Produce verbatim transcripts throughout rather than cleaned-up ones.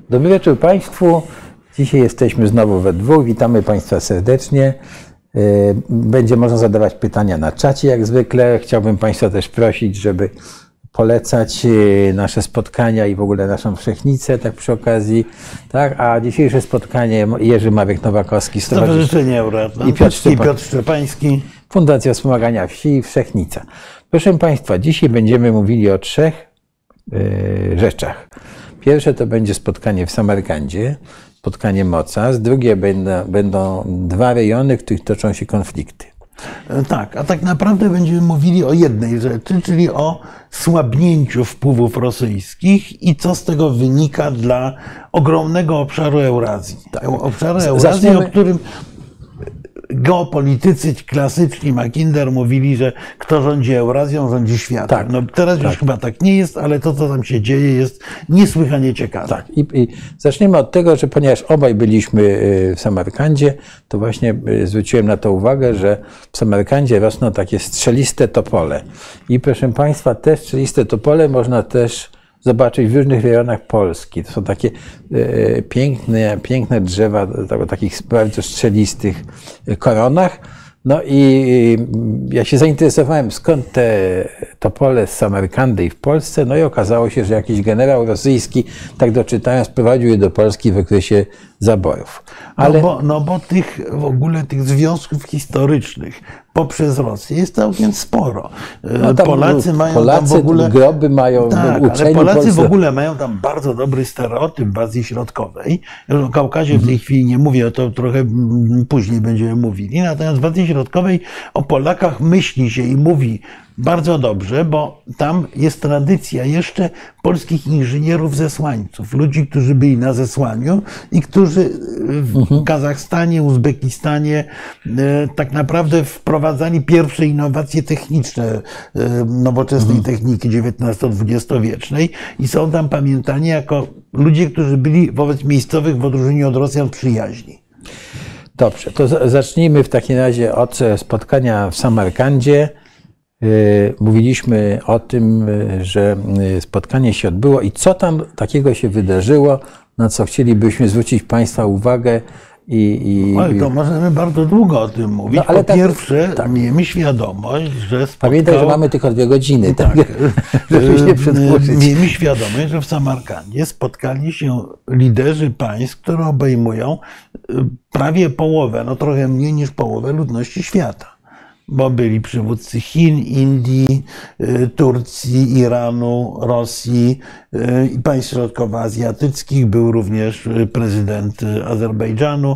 Dobry wieczór Państwu. Dzisiaj jesteśmy znowu we dwóch. Witamy Państwa serdecznie. Będzie można zadawać pytania na czacie jak zwykle. Chciałbym Państwa też prosić, żeby polecać nasze spotkania i w ogóle naszą Wszechnicę, tak przy okazji. Tak? A dzisiejsze spotkanie Jerzy Marek Nowakowski, Stowarzyszenie Euratlantyckie i Piotr, Szczepa... Piotr Szczepański. Fundacja Wspomagania Wsi i Wszechnica. Proszę Państwa, dzisiaj będziemy mówili o trzech yy, rzeczach. Pierwsze to będzie spotkanie w Samarkandzie, spotkanie mocarstw. Drugie będą, będą dwa rejony, w których toczą się konflikty. Tak, a tak naprawdę będziemy mówili o jednej rzeczy, czyli o słabnięciu wpływów rosyjskich i co z tego wynika dla ogromnego obszaru Eurazji. Tak. Obszaru Eurazji, Zaczniemy... o którym geopolitycy klasyczni, Mackinder, mówili, że kto rządzi Eurazją, rządzi światem. Tak, no teraz tak. już chyba tak nie jest, ale to, co tam się dzieje, jest niesłychanie ciekawe. Tak. I, i zaczniemy od tego, że ponieważ obaj byliśmy w Samarkandzie, to właśnie zwróciłem na to uwagę, że w Samarkandzie rosną takie strzeliste topole. I proszę Państwa, te strzeliste topole można też zobaczyć w różnych rejonach Polski. To są takie e, piękne, piękne drzewa o takich bardzo strzelistych koronach. No i ja się zainteresowałem, skąd te topole z Samarkandy i w Polsce. No i okazało się, że jakiś generał rosyjski, tak doczytałem, sprowadził je do Polski w okresie zaborów. Ale... No, bo, no bo tych w ogóle tych związków historycznych poprzez Rosję jest całkiem sporo. No tam, Polacy mają Polacy tam w ogóle... groby mają tak, uczeni ale Polacy Polsce... w ogóle mają tam bardzo dobry stereotyp w Azji Środkowej. O Kaukazie w tej chwili nie mówię, o to trochę później będziemy mówili. Natomiast w Azji Środkowej o Polakach myśli się i mówi bardzo dobrze, bo tam jest tradycja jeszcze polskich inżynierów zesłańców, ludzi, którzy byli na zesłaniu i którzy w Kazachstanie, Uzbekistanie tak naprawdę wprowadzali pierwsze innowacje techniczne nowoczesnej techniki dziewiętnasto-dwudziestowiecznej i są tam pamiętani jako ludzie, którzy byli wobec miejscowych w odróżnieniu od Rosjan przyjaźni. Dobrze, to zacznijmy w takim razie od spotkania w Samarkandzie. Mówiliśmy o tym, że spotkanie się odbyło i co tam takiego się wydarzyło, na co chcielibyśmy zwrócić Państwa uwagę. I, i... Oj, to możemy bardzo długo o tym mówić. No, ale po tak, pierwsze, tak. miejmy świadomość, że spotkało... Pamiętaj, że mamy tylko dwie godziny, tak? tak żeby się nie przedłużyć. Miejmy świadomość, że w Samarkandzie spotkali się liderzy państw, które obejmują prawie połowę, no trochę mniej niż połowę ludności świata. Bo byli przywódcy Chin, Indii, Turcji, Iranu, Rosji i państw środkowoazjatyckich. Był również prezydent Azerbejdżanu.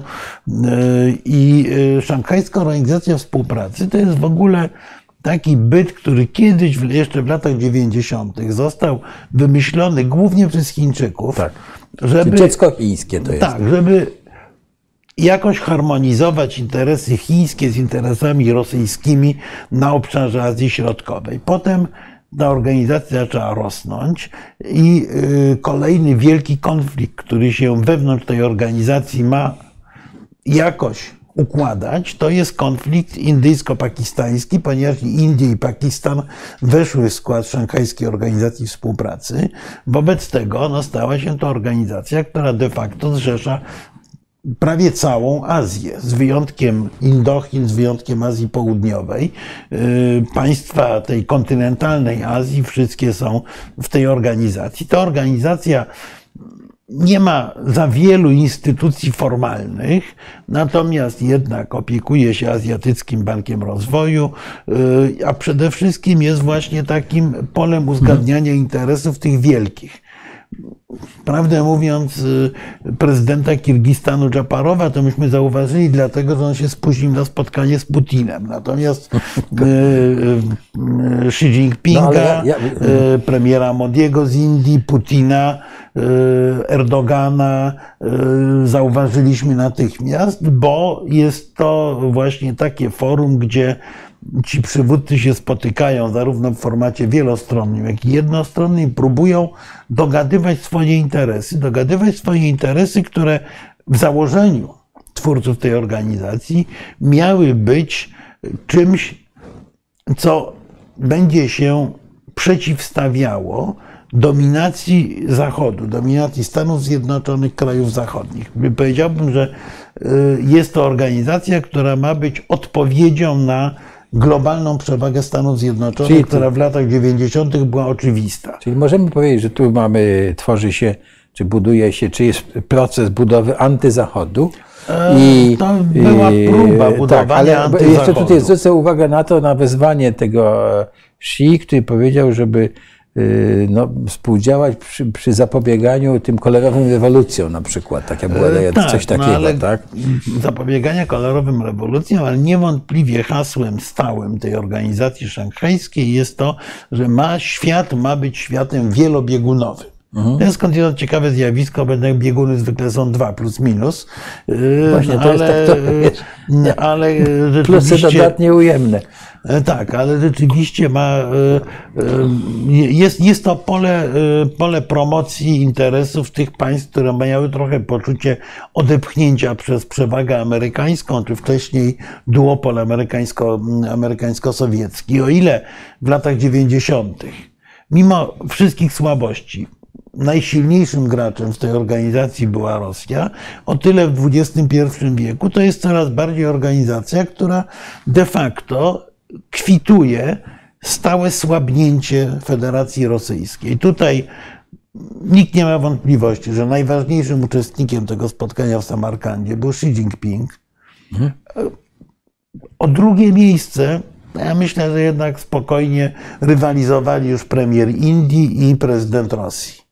I Szanghajska Organizacja Współpracy to jest w ogóle taki byt, który kiedyś, jeszcze w latach dziewięćdziesiątych został wymyślony głównie przez Chińczyków. Tak. Żeby, dziecko chińskie to jest. Tak, żeby jakoś harmonizować interesy chińskie z interesami rosyjskimi na obszarze Azji Środkowej. Potem ta organizacja zaczęła rosnąć i kolejny wielki konflikt, który się wewnątrz tej organizacji ma jakoś układać, to jest konflikt indyjsko-pakistański, ponieważ Indie i Pakistan weszły w skład Szanghajskiej Organizacji Współpracy. Wobec tego no, stała się to organizacja, która de facto zrzesza prawie całą Azję, z wyjątkiem Indochin, z wyjątkiem Azji Południowej. Państwa tej kontynentalnej Azji wszystkie są w tej organizacji. Ta organizacja nie ma za wielu instytucji formalnych, natomiast jednak opiekuje się Azjatyckim Bankiem Rozwoju, a przede wszystkim jest właśnie takim polem uzgadniania interesów tych wielkich. Prawdę mówiąc, prezydenta Kirgistanu Dżaparowa to myśmy zauważyli, dlatego że on się spóźnił na spotkanie z Putinem. Natomiast Xi Jinpinga, no, ja, ja... premiera Modiego z Indii, Putina, Erdogana zauważyliśmy natychmiast, bo jest to właśnie takie forum, gdzie ci przywódcy się spotykają zarówno w formacie wielostronnym, jak i jednostronnym i próbują dogadywać swoje interesy, dogadywać swoje interesy, które w założeniu twórców tej organizacji miały być czymś, co będzie się przeciwstawiało dominacji Zachodu, dominacji Stanów Zjednoczonych, krajów zachodnich. Powiedziałbym, że jest to organizacja, która ma być odpowiedzią na globalną przewagę Stanów Zjednoczonych, czyli która w latach dziewięćdziesiątych była oczywista. Czyli możemy powiedzieć, że tu mamy, tworzy się, czy buduje się, czy jest proces budowy antyzachodu. I, to była próba budowania tak, ale antyzachodu. Jeszcze tutaj zwrócę uwagę na to, na wezwanie tego Xi, który powiedział, żeby no, współdziałać przy, przy zapobieganiu tym kolorowym rewolucjom na przykład. Taka była tak, coś takiego, no ale tak? Zapobiegania kolorowym rewolucjom, ale niewątpliwie hasłem stałym tej organizacji szanghajskiej jest to, że ma, świat ma być światem wielobiegunowym. Mhm. To jest skądinąd ciekawe zjawisko, bo bieguny zwykle są dwa plus minus. Właśnie, to ale, jest tak to, ale plusy dodatnie ujemne. Tak, ale rzeczywiście ma, jest, jest to pole, pole promocji interesów tych państw, które miały trochę poczucie odepchnięcia przez przewagę amerykańską, czy wcześniej duopol amerykańsko, amerykańsko-sowiecki. O ile w latach dziewięćdziesiątych, mimo wszystkich słabości, najsilniejszym graczem w tej organizacji była Rosja, o tyle w dwudziestym pierwszym wieku to jest coraz bardziej organizacja, która de facto kwituje stałe słabnięcie Federacji Rosyjskiej. Tutaj nikt nie ma wątpliwości, że najważniejszym uczestnikiem tego spotkania w Samarkandzie był Xi Jinping. Mhm. O drugie miejsce, ja myślę, że jednak spokojnie rywalizowali już premier Indii i prezydent Rosji.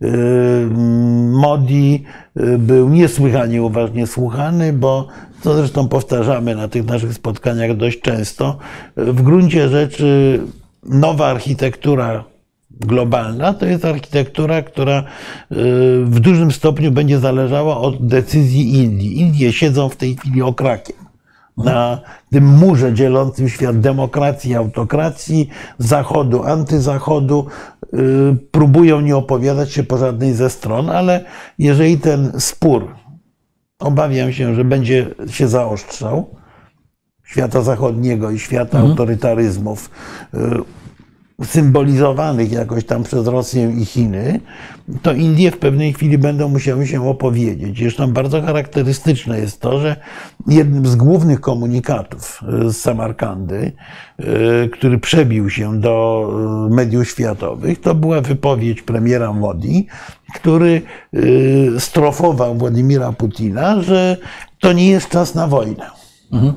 Modi był niesłychanie uważnie słuchany, bo to zresztą powtarzamy na tych naszych spotkaniach dość często. W gruncie rzeczy nowa architektura globalna to jest architektura, która w dużym stopniu będzie zależała od decyzji Indii. Indie siedzą w tej chwili okrakiem na tym murze dzielącym świat demokracji i autokracji, zachodu, antyzachodu. Próbują nie opowiadać się po żadnej ze stron, ale jeżeli ten spór, obawiam się, że będzie się zaostrzał, świata zachodniego i świata mhm. autorytaryzmów, symbolizowanych jakoś tam przez Rosję i Chiny, to Indie w pewnej chwili będą musiały się opowiedzieć. Zresztą bardzo charakterystyczne jest to, że jednym z głównych komunikatów z Samarkandy, który przebił się do mediów światowych, to była wypowiedź premiera Modi, który strofował Władimira Putina, że to nie jest czas na wojnę. Mhm.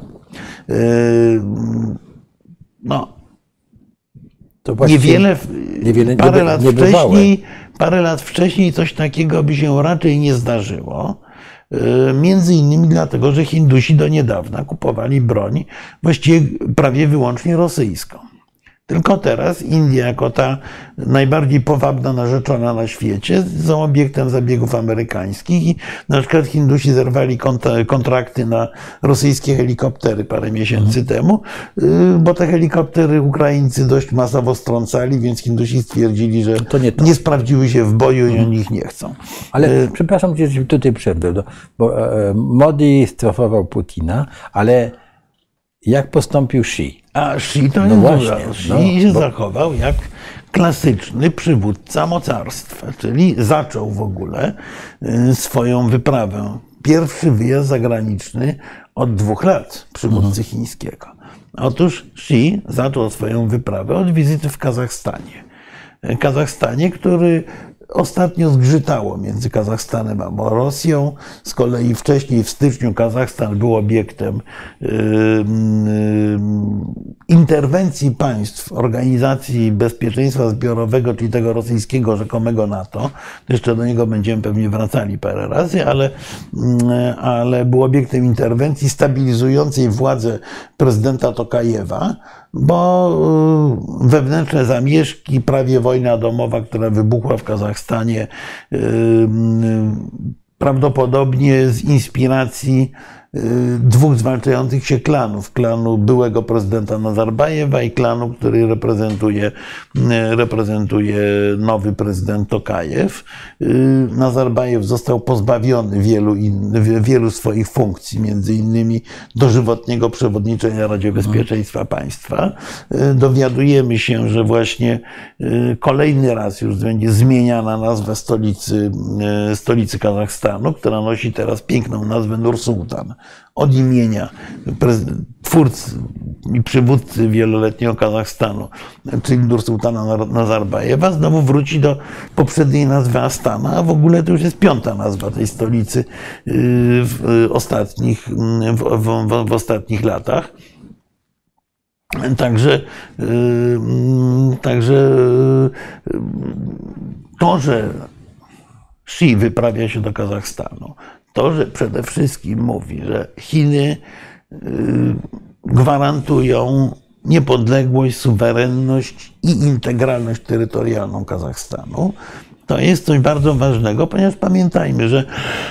No, To niewiele, niewiele parę, nie, lat nie wcześniej, parę lat wcześniej coś takiego by się raczej nie zdarzyło. Między innymi dlatego, że Hindusi do niedawna kupowali broń właściwie prawie wyłącznie rosyjską. Tylko teraz Indie, jako ta najbardziej powabna narzeczona na świecie, są obiektem zabiegów amerykańskich i na przykład Hindusi zerwali kontrakty na rosyjskie helikoptery parę miesięcy mhm. temu, bo te helikoptery Ukraińcy dość masowo strącali, więc Hindusi stwierdzili, że to nie, to. nie sprawdziły się w boju mhm. i oni ich nie chcą. Ale y przepraszam cię, że tutaj przerwę, bo e, Modi strofował Putina, ale jak postąpił Xi? A Xi to no właśnie, Xi no, się bo... zachował jak klasyczny przywódca mocarstwa, czyli zaczął w ogóle swoją wyprawę. Pierwszy wyjazd zagraniczny od dwóch lat przywódcy mhm. chińskiego. Otóż Xi zaczął swoją wyprawę od wizyty w Kazachstanie. Kazachstanie, który ostatnio zgrzytało między Kazachstanem a Rosją. Z kolei wcześniej w styczniu Kazachstan był obiektem yy, yy, interwencji państw Organizacji Bezpieczeństwa Zbiorowego, czyli tego rosyjskiego rzekomego NATO. Jeszcze do niego będziemy pewnie wracali parę razy, ale, yy, ale był obiektem interwencji stabilizującej władzę prezydenta Tokajewa, bo wewnętrzne zamieszki, prawie wojna domowa, która wybuchła w Kazachstanie, prawdopodobnie z inspiracji dwóch zwalczających się klanów. Klanu byłego prezydenta Nazarbajewa i klanu, który reprezentuje, reprezentuje nowy prezydent Tokajew. Nazarbajew został pozbawiony wielu, in, wielu swoich funkcji, między innymi dożywotniego przewodniczenia Radzie Bezpieczeństwa Państwa. Dowiadujemy się, że właśnie kolejny raz już będzie zmieniana nazwa stolicy, stolicy Kazachstanu, która nosi teraz piękną nazwę Nur-Sultan, od imienia twórcy i przywódcy wieloletniego Kazachstanu, czyli Nur-Sultana Nazarbajewa. Znowu wróci do poprzedniej nazwy Astana, a w ogóle to już jest piąta nazwa tej stolicy w ostatnich, w, w, w ostatnich latach. Także, także to, że Xi wyprawia się do Kazachstanu, to, że przede wszystkim mówi, że Chiny gwarantują niepodległość, suwerenność i integralność terytorialną Kazachstanu, to jest coś bardzo ważnego, ponieważ pamiętajmy, że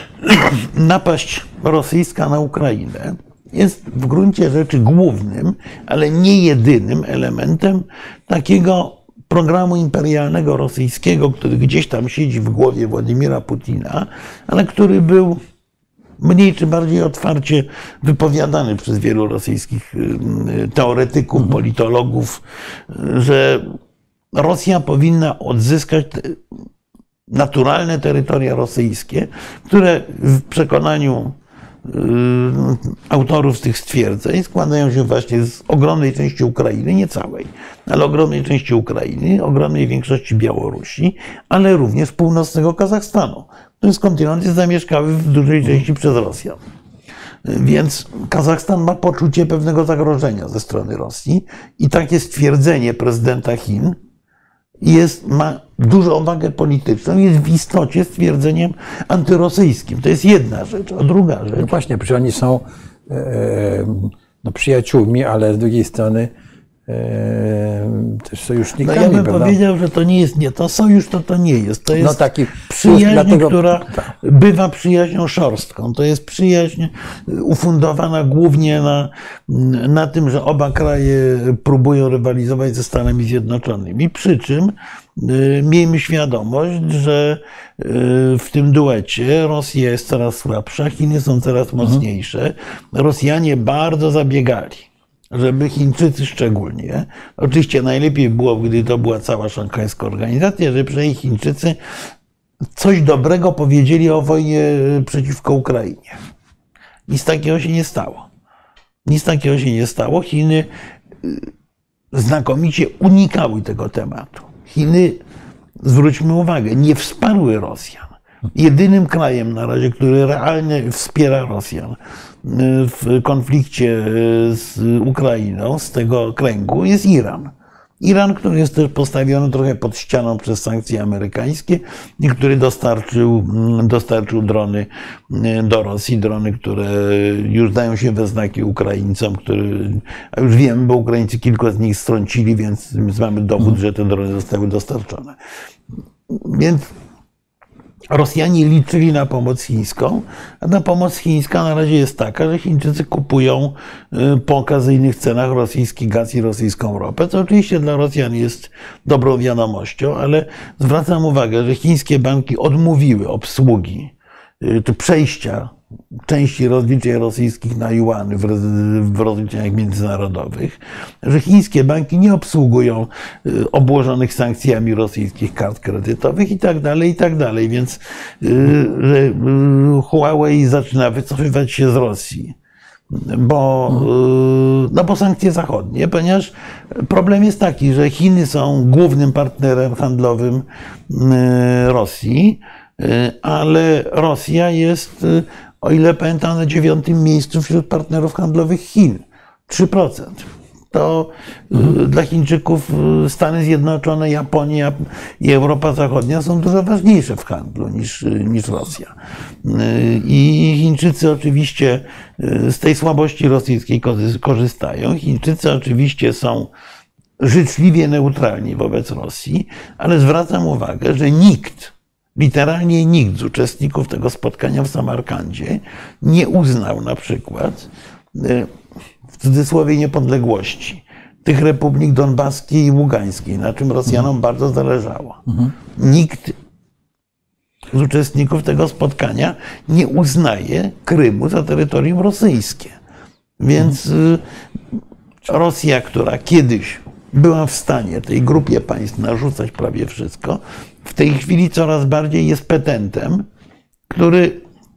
napaść rosyjska na Ukrainę jest w gruncie rzeczy głównym, ale nie jedynym elementem takiego programu imperialnego rosyjskiego, który gdzieś tam siedzi w głowie Władimira Putina, ale który był mniej czy bardziej otwarcie wypowiadany przez wielu rosyjskich teoretyków, politologów, że Rosja powinna odzyskać naturalne terytoria rosyjskie, które w przekonaniu autorów tych stwierdzeń składają się właśnie z ogromnej części Ukrainy, nie całej, ale ogromnej części Ukrainy, ogromnej większości Białorusi, ale również północnego Kazachstanu. To jest kontynent jest zamieszkały w dużej części przez Rosjan. Więc Kazachstan ma poczucie pewnego zagrożenia ze strony Rosji i takie stwierdzenie prezydenta Chin jest, ma dużą wagę polityczną, jest w istocie stwierdzeniem antyrosyjskim. To jest jedna rzecz. A druga rzecz... No właśnie, przecież oni są e, no, przyjaciółmi, ale z drugiej strony e, też sojusznikami. No ja bym prawda? powiedział, że to nie jest, nie, to sojusz to to nie jest. To jest no taki przyjaźń, dlatego, która tak. bywa przyjaźnią szorstką. To jest przyjaźń ufundowana głównie na, na tym, że oba kraje próbują rywalizować ze Stanami Zjednoczonymi. Przy czym miejmy świadomość, że w tym duecie Rosja jest coraz słabsza, Chiny są coraz mocniejsze. Rosjanie bardzo zabiegali, żeby Chińczycy szczególnie, oczywiście najlepiej było, gdy to była cała szanghajska organizacja, że przynajmniej Chińczycy coś dobrego powiedzieli o wojnie przeciwko Ukrainie. Nic takiego się nie stało. Nic takiego się nie stało. Chiny znakomicie unikały tego tematu. Chiny, zwróćmy uwagę, nie wsparły Rosjan. Jedynym krajem na razie, który realnie wspiera Rosjan w konflikcie z Ukrainą, z tego kręgu, jest Iran. Iran, który jest też postawiony trochę pod ścianą przez sankcje amerykańskie i który dostarczył, dostarczył drony do Rosji, drony, które już dają się we znaki Ukraińcom, który, a już wiemy, bo Ukraińcy kilku z nich strącili, więc mamy dowód, że te drony zostały dostarczone. Więc Rosjanie liczyli na pomoc chińską, a ta pomoc chińska na razie jest taka, że Chińczycy kupują po okazyjnych cenach rosyjski gaz i rosyjską ropę, co oczywiście dla Rosjan jest dobrą wiadomością, ale zwracam uwagę, że chińskie banki odmówiły obsługi czy przejścia części rozliczeń rosyjskich na juany w rozliczeniach międzynarodowych, że chińskie banki nie obsługują obłożonych sankcjami rosyjskich kart kredytowych i tak dalej, i tak dalej. Więc że Huawei zaczyna wycofywać się z Rosji, bo, no bo sankcje zachodnie, ponieważ problem jest taki, że Chiny są głównym partnerem handlowym Rosji, ale Rosja jest, o ile pamiętam, na dziewiątym miejscu wśród partnerów handlowych Chin. trzy procent. To mhm. dla Chińczyków Stany Zjednoczone, Japonia i Europa Zachodnia są dużo ważniejsze w handlu niż, niż Rosja. I Chińczycy oczywiście z tej słabości rosyjskiej korzystają. Chińczycy oczywiście są życzliwie neutralni wobec Rosji, ale zwracam uwagę, że nikt literalnie nikt z uczestników tego spotkania w Samarkandzie nie uznał na przykład, w cudzysłowie, niepodległości tych republik donbaskiej i ługańskiej, na czym Rosjanom mhm. bardzo zależało. Mhm. Nikt z uczestników tego spotkania nie uznaje Krymu za terytorium rosyjskie. Więc mhm. Rosja, która kiedyś była w stanie tej grupie państw narzucać prawie wszystko, w tej chwili coraz bardziej jest petentem, który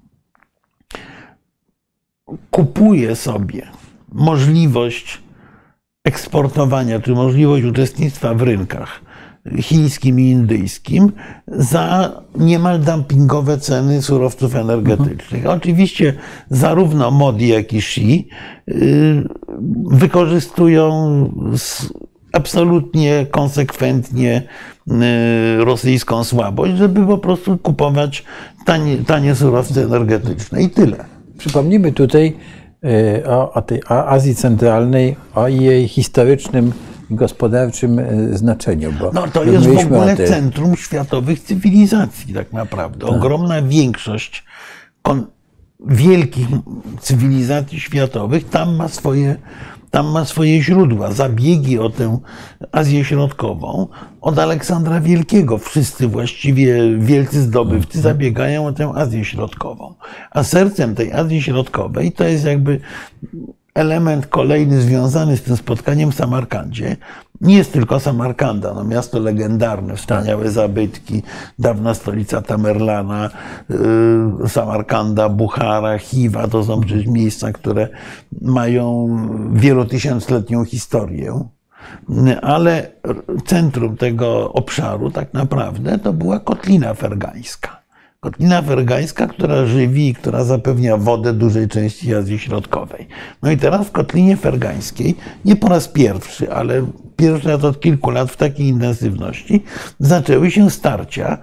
kupuje sobie możliwość eksportowania, czy możliwość uczestnictwa w rynkach chińskim i indyjskim za niemal dumpingowe ceny surowców energetycznych. Mhm. Oczywiście zarówno Modi, jak i Xi wykorzystują absolutnie konsekwentnie rosyjską słabość, żeby po prostu kupować tanie, tanie surowce energetyczne i tyle. Przypomnijmy tutaj o, o tej o Azji Centralnej, o jej historycznym i gospodarczym znaczeniu. Bo no to jest w ogóle te... centrum światowych cywilizacji tak naprawdę. Tak. Ogromna większość wielkich cywilizacji światowych tam ma swoje Tam ma swoje źródła. Zabiegi o tę Azję Środkową od Aleksandra Wielkiego. Wszyscy właściwie wielcy zdobywcy zabiegają o tę Azję Środkową. A sercem tej Azji Środkowej to jest jakby element kolejny związany z tym spotkaniem w Samarkandzie. Nie jest tylko Samarkanda, no miasto legendarne, wspaniałe zabytki, dawna stolica Tamerlana, yy, Samarkanda, Buchara, Chiwa, to są przecież miejsca, które mają wielotysiącletnią historię. Ale centrum tego obszaru tak naprawdę to była Kotlina Fergańska. Kotlina Fergańska, która żywi i która zapewnia wodę dużej części Azji Środkowej. No i teraz w Kotlinie Fergańskiej, nie po raz pierwszy, ale pierwszy raz od kilku lat w takiej intensywności, zaczęły się starcia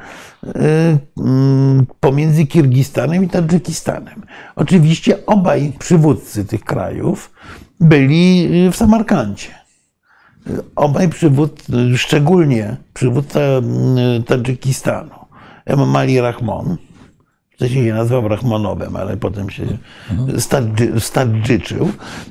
pomiędzy Kirgistanem i Tadżykistanem. Oczywiście obaj przywódcy tych krajów byli w Samarkandzie. Obaj przywódcy, szczególnie przywódca Tadżykistanu, Emomali Rahmon, wcześniej się nazywał Rahmonowem, ale potem się stadży, stadżyczył.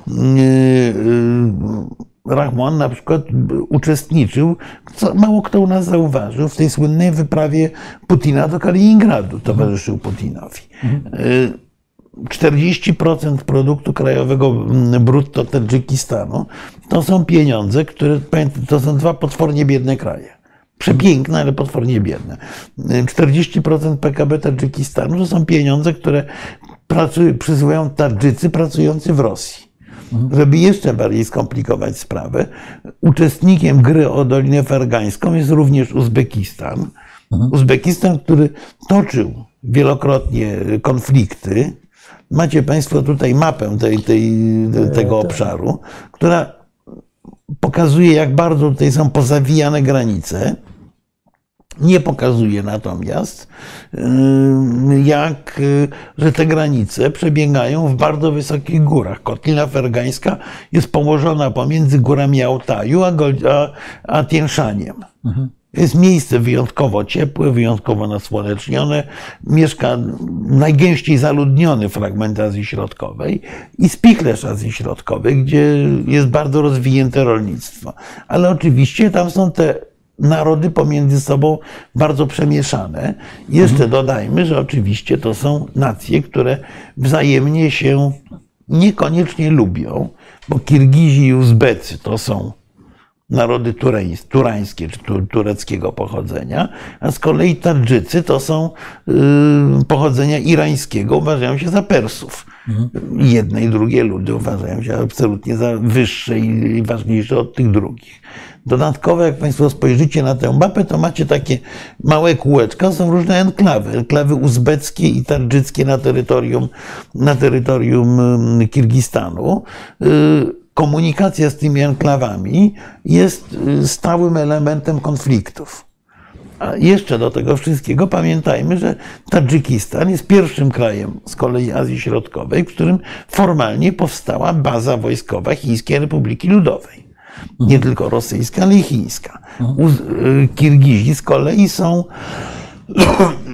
Rahmon na przykład uczestniczył, co mało kto u nas zauważył, w tej słynnej wyprawie Putina do Kaliningradu, towarzyszył Putinowi. czterdzieści procent produktu krajowego brutto Tadżykistanu to są pieniądze, które, to są dwa potwornie biedne kraje. Przepiękne, ale potwornie biedne. czterdzieści procent P K B Tadżykistanu to są pieniądze, które pracują, przysługują Tadżycy pracujący w Rosji. Żeby jeszcze bardziej skomplikować sprawę, uczestnikiem gry o Dolinę Fergańską jest również Uzbekistan. Uzbekistan, który toczył wielokrotnie konflikty. Macie Państwo tutaj mapę tej, tej, tego obszaru, która pokazuje, jak bardzo tutaj są pozawijane granice. Nie pokazuje natomiast, jak, że te granice przebiegają w bardzo wysokich górach. Kotlina Fergańska jest położona pomiędzy górami Altaju a, a, a Tien Shaniem. Mhm. Jest miejsce wyjątkowo ciepłe, wyjątkowo nasłonecznione. Mieszka najgęściej zaludniony fragment Azji Środkowej i spichlerz Azji Środkowej, gdzie jest bardzo rozwinięte rolnictwo. Ale oczywiście tam są te narody pomiędzy sobą bardzo przemieszane. Jeszcze dodajmy, że oczywiście to są nacje, które wzajemnie się niekoniecznie lubią, bo Kirgizi i Uzbecy to są narody turańskie czy tureckiego pochodzenia, a z kolei Tadżycy to są pochodzenia irańskiego, uważają się za Persów. Jedne i drugie ludy uważają się absolutnie za wyższe i ważniejsze od tych drugich. Dodatkowo, jak Państwo spojrzycie na tę mapę, to macie takie małe kółeczka, są różne enklawy. Enklawy uzbeckie i tadżyckie na terytorium, na terytorium Kirgistanu. Komunikacja z tymi enklawami jest stałym elementem konfliktów. A jeszcze do tego wszystkiego pamiętajmy, że Tadżykistan jest pierwszym krajem z kolei Azji Środkowej, w którym formalnie powstała baza wojskowa Chińskiej Republiki Ludowej. Nie tylko rosyjska, ale i chińska. Kirgizi z kolei są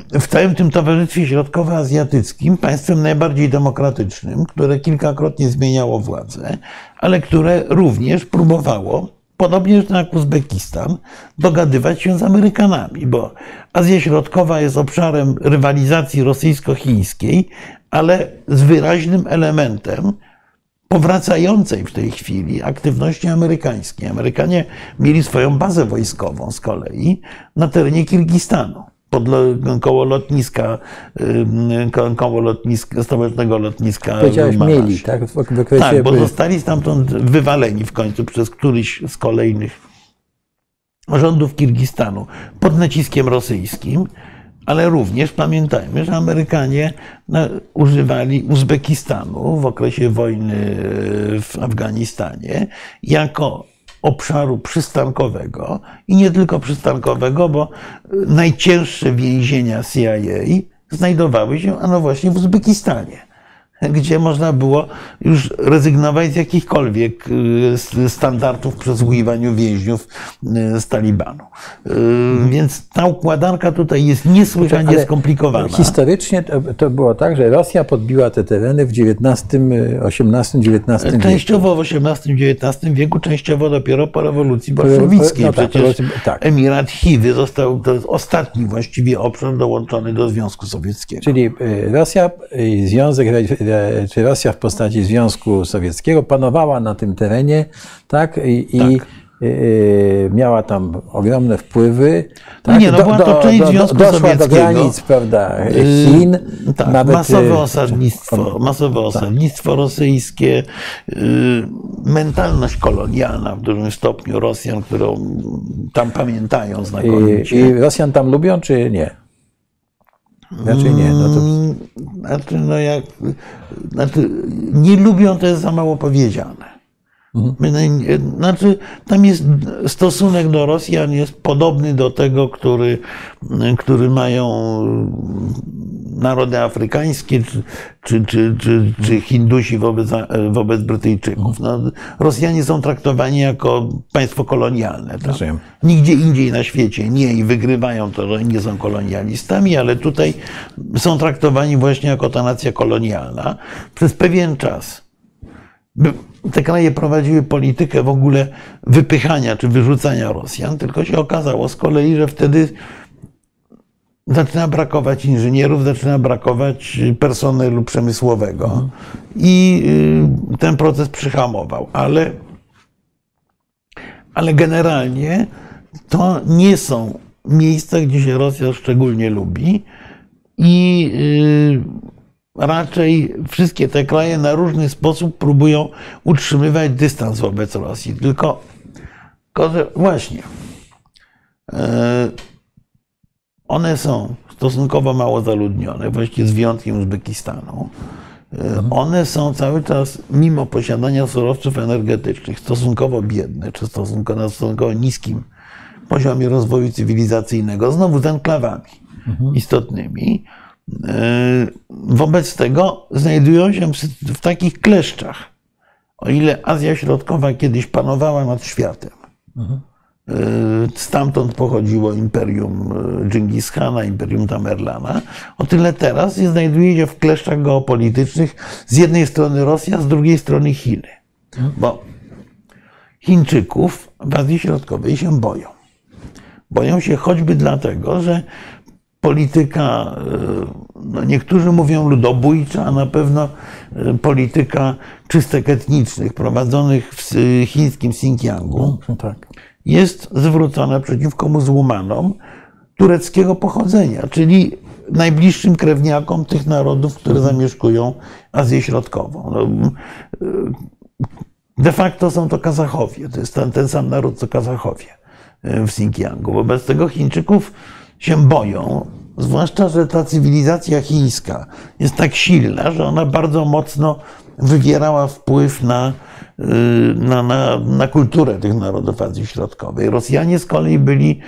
w całym tym Towarzystwie Środkowoazjatyckim państwem najbardziej demokratycznym, które kilkakrotnie zmieniało władzę, ale które również próbowało, podobnie jak Uzbekistan, dogadywać się z Amerykanami, bo Azja Środkowa jest obszarem rywalizacji rosyjsko-chińskiej, ale z wyraźnym elementem powracającej w tej chwili aktywności amerykańskiej. Amerykanie mieli swoją bazę wojskową z kolei na terenie Kirgistanu, pod, koło lotniska, koło lotniska, stołecznego lotniska. Powiedziałeś mieli, tak? W okresie... Tak, bo zostali stamtąd wywaleni w końcu przez któryś z kolejnych rządów Kirgistanu pod naciskiem rosyjskim. Ale również pamiętajmy, że Amerykanie używali Uzbekistanu w okresie wojny w Afganistanie jako obszaru przystankowego i nie tylko przystankowego, bo najcięższe więzienia C I A znajdowały się ano właśnie w Uzbekistanie, gdzie można było już rezygnować z jakichkolwiek standardów w przesłuchiwaniu więźniów z Talibanu. Więc ta układanka tutaj jest niesłychanie Ale skomplikowana. Historycznie to, to było tak, że Rosja podbiła te tereny w dziewiętnastym, osiemnastym, dziewiętnastym wieku. Częściowo w osiemnastym, dziewiętnastym wieku, częściowo dopiero po rewolucji bolszewickiej. No tak, Przecież tak. Emirat Chiwy został, to jest ostatni właściwie obszar dołączony do Związku Sowieckiego. Czyli Rosja, Związek czy Rosja w postaci Związku Sowieckiego panowała na tym terenie, tak? I, tak. i y, miała tam ogromne wpływy. Tak? Nie, no była to część Związku do, Sowieckiego. Doszła do granic, prawda, Chin. Yy, tak, nawet, masowe osadnictwo, masowe osadnictwo tak. rosyjskie, yy, mentalność kolonialna w dużym stopniu Rosjan, którą tam pamiętają znakomicie. I, I Rosjan tam lubią, czy nie? Raczej nie. No to... Znaczy, no jak, znaczy, nie lubią, to jest za mało powiedziane. Mhm. Znaczy, tam jest stosunek do Rosjan jest podobny do tego, który, który mają narody afrykańskie czy, czy, czy, czy, czy Hindusi wobec, wobec Brytyjczyków. No, Rosjanie są traktowani jako państwo kolonialne. Tak? Nigdzie indziej na świecie nie i wygrywają to, że nie są kolonialistami, ale tutaj są traktowani właśnie jako ta nacja kolonialna. Przez pewien czas te kraje prowadziły politykę w ogóle wypychania czy wyrzucania Rosjan, tylko się okazało z kolei, że wtedy zaczyna brakować inżynierów, zaczyna brakować personelu przemysłowego i ten proces przyhamował. Ale, ale generalnie to nie są miejsca, gdzie się Rosja szczególnie lubi i raczej wszystkie te kraje na różny sposób próbują utrzymywać dystans wobec Rosji. Tylko, tylko że właśnie one są stosunkowo mało zaludnione, właściwie z wyjątkiem Uzbekistanu. One są cały czas, mimo posiadania surowców energetycznych, stosunkowo biedne, czy stosunkowo, na stosunkowo niskim poziomie rozwoju cywilizacyjnego, znowu z enklawami mhm. istotnymi. Wobec tego znajdują się w takich kleszczach. O ile Azja Środkowa kiedyś panowała nad światem, mhm. stamtąd pochodziło imperium Dżingis-Khana, imperium Tamerlana, o tyle teraz znajduje się w kleszczach geopolitycznych z jednej strony Rosja, z drugiej strony Chiny. Mhm. Bo Chińczyków w Azji Środkowej się boją. Boją się choćby dlatego, że polityka, no niektórzy mówią ludobójcza, a na pewno polityka czystek etnicznych prowadzonych w chińskim Xinjiangu jest zwrócona przeciwko muzułmanom tureckiego pochodzenia, czyli najbliższym krewniakom tych narodów, które zamieszkują Azję Środkową. No, de facto są to Kazachowie, to jest ten, ten sam naród co Kazachowie w Xinjiangu. Wobec tego Chińczyków się boją, zwłaszcza, że ta cywilizacja chińska jest tak silna, że ona bardzo mocno wywierała wpływ na, na, na, na kulturę tych narodów Azji Środkowej. Rosjanie z kolei byli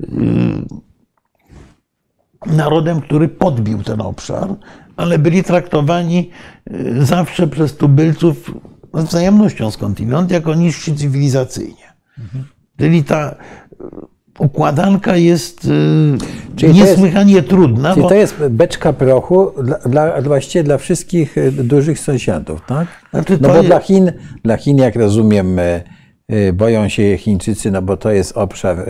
narodem, który podbił ten obszar, ale byli traktowani zawsze przez tubylców z wzajemnością skądinąd jako niżsi cywilizacyjnie. Mhm. Czyli ta układanka jest Czyli niesłychanie jest, trudna. Czyli bo... to jest beczka prochu dla, dla, właściwie dla wszystkich dużych sąsiadów, tak? Znaczy, no bo jest... dla Chin, dla Chin, jak rozumiem, boją się Chińczycy, no bo to jest obszar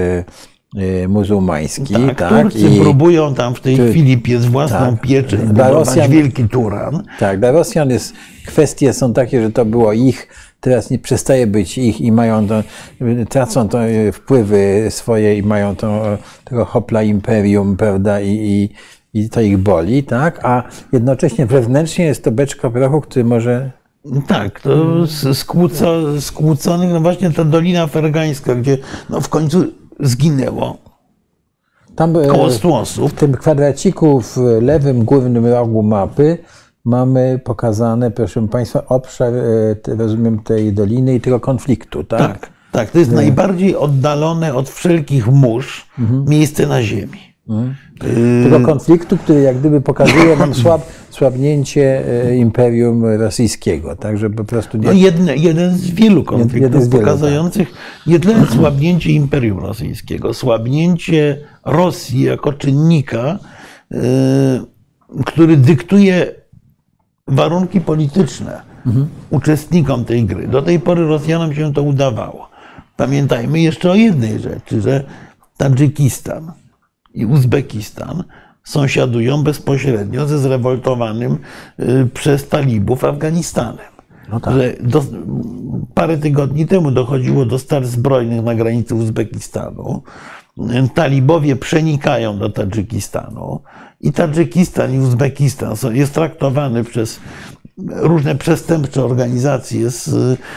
muzułmański. Tak, tak? Turcy I próbują tam w tej Ty... chwili piec własną tak. pieczę, dla Rosjan wielki Turan. Tak, dla Rosjan jest, kwestie są takie, że to było ich, teraz nie przestaje być ich i mają to, tracą to wpływy swoje i mają to, tego hopla imperium, prawda, i, i, i to ich boli, tak? A jednocześnie wewnętrznie jest to beczka prochu, który może... Tak, to skłóco, skłóconych, no właśnie ta Dolina Fergańska, gdzie no w końcu zginęło tam, koło stu osób. W tym kwadraciku w lewym górnym rogu mapy mamy pokazane, proszę Państwa, obszar, rozumiem, tej doliny i tego konfliktu, tak? Tak, tak. To jest Nie. najbardziej oddalone od wszelkich mórz mhm. miejsce na ziemi. Mhm. Tego konfliktu, który jak gdyby pokazuje nam słab, słabnięcie Imperium Rosyjskiego, tak, że po prostu nie... No jedne, jeden z wielu konfliktów z wielu, pokazujących tak. nie tyle słabnięcie Imperium Rosyjskiego, słabnięcie Rosji jako czynnika, yy, który dyktuje warunki polityczne mhm. uczestnikom tej gry. Do tej pory Rosjanom się to udawało. Pamiętajmy jeszcze o jednej rzeczy, że Tadżykistan i Uzbekistan sąsiadują bezpośrednio ze zrewoltowanym y, przez talibów Afganistanem. No tak. Że do, parę tygodni temu dochodziło do starć zbrojnych na granicy Uzbekistanu. Talibowie przenikają do Tadżykistanu i Tadżykistan i Uzbekistan są, jest traktowany przez różne przestępcze organizacje z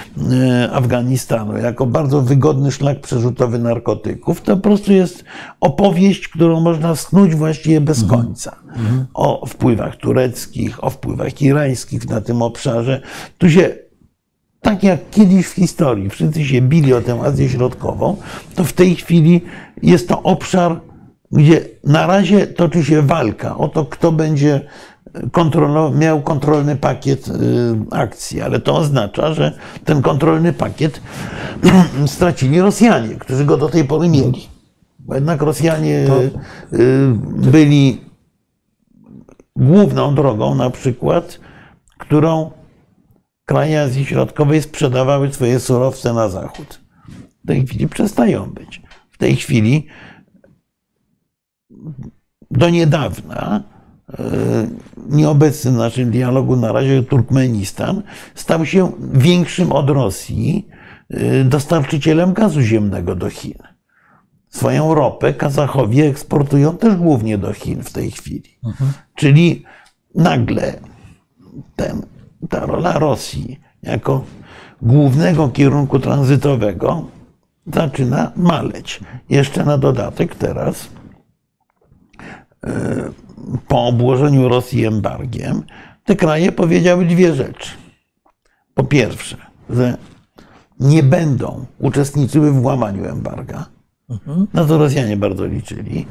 Afganistanu jako bardzo wygodny szlak przerzutowy narkotyków. To po prostu jest opowieść, którą można snuć właściwie bez końca. Mhm. O wpływach tureckich, o wpływach irańskich na tym obszarze. Tu się, tak jak kiedyś w historii wszyscy się bili o tę Azję Środkową, to w tej chwili jest to obszar, gdzie na razie toczy się walka o to, kto będzie miał kontrolny pakiet akcji, ale to oznacza, że ten kontrolny pakiet stracili Rosjanie, którzy go do tej pory mieli. Bo jednak Rosjanie to... byli główną drogą, na przykład, którą kraje Azji Środkowej sprzedawały swoje surowce na zachód. W tej chwili przestają być. W tej chwili do niedawna nieobecny w naszym dialogu na razie Turkmenistan stał się większym od Rosji dostarczycielem gazu ziemnego do Chin. Swoją ropę Kazachowie eksportują też głównie do Chin w tej chwili. Mhm. Czyli nagle ten, ta rola Rosji jako głównego kierunku tranzytowego zaczyna maleć. Jeszcze na dodatek teraz po obłożeniu Rosji embargiem, te kraje powiedziały dwie rzeczy. Po pierwsze, że nie będą uczestniczyły w łamaniu embarga. Mhm. Na to Rosjanie bardzo liczyli.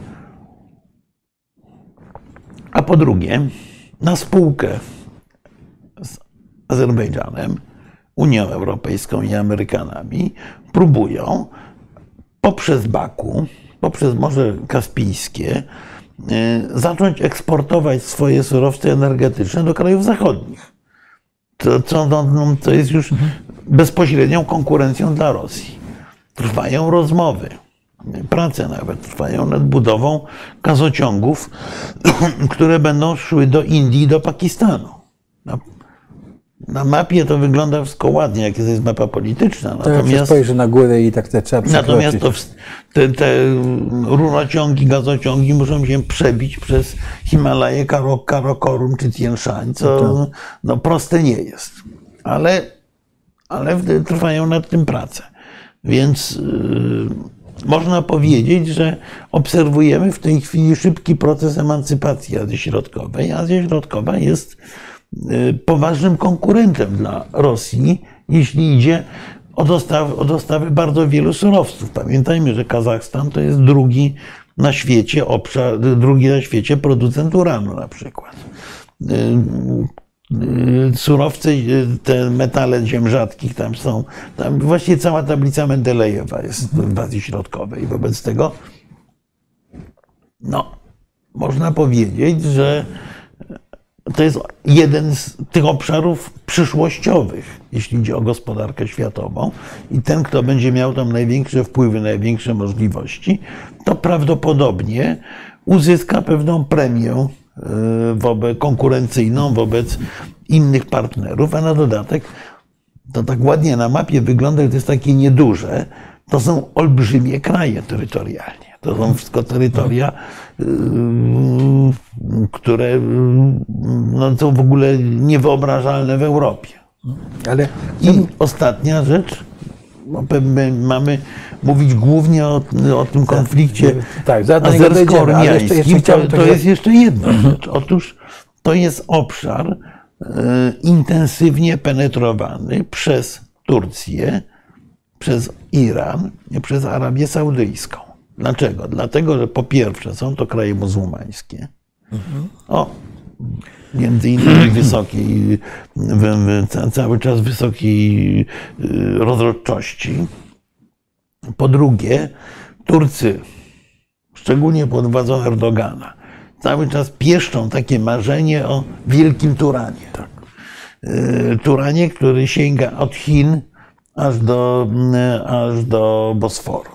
A po drugie, na spółkę z Azerbejdżanem, Unią Europejską i Amerykanami próbują poprzez Baku, poprzez Morze Kaspijskie zacząć eksportować swoje surowce energetyczne do krajów zachodnich. To, co, no, to jest już bezpośrednią konkurencją dla Rosji. Trwają rozmowy, prace nawet trwają nad budową gazociągów, które będą szły do Indii i do Pakistanu. Na, na mapie to wygląda wszystko ładnie, jak jest mapa polityczna. Natomiast jak się spojrzy na górę i tak te trzeba przekroczyć. Natomiast to, te, te rurociągi, gazociągi muszą się przebić przez Himalaje, Karakorum czy Tien Shan, co no, proste nie jest. Ale, ale trwają nad tym prace. Więc yy, można powiedzieć, że obserwujemy w tej chwili szybki proces emancypacji Azji Środkowej. Azja Środkowa jest poważnym konkurentem dla Rosji, jeśli idzie o dostawy, o dostawy bardzo wielu surowców. Pamiętajmy, że Kazachstan to jest drugi na świecie obszar, drugi na świecie producent uranu na przykład. surowce, te metale ziem rzadkich tam są. Tam właściwie cała tablica Mendelejewa jest w Azji Środkowej. Wobec tego no, można powiedzieć, że to jest jeden z tych obszarów przyszłościowych, jeśli idzie o gospodarkę światową. I ten, kto będzie miał tam największe wpływy, największe możliwości, to prawdopodobnie uzyska pewną premię wobec, konkurencyjną wobec innych partnerów, a na dodatek to tak ładnie na mapie wygląda, że to jest takie nieduże, to są olbrzymie kraje terytorialnie. To są wszystko terytoria, które no, są w ogóle niewyobrażalne w Europie. Ale i ostatnia rzecz, my mamy mówić głównie o, o tym konflikcie tak, azersko-ormiańskim. To, to jest jeszcze jedna rzecz. Otóż to jest obszar intensywnie penetrowany przez Turcję, przez Iran i przez Arabię Saudyjską. Dlaczego? Dlatego, że po pierwsze są to kraje muzułmańskie, o między innymi wysokiej, cały czas wysokiej rozrodczości. Po drugie, Turcy, szczególnie pod władzą Erdogana, cały czas pieszczą takie marzenie o wielkim Turanie. Tak. Turanie, który sięga od Chin aż do, aż do Bosforu.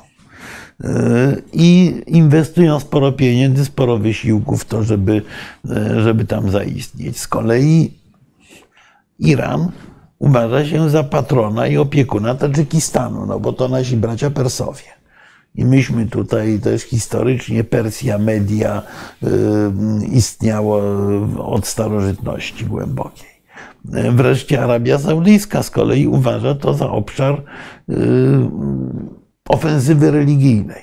I inwestują sporo pieniędzy, sporo wysiłku w to, żeby, żeby tam zaistnieć. Z kolei Iran uważa się za patrona i opiekuna Tadżykistanu, no bo to nasi bracia Persowie. I myśmy tutaj też historycznie, Persja, Media istniało od starożytności głębokiej. Wreszcie Arabia Saudyjska z kolei uważa to za obszar ofensywy religijnej,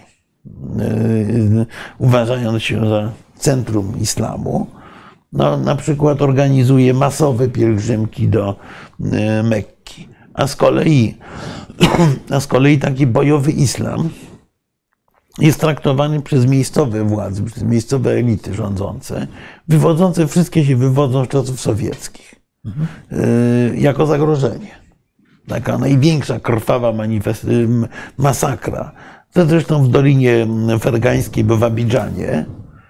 uważając się za centrum islamu. No, na przykład organizuje masowe pielgrzymki do Mekki. A z kolei, a z kolei taki bojowy islam jest traktowany przez miejscowe władze, przez miejscowe elity rządzące, wywodzące, wszystkie się wywodzą z czasów sowieckich, mhm. jako zagrożenie. Taka największa krwawa masakra. To zresztą w Dolinie Fergańskiej, bo w Abidżanie,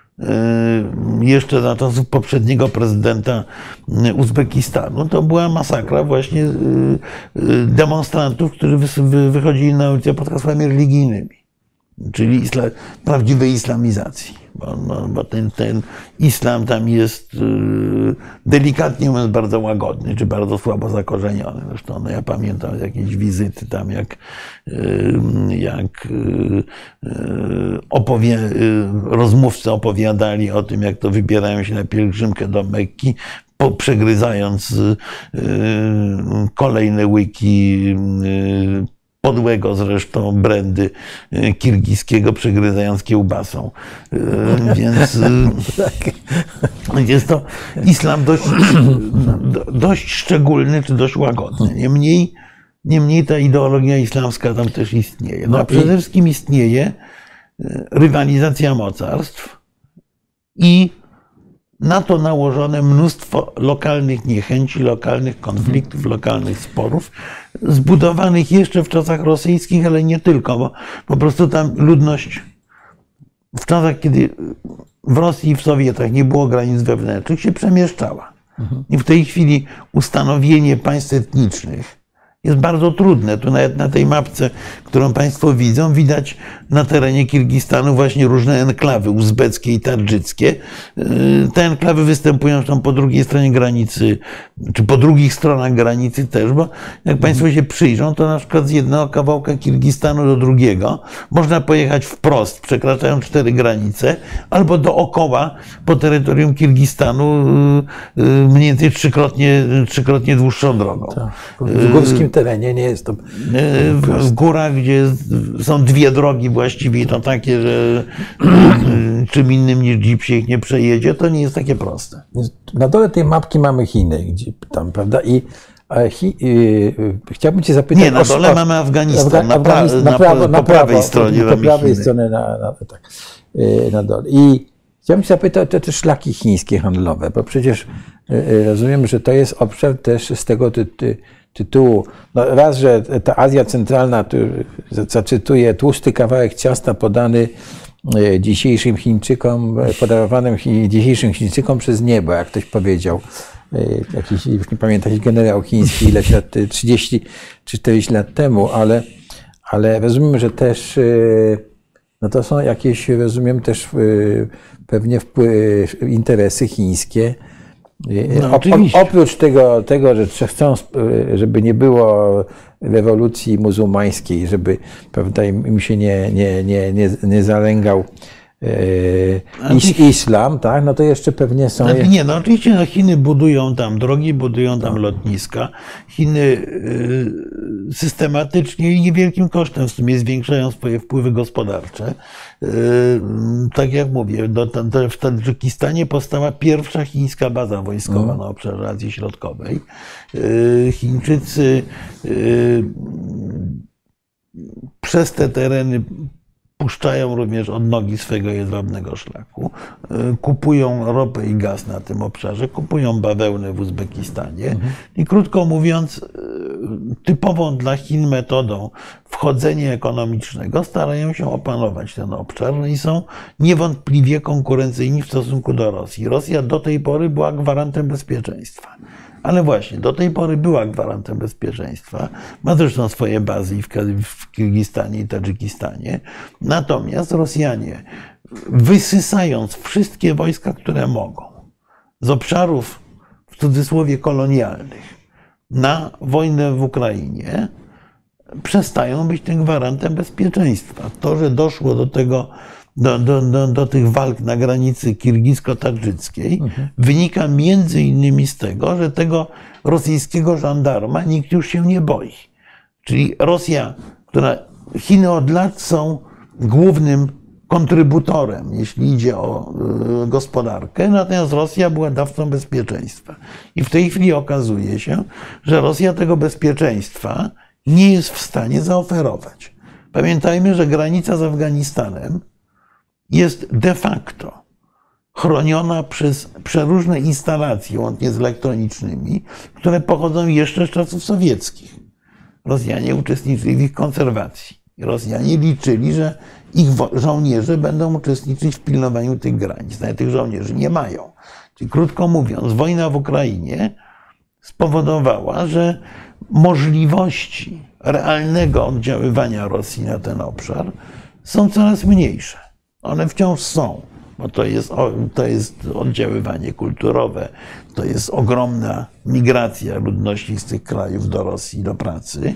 jeszcze za czasów poprzedniego prezydenta Uzbekistanu, to była masakra właśnie demonstrantów, którzy wychodzili na ulicę pod hasłami religijnymi, czyli isla, prawdziwej islamizacji. Bo, no, bo ten, ten islam tam jest delikatnie mówiąc bardzo łagodny, czy bardzo słabo zakorzeniony. Zresztą no, ja pamiętam jakieś wizyty tam, jak, jak opowie, rozmówcy opowiadali o tym, jak to wybierają się na pielgrzymkę do Mekki, przegryzając kolejne łyki podłego zresztą brandy kirgiskiego, przegryzając kiełbasą. Więc jest to islam dość, dość szczególny, czy dość łagodny. Niemniej, niemniej ta ideologia islamska tam też istnieje. No, a przede wszystkim istnieje rywalizacja mocarstw i na to nałożone mnóstwo lokalnych niechęci, lokalnych konfliktów, lokalnych sporów, zbudowanych jeszcze w czasach rosyjskich, ale nie tylko, bo po prostu tam ludność w czasach, kiedy w Rosji i w Sowietach nie było granic wewnętrznych, się przemieszczała. I w tej chwili ustanowienie państw etnicznych jest bardzo trudne. Tu nawet na tej mapce, którą Państwo widzą, widać na terenie Kirgistanu właśnie różne enklawy uzbeckie i tadżyckie. Te enklawy występują tam po drugiej stronie granicy, czy po drugich stronach granicy też, bo jak Państwo się przyjrzą, to na przykład z jednego kawałka Kirgistanu do drugiego można pojechać wprost, przekraczając cztery granice, albo dookoła po terytorium Kirgistanu mniej więcej trzykrotnie, trzykrotnie dłuższą drogą. Tak. W górskim terenie nie jest to... W górach, gdzie są dwie drogi właściwie, to takie, że czym innym niż jeep się ich nie przejedzie, to nie jest takie proste. Na dole tej mapki mamy Chiny, gdzie tam, prawda? I Chi, yy, chciałbym Cię zapytać... Nie, na dole o, mamy Afganistan, na, pra, na, prawo, na, po prawej stronie po prawej stronie, na, na, tak, yy, na dole. I Chciałbym się zapytać o te, te szlaki chińskie handlowe, bo przecież rozumiem, że to jest obszar też z tego ty, ty, tytułu. No raz, że ta Azja Centralna, tu zacytuję, tłusty kawałek ciasta podany dzisiejszym Chińczykom, podarowanym dzisiejszym Chińczykom przez niebo, jak ktoś powiedział. Jakiś, już nie pamiętam, jakiś generał chiński, ileś lat, trzydzieści czy czterdzieści lat temu, ale, ale rozumiem, że też no to są jakieś, rozumiem, też pewnie interesy chińskie. No, o, oprócz tego, tego, że chcą, żeby nie było rewolucji muzułmańskiej, żeby, prawda, im się nie, nie, nie, nie, nie zalęgał Is, islam, tak? No to jeszcze pewnie są... Nie, no oczywiście no Chiny budują tam drogi, budują tam no. lotniska. Chiny systematycznie i niewielkim kosztem w sumie zwiększają swoje wpływy gospodarcze. Tak jak mówię, do, do, w Tadżykistanie powstała pierwsza chińska baza wojskowa no. na obszarze Azji Środkowej. Chińczycy przez te tereny puszczają również odnogi swego jedwabnego szlaku, kupują ropę i gaz na tym obszarze, kupują bawełnę w Uzbekistanie mhm. i krótko mówiąc, typową dla Chin metodą wchodzenia ekonomicznego starają się opanować ten obszar no i są niewątpliwie konkurencyjni w stosunku do Rosji. Rosja do tej pory była gwarantem bezpieczeństwa. Ale właśnie, do tej pory była gwarantem bezpieczeństwa. Ma zresztą swoje bazy w Kirgistanie i Tadżykistanie. Natomiast Rosjanie, wysysając wszystkie wojska, które mogą, z obszarów, w cudzysłowie, kolonialnych, na wojnę w Ukrainie, przestają być tym gwarantem bezpieczeństwa. To, że doszło do tego, Do, do, do, do tych walk na granicy kirgisko-tadżyckiej mhm. wynika między innymi z tego, że tego rosyjskiego żandarma nikt już się nie boi. Czyli Rosja, która Chiny od lat są głównym kontrybutorem, jeśli idzie o y, gospodarkę, natomiast Rosja była dawcą bezpieczeństwa. I w tej chwili okazuje się, że Rosja tego bezpieczeństwa nie jest w stanie zaoferować. Pamiętajmy, że granica z Afganistanem jest de facto chroniona przez przeróżne instalacje, łącznie z elektronicznymi, które pochodzą jeszcze z czasów sowieckich. Rosjanie uczestniczyli w ich konserwacji. Rosjanie liczyli, że ich żołnierze będą uczestniczyć w pilnowaniu tych granic. Nawet tych żołnierzy nie mają. Czyli krótko mówiąc, wojna w Ukrainie spowodowała, że możliwości realnego oddziaływania Rosji na ten obszar są coraz mniejsze. One wciąż są, bo to jest, to jest oddziaływanie kulturowe, to jest ogromna migracja ludności z tych krajów do Rosji, do pracy,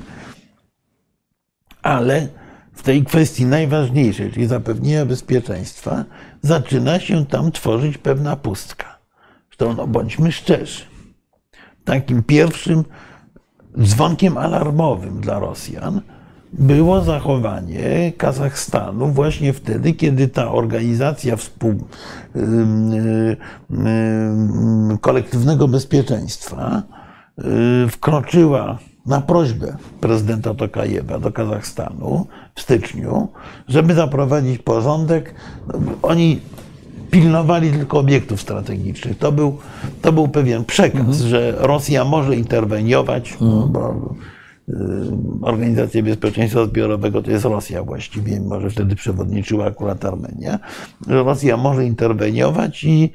ale w tej kwestii najważniejszej, czyli zapewnienia bezpieczeństwa, zaczyna się tam tworzyć pewna pustka. Zresztą, no bądźmy szczerzy, takim pierwszym dzwonkiem alarmowym dla Rosjan było zachowanie Kazachstanu właśnie wtedy, kiedy ta organizacja współ, yy, yy, kolektywnego bezpieczeństwa yy, wkroczyła na prośbę prezydenta Tokajewa do Kazachstanu w styczniu, żeby zaprowadzić porządek. Oni pilnowali tylko obiektów strategicznych. To był, to był pewien przekaz, mhm. że Rosja może interweniować, mhm. bo Organizacja Bezpieczeństwa Zbiorowego to jest Rosja właściwie, może wtedy przewodniczyła akurat Armenia, że Rosja może interweniować i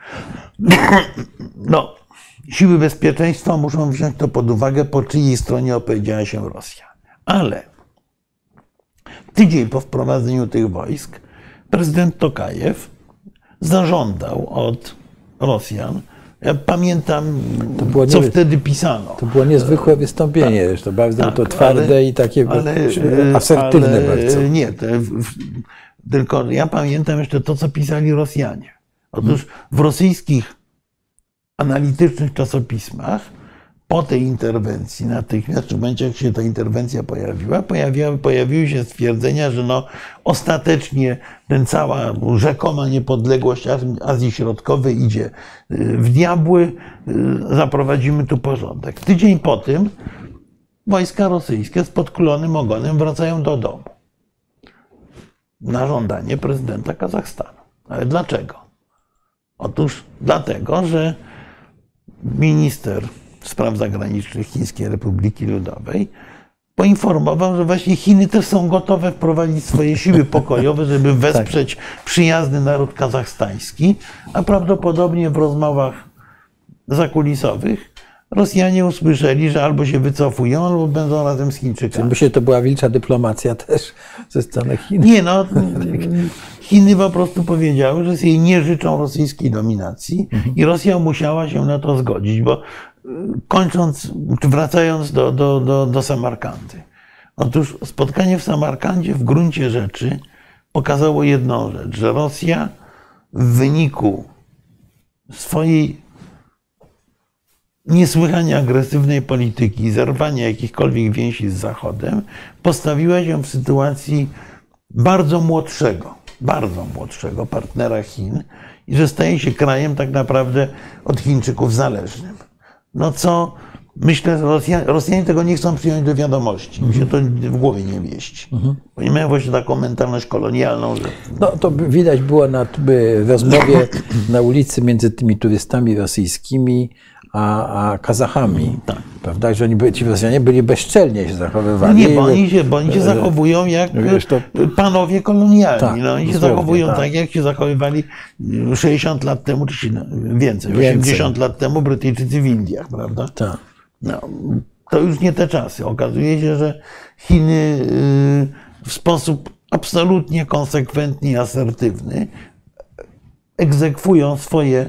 no, siły bezpieczeństwa muszą wziąć to pod uwagę, po czyjej stronie opowiedziała się Rosja. Ale tydzień po wprowadzeniu tych wojsk prezydent Tokajew zażądał od Rosjan, ja pamiętam, co nie, wtedy pisano. To było niezwykłe wystąpienie, tak, to bardzo tak, to twarde ale, i takie ale, asertywne ale, bardzo. Nie, to, tylko ja pamiętam jeszcze to, co pisali Rosjanie. Otóż w rosyjskich analitycznych czasopismach po tej interwencji natychmiast, w momencie jak się ta interwencja pojawiła, pojawiły, pojawiły się stwierdzenia, że no, ostatecznie ten cała rzekoma niepodległość Azji Środkowej idzie w diabły, zaprowadzimy tu porządek. Tydzień po tym wojska rosyjskie z podkulonym ogonem wracają do domu na żądanie prezydenta Kazachstanu. Ale dlaczego? Otóż dlatego, że minister spraw zagranicznych Chińskiej Republiki Ludowej poinformował, że właśnie Chiny też są gotowe wprowadzić swoje siły pokojowe, żeby wesprzeć przyjazny naród kazachstański, a prawdopodobnie w rozmowach zakulisowych Rosjanie usłyszeli, że albo się wycofują, albo będą razem z Chińczykami. Myślę, że to była wilcza dyplomacja też ze strony Chin. Nie, no, Chiny po prostu powiedziały, że jej nie życzą rosyjskiej dominacji i Rosja musiała się na to zgodzić, bo kończąc, wracając do, do, do, do Samarkandy. Otóż spotkanie w Samarkandzie w gruncie rzeczy pokazało jedną rzecz, że Rosja w wyniku swojej niesłychanie agresywnej polityki, zerwania jakichkolwiek więzi z Zachodem, postawiła się w sytuacji bardzo młodszego, bardzo młodszego partnera Chin i że staje się krajem tak naprawdę od Chińczyków zależnym. No co, myślę, że Rosjanie, Rosjanie tego nie chcą przyjąć do wiadomości. Mi się to w głowie nie mieści. Mhm. Oni mają właśnie taką mentalność kolonialną, że... No to widać było na rozmowie na ulicy między tymi turystami rosyjskimi a, a Kazachami, tak. Prawda? Że oni byli, ci Rosjanie byli bezczelnie się zachowywali. Nie, bo oni się, bo oni się zachowują jak wiesz, to... panowie kolonialni. Tak, no, oni się zachowują tak. tak, jak się zachowywali sześćdziesiąt lat temu, czy więcej, więcej. osiemdziesiąt lat temu Brytyjczycy w Indiach, prawda? Tak. No, to już nie te czasy. Okazuje się, że Chiny w sposób absolutnie konsekwentny i asertywny egzekwują swoje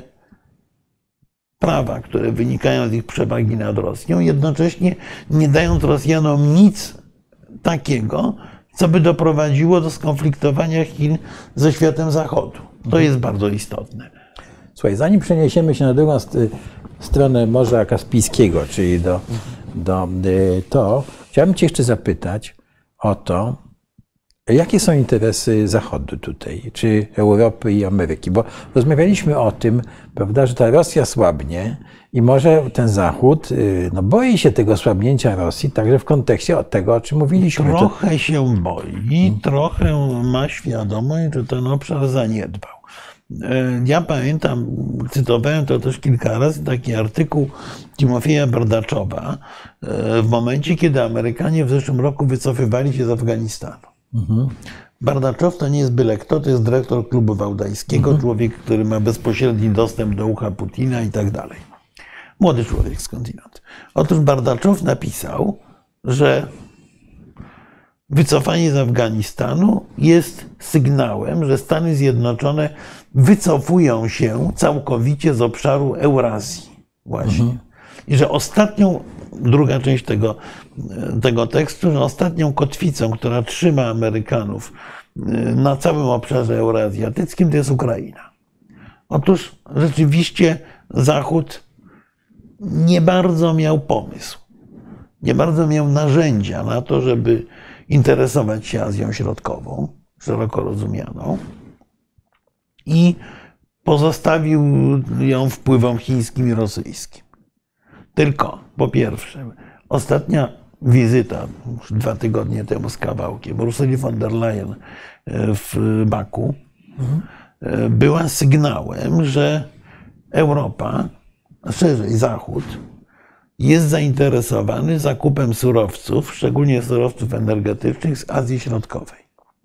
prawa, które wynikają z ich przewagi nad Rosją, jednocześnie nie dając Rosjanom nic takiego, co by doprowadziło do skonfliktowania Chin ze światem Zachodu. To jest bardzo istotne. Słuchaj, zanim przeniesiemy się na drugą stronę Morza Kaspijskiego, czyli do, do to, chciałbym Cię jeszcze zapytać o to, jakie są interesy Zachodu tutaj, czy Europy i Ameryki? Bo rozmawialiśmy o tym, prawda, że ta Rosja słabnie i może ten Zachód no, boi się tego słabnięcia Rosji, także w kontekście tego, o czym mówiliśmy. Trochę to... się boi, hmm. trochę ma świadomość, że ten obszar zaniedbał. Ja pamiętam, cytowałem to też kilka razy, taki artykuł Timofeja Bardaczowa w momencie, kiedy Amerykanie w zeszłym roku wycofywali się z Afganistanu. Mhm. Bardaczow to nie jest byle kto, to jest dyrektor klubu wałdańskiego, mhm. człowiek, który ma bezpośredni dostęp do ucha Putina i tak dalej. Młody człowiek skądinąd. Otóż Bardaczow napisał, że wycofanie z Afganistanu jest sygnałem, że Stany Zjednoczone wycofują się całkowicie z obszaru Eurazji właśnie. Mhm. I że ostatnią, druga część tego, tego tekstu, że ostatnią kotwicą, która trzyma Amerykanów na całym obszarze euroazjatyckim, to jest Ukraina. Otóż rzeczywiście Zachód nie bardzo miał pomysł, nie bardzo miał narzędzia na to, żeby interesować się Azją Środkową, szeroko rozumianą, i pozostawił ją wpływom chińskim i rosyjskim. Tylko, po pierwsze, ostatnia wizyta dwa tygodnie temu z kawałkiem Ursuli von der Leyen w Baku mhm. była sygnałem, że Europa, a szerzej Zachód, jest zainteresowany zakupem surowców, szczególnie surowców energetycznych z Azji Środkowej.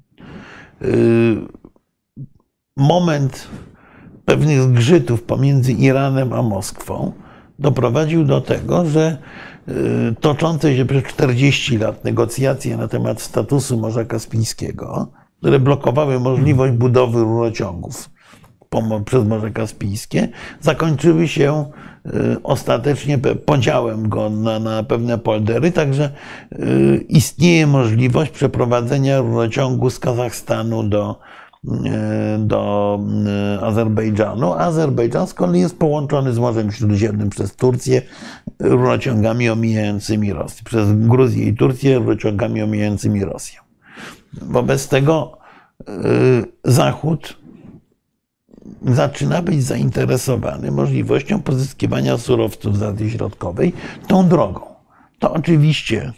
Moment pewnych zgrzytów pomiędzy Iranem a Moskwą doprowadził do tego, że toczące się przez czterdzieści lat negocjacje na temat statusu Morza Kaspijskiego, które blokowały możliwość budowy rurociągów przez Morze Kaspijskie, zakończyły się ostatecznie podziałem go na, na pewne poldery, także istnieje możliwość przeprowadzenia rurociągu z Kazachstanu do, do Azerbejdżanu. Azerbejdżan z kolei jest połączony z Morzem Śródziemnym przez Turcję rurociągami omijającymi Rosję, przez Gruzję i Turcję rurociągami omijającymi Rosję. Wobec tego Zachód zaczyna być zainteresowany możliwością pozyskiwania surowców z Azji Środkowej tą drogą. To oczywiście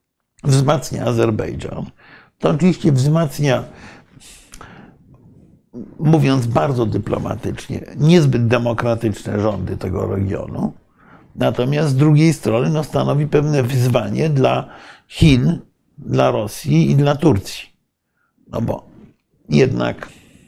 wzmacnia Azerbejdżan, to oczywiście wzmacnia mówiąc bardzo dyplomatycznie, niezbyt demokratyczne rządy tego regionu. Natomiast z drugiej strony no, stanowi pewne wyzwanie dla Chin, dla Rosji i dla Turcji. No bo jednak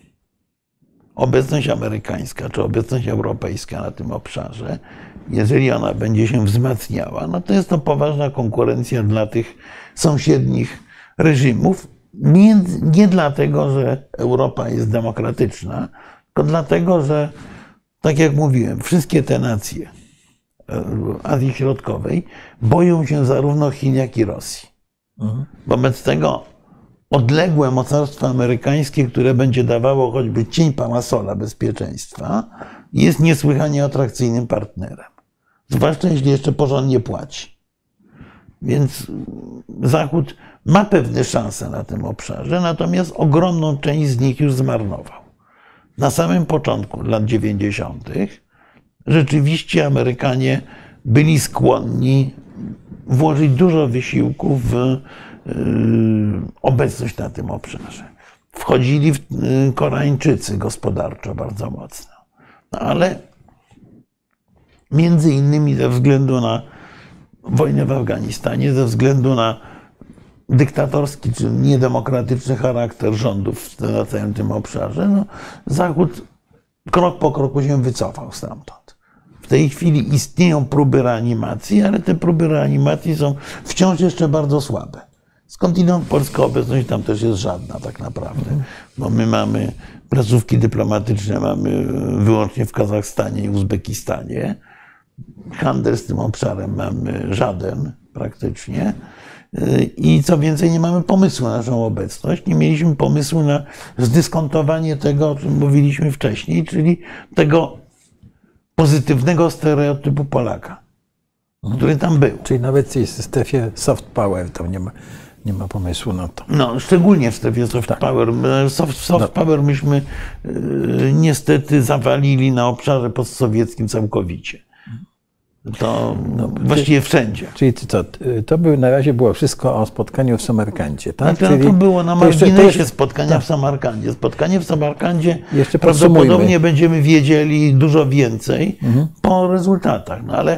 obecność amerykańska czy obecność europejska na tym obszarze, jeżeli ona będzie się wzmacniała, no to jest to poważna konkurencja dla tych sąsiednich reżimów. Nie, nie dlatego, że Europa jest demokratyczna, tylko dlatego, że, tak jak mówiłem, wszystkie te nacje Azji Środkowej boją się zarówno Chin, jak i Rosji. Mhm. Wobec tego odległe mocarstwo amerykańskie, które będzie dawało choćby cień parasola bezpieczeństwa, jest niesłychanie atrakcyjnym partnerem. Zwłaszcza jeśli jeszcze porządnie płaci. Więc Zachód ma pewne szanse na tym obszarze, natomiast ogromną część z nich już zmarnował. Na samym początku lat dziewięćdziesiątych rzeczywiście Amerykanie byli skłonni włożyć dużo wysiłku w obecność na tym obszarze. Wchodzili w Koreańczycy gospodarczo bardzo mocno. No ale między innymi ze względu na wojnę w Afganistanie, ze względu na dyktatorski czy niedemokratyczny charakter rządów na całym tym obszarze, no, Zachód krok po kroku się wycofał stamtąd. W tej chwili istnieją próby reanimacji, ale te próby reanimacji są wciąż jeszcze bardzo słabe. Skądinąd polska obecność tam też jest żadna tak naprawdę, bo my mamy placówki dyplomatyczne, mamy wyłącznie w Kazachstanie i Uzbekistanie. Handel z tym obszarem mamy żaden praktycznie. I co więcej, nie mamy pomysłu na naszą obecność. Nie mieliśmy pomysłu na zdyskontowanie tego, o czym mówiliśmy wcześniej, czyli tego pozytywnego stereotypu Polaka, który tam był. Czyli nawet w strefie soft power to nie ma, nie ma pomysłu na to. No, szczególnie w strefie soft tak. power. Soft, soft no. power myśmy y, niestety zawalili na obszarze postsowieckim całkowicie. To no, właściwie wszędzie. Czyli co, to by na razie było wszystko o spotkaniu w Samarkandzie, tak? Znaczy, no to było na marginesie spotkania tak. w Samarkandzie. Spotkanie w Samarkandzie jeszcze prawdopodobnie będziemy wiedzieli dużo więcej mhm. po rezultatach. No ale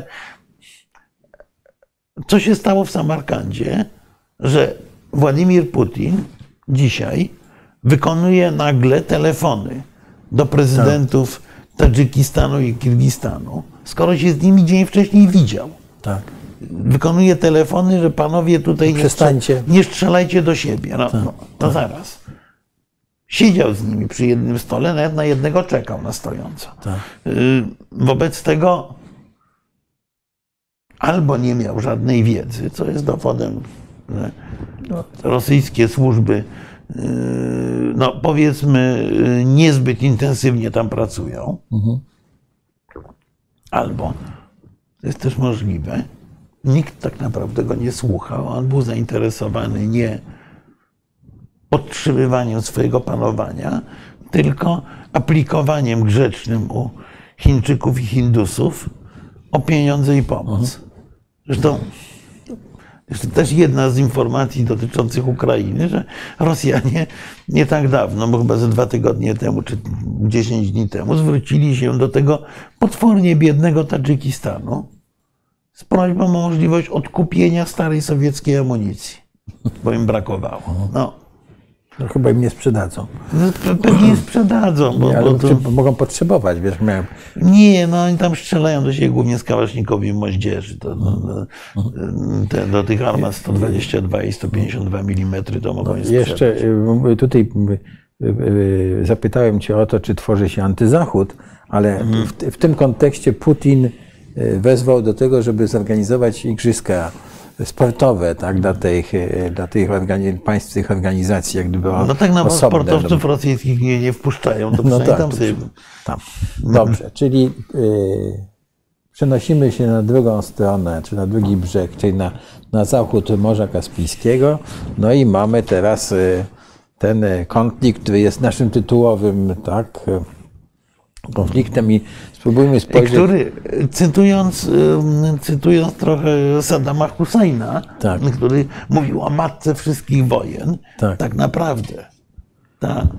co się stało w Samarkandzie, że Władimir Putin dzisiaj wykonuje nagle telefony do prezydentów tak. Tadżykistanu i Kirgistanu, skoro się z nimi dzień wcześniej widział. Tak. Wykonuje telefony, że panowie tutaj nie, Przestańcie. nie strzelajcie do siebie. No, tak. no, no zaraz. Siedział z nimi przy jednym stole, nawet na jednego czekał na stojąco. Tak. Wobec tego albo nie miał żadnej wiedzy, co jest dowodem, że rosyjskie służby, no powiedzmy, niezbyt intensywnie tam pracują. Mhm. Albo, to jest też możliwe, nikt tak naprawdę go nie słuchał, on był zainteresowany nie podtrzymywaniem swojego panowania, tylko aplikowaniem grzecznym u Chińczyków i Hindusów o pieniądze i pomoc. Mhm. Zresztą Jeszcze też jedna z informacji dotyczących Ukrainy, że Rosjanie nie tak dawno, bo chyba ze dwa tygodnie temu, czy dziesięć dni temu, zwrócili się do tego potwornie biednego Tadżykistanu z prośbą o możliwość odkupienia starej sowieckiej amunicji, bo im brakowało. No. No chyba im nie sprzedadzą. Pewnie sprzedadzą. Bo, nie, bo to... mogą potrzebować, wiesz. Miałem... Nie, no oni tam strzelają do siebie głównie z kałasznikowi i moździerzy. To, do, te, do tych armat sto dwadzieścia dwa i sto pięćdziesiąt dwa milimetry to mogą no, jeszcze tutaj zapytałem cię o to, czy tworzy się antyzachód, ale mhm. w, w tym kontekście Putin wezwał do tego, żeby zorganizować igrzyska sportowe, tak, dla tych, dla tych organi- państw, tych organizacji, jak gdyby no tak, no bo sportowców do... rosyjskich nie, nie wpuszczają, to no tak, tam sobie... Tam. Dobrze, czyli y, przenosimy się na drugą stronę, czy na drugi brzeg, czyli na, na zachód Morza Kaspijskiego, no i mamy teraz y, ten konflikt, który jest naszym tytułowym, tak, konfliktem i spróbujmy spojrzeć... Który, cytując, cytując trochę Saddama Husseina, tak. który mówił o matce wszystkich wojen, tak, tak naprawdę ta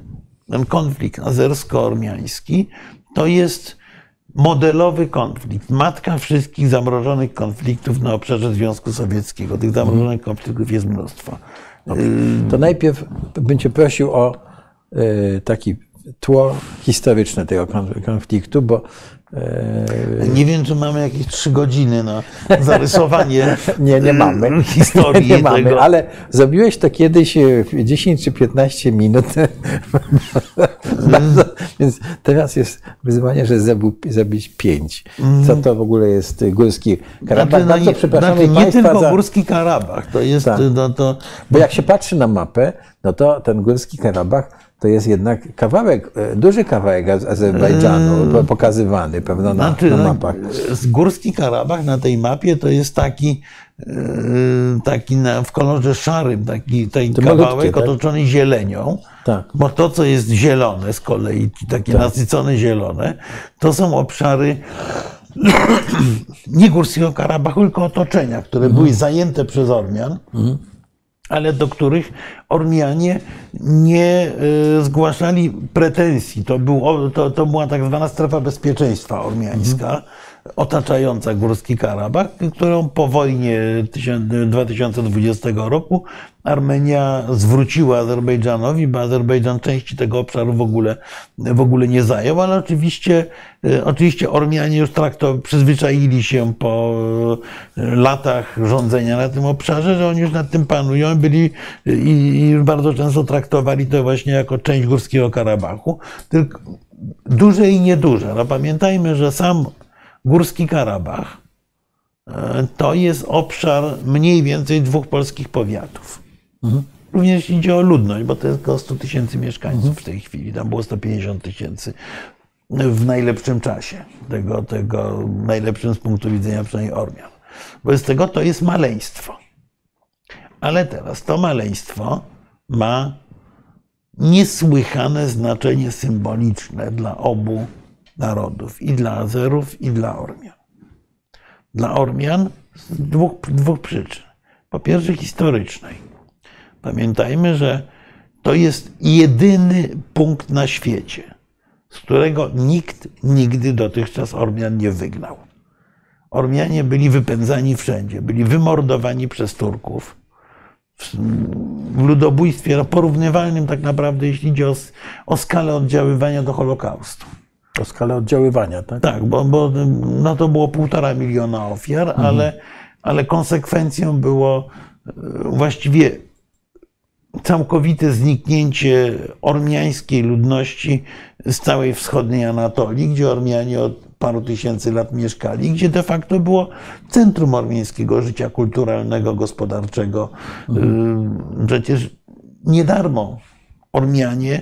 ten konflikt azersko-ormiański to jest modelowy konflikt, matka wszystkich zamrożonych konfliktów na obszarze Związku Sowieckiego. Tych zamrożonych konfliktów jest mnóstwo. To najpierw bym cię prosił o taki tło historyczne tego konfliktu, bo nie wiem, czy mamy jakieś trzy godziny na zarysowanie nie, nie mamy. historii. Nie tego. mamy, ale zrobiłeś to kiedyś w dziesięć czy piętnaście minut. Bardzo, więc teraz jest wyzwanie, że zabić pięć. Co to w ogóle jest Górski Karabach? Znaczy, Bardzo no, przepraszamy znaczy, nie Państwa tylko za... Górski Karabach. To jest, tak. no, to... Bo jak się patrzy na mapę, no to ten Górski Karabach to jest jednak kawałek, duży kawałek Azerbejdżanu pokazywany pewno na, znaczy, na mapach. Górski Karabach na tej mapie to jest taki, taki na, w kolorze szarym, taki, taki kawałek malutkie, tak? Otoczony zielenią. Tak. Bo to, co jest zielone z kolei, takie tak. nasycone zielone, to są obszary nie Górskiego Karabachu, tylko otoczenia, które mhm. były zajęte przez Ormian. Mhm. ale do których Ormianie nie zgłaszali pretensji. To, był, to, to była tak zwana strefa bezpieczeństwa ormiańska, mhm. otaczająca Górski Karabach, którą po wojnie dwa tysiące dwudziestego roku Armenia zwróciła Azerbejdżanowi, bo Azerbejdżan części tego obszaru w ogóle, w ogóle nie zajął, ale oczywiście, oczywiście Ormianie już trakto, przyzwyczaili się po latach rządzenia na tym obszarze, że oni już nad tym panują byli i, i bardzo często traktowali to właśnie jako część Górskiego Karabachu, tylko duże i nieduże. No pamiętajmy, że sam Górski Karabach to jest obszar mniej więcej dwóch polskich powiatów. Mhm. Również jeśli idzie o ludność, bo to jest około sto tysięcy mieszkańców mhm. w tej chwili. Tam było sto pięćdziesiąt tysięcy w najlepszym czasie, tego, tego najlepszym z punktu widzenia przynajmniej Ormian. Wobec tego to jest maleństwo. Ale teraz to maleństwo ma niesłychane znaczenie symboliczne dla obu narodów, i dla Azerów, i dla Ormian. Dla Ormian z dwóch, dwóch przyczyn. Po pierwsze historycznej. Pamiętajmy, że to jest jedyny punkt na świecie, z którego nikt nigdy dotychczas Ormian nie wygnał. Ormianie byli wypędzani wszędzie, byli wymordowani przez Turków w ludobójstwie no, porównywalnym tak naprawdę, jeśli idzie o, o skalę oddziaływania do Holokaustu. O skalę oddziaływania, tak? Tak, bo, bo no to było półtora miliona ofiar, mhm. ale, ale konsekwencją było właściwie całkowite zniknięcie ormiańskiej ludności z całej wschodniej Anatolii, gdzie Ormianie od paru tysięcy lat mieszkali, gdzie de facto było centrum ormiańskiego życia kulturalnego, gospodarczego. Mhm. Przecież nie darmo Ormianie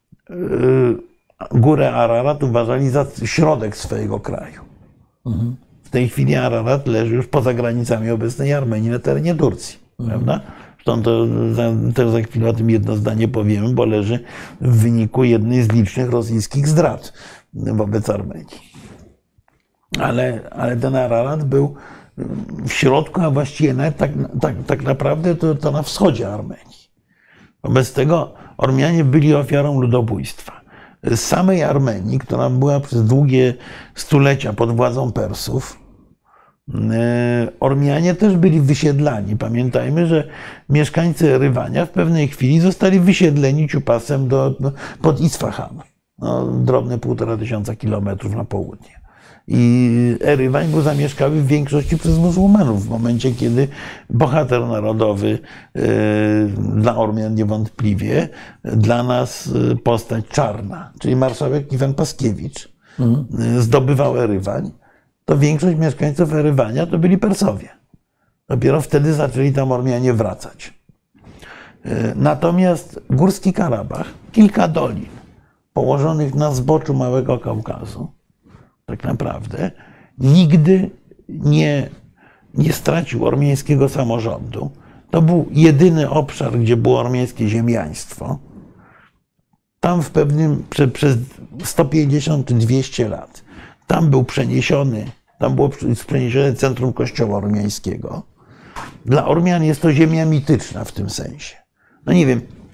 Górę Ararat uważali za środek swojego kraju. Mhm. W tej chwili Ararat leży już poza granicami obecnej Armenii, na terenie Turcji. Mhm. Prawda? Zresztą to też za chwilę o tym jedno zdanie powiemy, bo leży w wyniku jednej z licznych rosyjskich zdrad wobec Armenii. Ale, ale ten Ararat był w środku, a właściwie nawet tak, tak, tak naprawdę to, to na wschodzie Armenii. Wobec tego Ormianie byli ofiarą ludobójstwa. Z samej Armenii, która była przez długie stulecia pod władzą Persów, Ormianie też byli wysiedlani. Pamiętajmy, że mieszkańcy Erywania w pewnej chwili zostali wysiedleni ciupasem do, do, pod Isfahan. No, drobne półtora tysiąca kilometrów na południe. I Erywań był zamieszkały w większości przez muzułmanów w momencie, kiedy bohater narodowy dla Ormian niewątpliwie, dla nas postać czarna, czyli marszałek Iwan Paskiewicz, mhm. zdobywał Erywań, to większość mieszkańców Erywania to byli Persowie. Dopiero wtedy zaczęli tam Ormianie wracać. Natomiast Górski Karabach, kilka dolin położonych na zboczu Małego Kaukazu, tak naprawdę nigdy nie, nie stracił ormiańskiego samorządu. To był jedyny obszar, gdzie było ormiańskie ziemiaństwo. Tam w pewnym, prze, przez sto pięćdziesiąt dwieście lat, tam był przeniesiony, tam było przeniesione centrum kościoła ormiańskiego. Dla Ormian jest to ziemia mityczna w tym sensie. No nie wiem,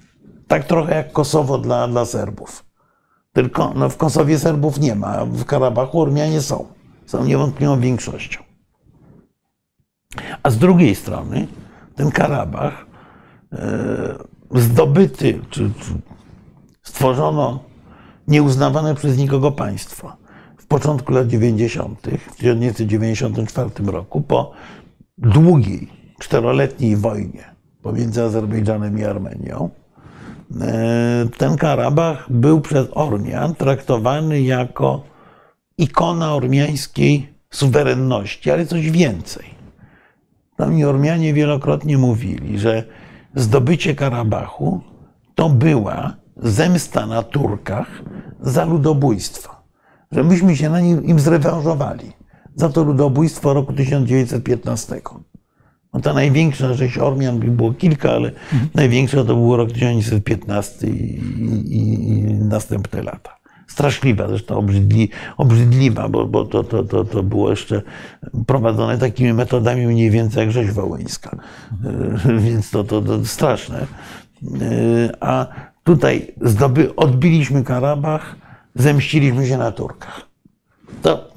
Tak trochę jak Kosowo dla, dla Serbów. Tylko no, w Kosowie Serbów nie ma, a w Karabachu Ormianie są. Są niewątpliwą większością. A z drugiej strony ten Karabach e, zdobyty, czy, czy stworzono nieuznawane przez nikogo państwo w początku lat dziewięćdziesiątych, w tysiąc dziewięćset dziewięćdziesiątym czwartym roku, po długiej, czteroletniej wojnie pomiędzy Azerbejdżanem i Armenią, ten Karabach był przez Ormian traktowany jako ikona ormiańskiej suwerenności, ale coś więcej. Tam Ormianie wielokrotnie mówili, że zdobycie Karabachu to była zemsta na Turkach za ludobójstwo. Że myśmy się na nim im zrewanżowali za to ludobójstwo roku tysiąc dziewięćset piętnastego. No ta największa rzeź Ormian, było kilka, ale mhm. największa to był rok tysiąc dziewięćset piętnasty i, i, i następne lata. Straszliwa, zresztą obrzydli, obrzydliwa, bo, bo to, to, to, to było jeszcze prowadzone takimi metodami mniej więcej jak rzeź wołyńska. Mhm. Więc to, to, to straszne. A tutaj zdoby, odbiliśmy Karabach, zemściliśmy się na Turkach. To,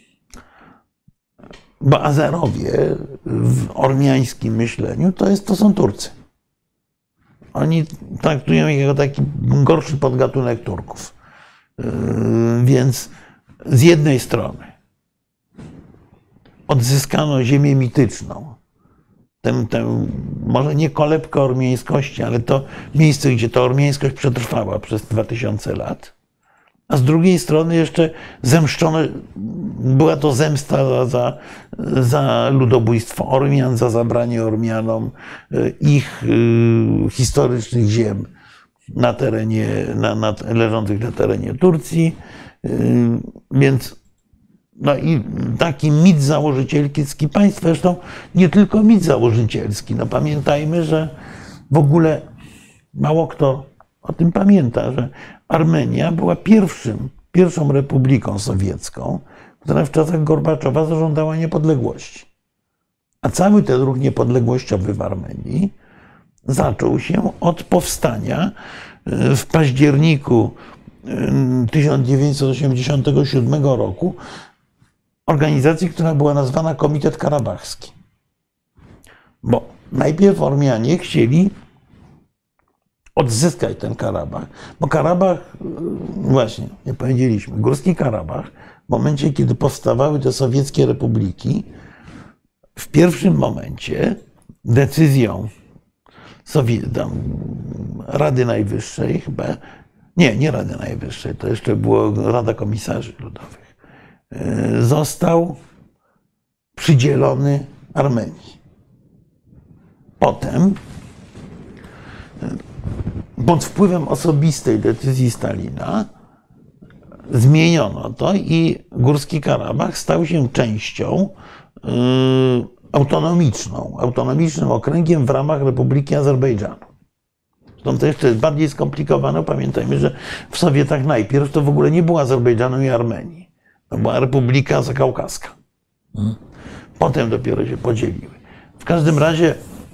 bo Azerowie w ormiańskim myśleniu to, jest, to są Turcy. Oni traktują ich jako taki gorszy podgatunek Turków. Więc z jednej strony odzyskano ziemię mityczną, tę, tę, może nie kolebkę ormiańskości, ale to miejsce, gdzie ta ormiańskość przetrwała przez dwa tysiące lat. A z drugiej strony jeszcze zemszczono, była to zemsta za, za ludobójstwo Ormian, za zabranie Ormianom ich historycznych ziem na terenie, na, na, leżących na terenie Turcji. Więc no i taki mit założycielski państwa, zresztą nie tylko mit założycielski. No pamiętajmy, że w ogóle mało kto o tym pamięta, że Armenia była pierwszym, pierwszą republiką sowiecką, która w czasach Gorbaczowa zażądała niepodległości. A cały ten ruch niepodległościowy w Armenii zaczął się od powstania w październiku tysiąc dziewięćset osiemdziesiątego siódmego roku organizacji, która była nazwana Komitet Karabachski. Bo najpierw Ormianie chcieli odzyskać ten Karabach, bo Karabach, właśnie, nie powiedzieliśmy, Górski Karabach, w momencie, kiedy powstawały te sowieckie republiki, w pierwszym momencie decyzją Sowie- Rady Najwyższej chyba, nie, nie Rady Najwyższej, to jeszcze była Rada Komisarzy Ludowych, został przydzielony Armenii. Potem pod wpływem osobistej decyzji Stalina zmieniono to i Górski Karabach stał się częścią yy, autonomiczną, autonomicznym okręgiem w ramach Republiki Azerbejdżanu. Zresztą to jeszcze jest bardziej skomplikowane. Pamiętajmy, że w Sowietach najpierw to w ogóle nie było Azerbejdżanu i Armenii. To była Republika Zakaukaska. Potem dopiero się podzieliły. W każdym razie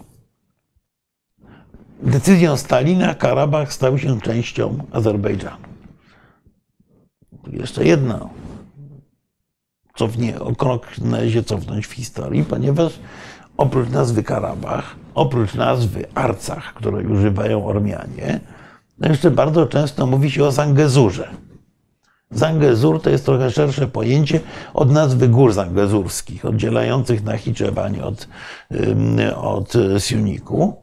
decyzją Stalina Karabach stał się częścią Azerbejdżanu. Jeszcze jedno, cofnie, o krok należy się cofnąć w historii, ponieważ oprócz nazwy Karabach, oprócz nazwy Arcach, której używają Ormianie, jeszcze bardzo często mówi się o Zangezurze. Zangezur to jest trochę szersze pojęcie od nazwy gór zangezurskich, oddzielających Nachiczewań od, od Siuniku.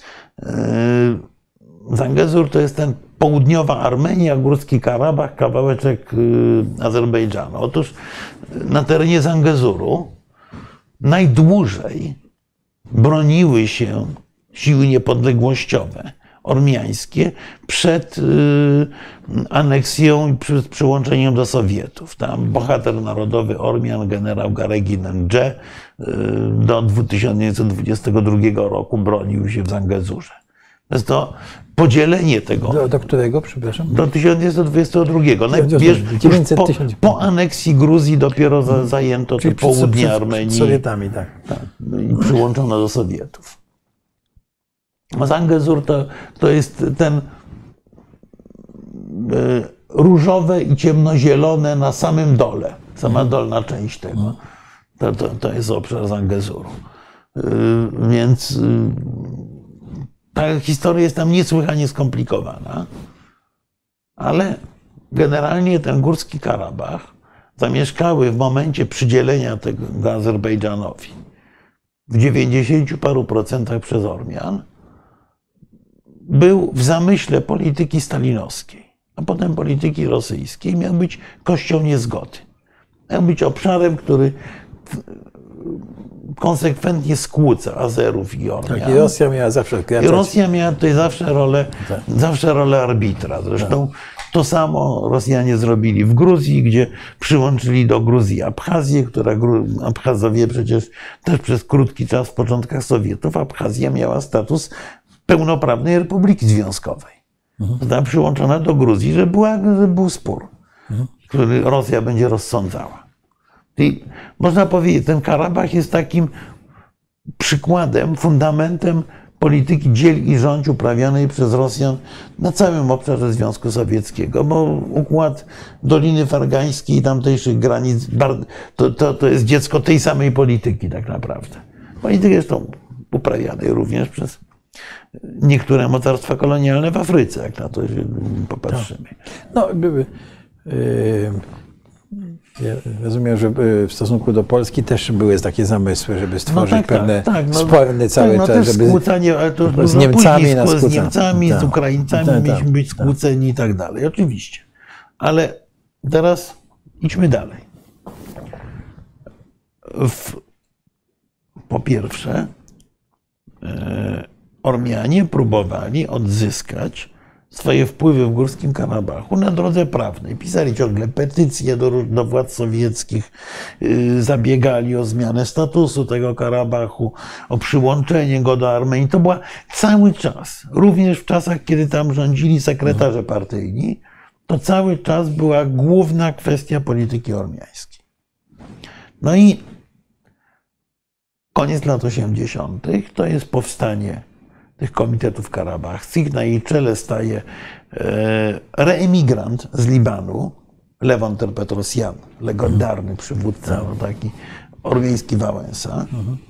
Zangezur to jest ten południowa Armenia, Górski Karabach, kawałeczek Azerbejdżanu. Otóż na terenie Zangezuru najdłużej broniły się siły niepodległościowe ormiańskie przed aneksją i przed przyłączeniem do Sowietów. Tam bohater narodowy Ormian, generał Garegin Ndże, do tysiąc dziewięćset dwudziestego drugiego roku bronił się w Zangezurze. To jest to podzielenie tego. Do, do którego, przepraszam? Do tysiąc dziewięćset dwudziestego drugiego. Najpierw po, po aneksji Gruzji dopiero za, zajęto to południe przed, Armenii. Przed Sowietami, tak. tak. No i przyłączono do Sowietów. Zangezur to, to jest ten różowe i ciemnozielone na samym dole. Sama dolna część tego. To, to, to jest obszar Zangezuru. Więc ta historia jest tam niesłychanie skomplikowana, ale generalnie ten Górski Karabach zamieszkały w momencie przydzielenia tego Azerbejdżanowi w dziewięćdziesięciu paru procentach przez Ormian, był w zamyśle polityki stalinowskiej, a potem polityki rosyjskiej, miał być kością niezgody. Miał być obszarem, który konsekwentnie skłóca Azerów i Ormian. Tak, i Rosja miała zawsze I Rosja miała tutaj zawsze rolę, tak. zawsze rolę arbitra. Zresztą tak. to samo Rosjanie zrobili w Gruzji, gdzie przyłączyli do Gruzji Abchazję, która Abchazowie przecież też przez krótki czas w początkach Sowietów Abchazja miała status pełnoprawnej republiki związkowej. Mhm. Została przyłączona do Gruzji, że, była, że był spór, mhm. który Rosja będzie rozsądzała. I można powiedzieć, ten Karabach jest takim przykładem, fundamentem polityki dziel i rządź uprawianej przez Rosjan na całym obszarze Związku Sowieckiego, bo układ Doliny Fergańskiej i tamtejszych granic to, to, to jest dziecko tej samej polityki tak naprawdę. Polityki zresztą uprawianej również przez niektóre mocarstwa kolonialne w Afryce, jak na to popatrzymy. No, były... Yy... Ja rozumiem, że w stosunku do Polski też były takie zamysły, żeby stworzyć no tak, pewne tak, tak, no, sporny cały tak, no czas, żeby skłócanie, ale to z Niemcami, na z Niemcami, tak. z Ukraińcami tak, mieliśmy tak, być skłóceni i tak dalej. Oczywiście. Ale teraz idźmy dalej. W, po pierwsze, e, Ormianie próbowali odzyskać swoje wpływy w Górskim Karabachu na drodze prawnej. Pisali ciągle petycje do, do władz sowieckich, yy, zabiegali o zmianę statusu tego Karabachu, o przyłączenie go do Armenii. To była cały czas, również w czasach, kiedy tam rządzili sekretarze partyjni, to cały czas była główna kwestia polityki ormiańskiej. No i koniec lat osiemdziesiątych to jest powstanie tych komitetów karabachskich. Na jej czele staje reemigrant z Libanu, Lewon Ter-Petrosjan, legendarny przywódca, no taki ormiański Wałęsa.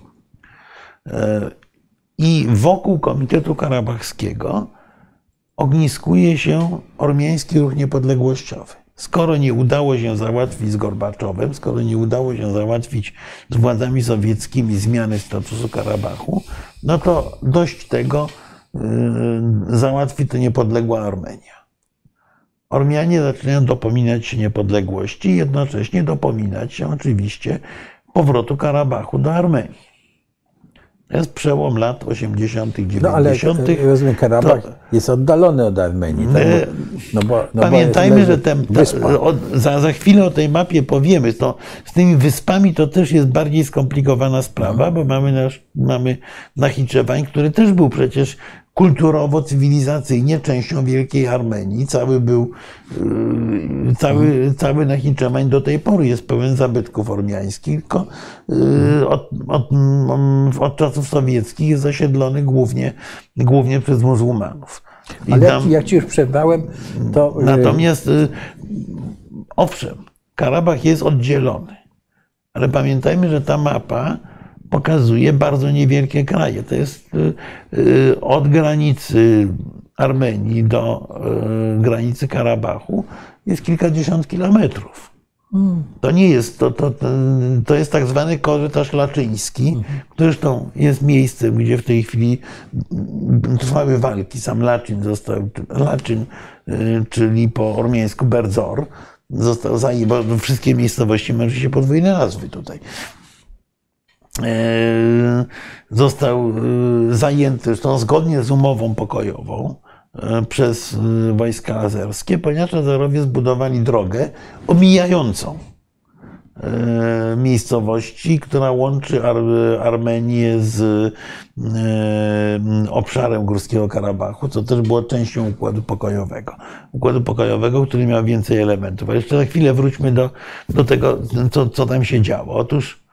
I wokół Komitetu Karabachskiego ogniskuje się ormiański ruch niepodległościowy. Skoro nie udało się załatwić z Gorbaczowem, skoro nie udało się załatwić z władzami sowieckimi zmiany statusu Karabachu, no to dość tego yy, załatwi to niepodległa Armenia. Ormianie zaczynają dopominać się niepodległości i jednocześnie dopominać się oczywiście powrotu Karabachu do Armenii. To jest przełom lat osiemdziesiątych, dziewięćdziesiątych. No ale rozumiem, Karabach to, jest oddalony od Armenii. Tak? No bo, no pamiętajmy, że ten, ta, od, za, za chwilę o tej mapie powiemy. To, z tymi wyspami to też jest bardziej skomplikowana sprawa, no. bo mamy, nasz, mamy Nachiczewań, który też był przecież kulturowo, cywilizacyjnie częścią Wielkiej Armenii. Cały był, yy, cały, cały Nachiczewań do tej pory jest pełen zabytków ormiańskich, tylko yy, od, od, od czasów sowieckich jest zasiedlony głównie, głównie przez muzułmanów. I Ale tam, jak, jak ci już przerwałem, to... Natomiast yy, owszem, Karabach jest oddzielony, ale pamiętajmy, że ta mapa pokazuje bardzo niewielkie kraje. To jest od granicy Armenii do granicy Karabachu jest kilkadziesiąt kilometrów. To nie jest, to, to, to jest tak zwany korytarz laczyński, który zresztą jest miejscem, gdzie w tej chwili trwały walki. Sam Laczyn został, Laczyn, czyli po ormiańsku Berdzor, został zajęty, bo wszystkie miejscowości mają się podwójne nazwy tutaj. Został zajęty, zresztą zgodnie z umową pokojową, przez wojska azerskie, ponieważ Azerowie zbudowali drogę omijającą miejscowości, która łączy Ar Armenię z obszarem Górskiego Karabachu, co też było częścią układu pokojowego. Układu pokojowego, który miał więcej elementów. Ale jeszcze za chwilę wróćmy do, do tego, co, co tam się działo. Otóż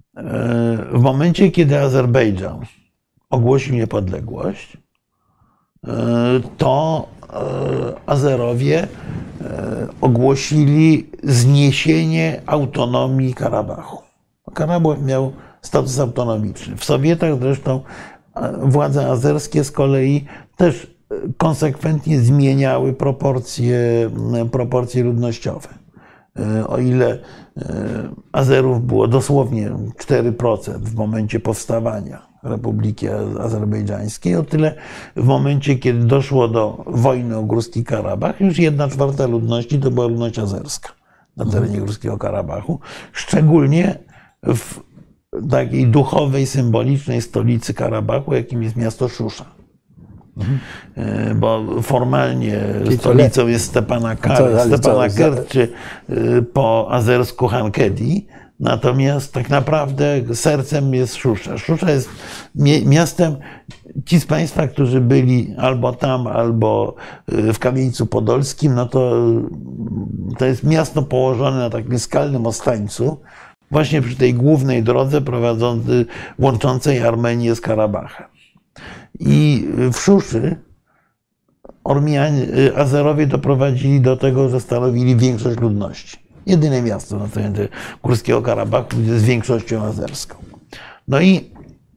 w momencie, kiedy Azerbejdżan ogłosił niepodległość, to Azerowie ogłosili zniesienie autonomii Karabachu. Karabach miał status autonomiczny. W Sowietach zresztą władze azerskie z kolei też konsekwentnie zmieniały proporcje, proporcje ludnościowe. O ile Azerów było dosłownie cztery procent w momencie powstawania Republiki Azerbejdżańskiej, o tyle w momencie, kiedy doszło do wojny o Górski Karabach, już jedna czwarta ludności to była ludność azerska na terenie Górskiego Karabachu, szczególnie w takiej duchowej, symbolicznej stolicy Karabachu, jakim jest miasto Szusza. Mhm. Bo formalnie stolicą jest Stepanakert, czy po azersku Hankedi, natomiast tak naprawdę sercem jest Szusza. Szusza jest miastem, ci z Państwa, którzy byli albo tam, albo w Kamieńcu Podolskim, no to, to jest miasto położone na takim skalnym ostańcu, właśnie przy tej głównej drodze prowadzącej, łączącej Armenię z Karabachem. I w Szuszy Ormianie, Azerowie doprowadzili do tego, że stanowili większość ludności. Jedyne miasto na terenie Górskiego Karabachu z większością azerską. No i,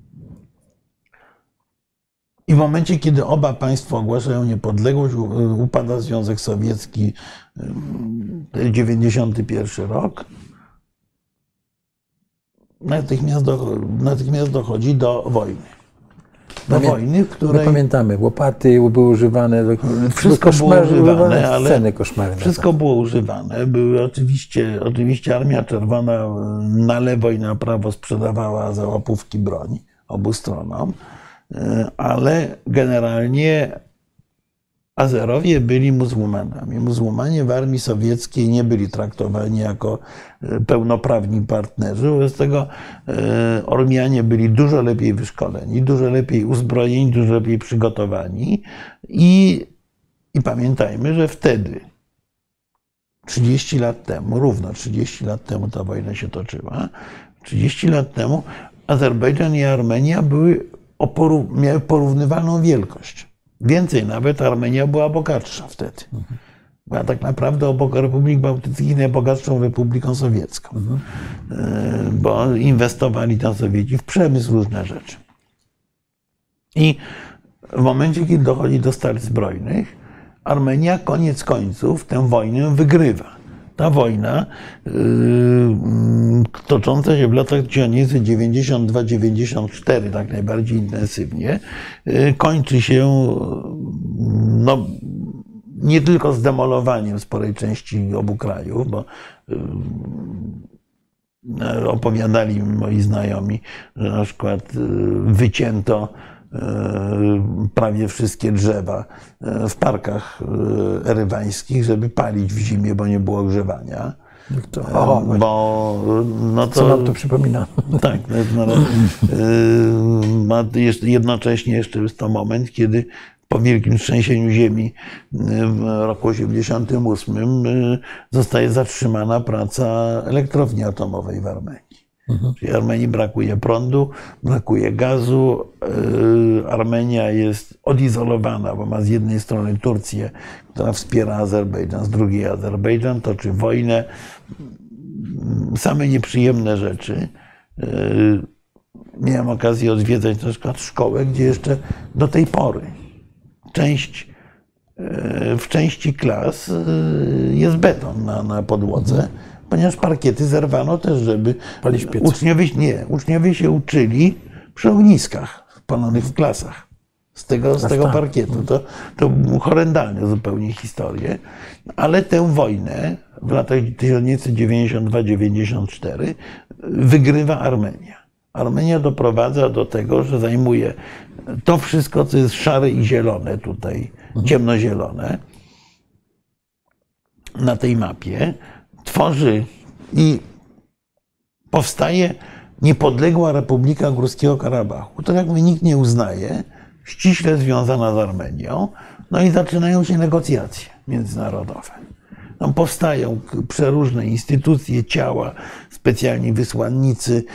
i w momencie, kiedy oba państwa ogłaszają niepodległość, upada Związek Sowiecki, dziewięćdziesiąty pierwszy rok, natychmiast, do, natychmiast dochodzi do wojny. Do Pamię wojny, w której... My pamiętamy, łopaty były używane, wszystko było używane, ale sceny koszmarne. Wszystko było używane. Były oczywiście, oczywiście Armia Czerwona na lewo i na prawo sprzedawała za łapówki broń obu stronom, ale generalnie Azerowie byli muzułmanami. Muzułmanie w armii sowieckiej nie byli traktowani jako pełnoprawni partnerzy. Wobec tego Ormianie byli dużo lepiej wyszkoleni, dużo lepiej uzbrojeni, dużo lepiej przygotowani. I, i pamiętajmy, że wtedy, trzydzieści lat temu, równo trzydzieści lat temu ta wojna się toczyła, trzydzieści lat temu Azerbejdżan i Armenia były, miały porównywalną wielkość. Więcej nawet, Armenia była bogatsza wtedy. Mhm. Była tak naprawdę obok Republik Bałtyckich najbogatszą republiką sowiecką. Mhm. Bo inwestowali tam Sowieci w przemysł, różne rzeczy. I w momencie, kiedy dochodzi do start zbrojnych, Armenia koniec końców tę wojnę wygrywa. Ta wojna, tocząca się w latach tysiąc dziewięćset dziewięćdziesiąt dwa dziewięćdziesiąt cztery tak najbardziej intensywnie, kończy się no, nie tylko zdemolowaniem sporej części obu krajów, bo opowiadali mi moi znajomi, że na przykład wycięto prawie wszystkie drzewa w parkach erywańskich, żeby palić w zimie, bo nie było ogrzewania. To, o, bo, no to, co nam to przypomina? Tak. No, no, jednocześnie jeszcze jest to moment, kiedy po wielkim trzęsieniu ziemi w roku osiemdziesiątym ósmym zostaje zatrzymana praca elektrowni atomowej w Armenii. Mhm. Czyli Armenii brakuje prądu, brakuje gazu. Armenia jest odizolowana, bo ma z jednej strony Turcję, która wspiera Azerbejdżan, z drugiej Azerbejdżan, toczy wojnę. Same nieprzyjemne rzeczy. Miałem okazję odwiedzać na przykład szkołę, gdzie jeszcze do tej pory część, w części klas jest beton na, na podłodze. Mhm. Ponieważ parkiety zerwano też, żeby uczniowie, nie, uczniowie się uczyli przy ogniskach palonych w klasach z tego, z tego parkietu. To, to horrendalne zupełnie historie. Ale tę wojnę w latach tysiąc dziewięćset dziewięćdziesiąt dwa dziewięćdziesiąt cztery wygrywa Armenia. Armenia doprowadza do tego, że zajmuje to wszystko, co jest szare i zielone tutaj, ciemnozielone na tej mapie, tworzy i powstaje niepodległa Republika Górskiego Karabachu. To jakby nikt nie uznaje, ściśle związana z Armenią, no i zaczynają się negocjacje międzynarodowe. Tam powstają przeróżne instytucje, ciała, specjalni wysłannicy.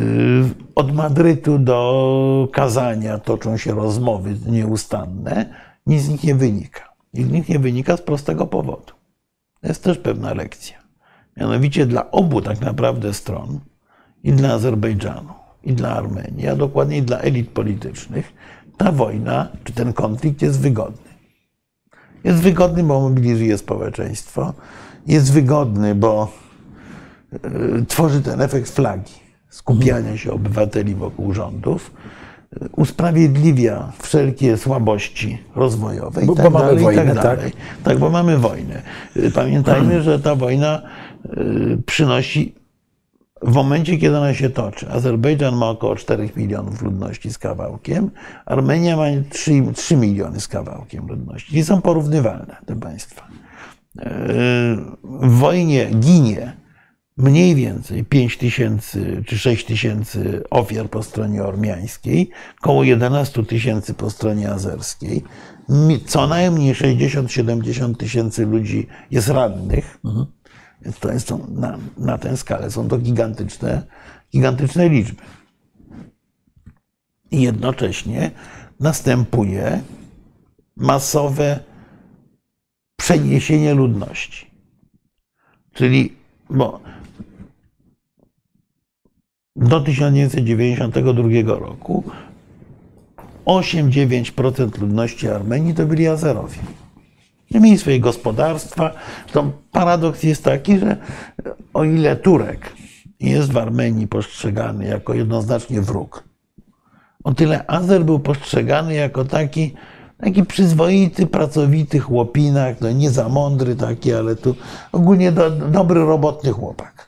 Od Madrytu do Kazania toczą się rozmowy nieustanne. nic z nich nie wynika. Nic z nich nie wynika z prostego powodu. To jest też pewna lekcja. Mianowicie dla obu tak naprawdę stron, i dla Azerbejdżanu, i dla Armenii, a dokładniej dla elit politycznych, ta wojna, czy ten konflikt jest wygodny. Jest wygodny, bo mobilizuje społeczeństwo. Jest wygodny, bo y, tworzy ten efekt flagi, skupiania się obywateli wokół rządów. Usprawiedliwia wszelkie słabości rozwojowe i bo, tak bo mamy dalej, wojnę, i tak dalej. Tak? Tak, bo mamy wojnę. Pamiętajmy, że ta wojna y, przynosi w momencie, kiedy ona się toczy. Azerbejdżan ma około czterech milionów ludności z kawałkiem, Armenia ma trzy miliony z kawałkiem ludności. I są porównywalne te państwa. W wojnie ginie mniej więcej pięć tysięcy czy sześć tysięcy ofiar po stronie ormiańskiej, około jedenaście tysięcy po stronie azerskiej. Co najmniej sześćdziesiąt do siedemdziesięciu tysięcy ludzi jest rannych. Mhm. Więc to jest na, na tę skalę. Są to gigantyczne, gigantyczne liczby. I jednocześnie następuje masowe przeniesienie ludności. Czyli bo do tysiąc dziewięćset dziewięćdziesiątego drugiego roku osiem do dziewięciu procent ludności Armenii to byli Azerowie. Nie mieli swoje gospodarstwa. To paradoks jest taki, że o ile Turek jest w Armenii postrzegany jako jednoznacznie wróg, o tyle Azer był postrzegany jako taki, taki przyzwoity, pracowity chłopinak, no nie za mądry taki, ale tu ogólnie do, dobry, robotny chłopak.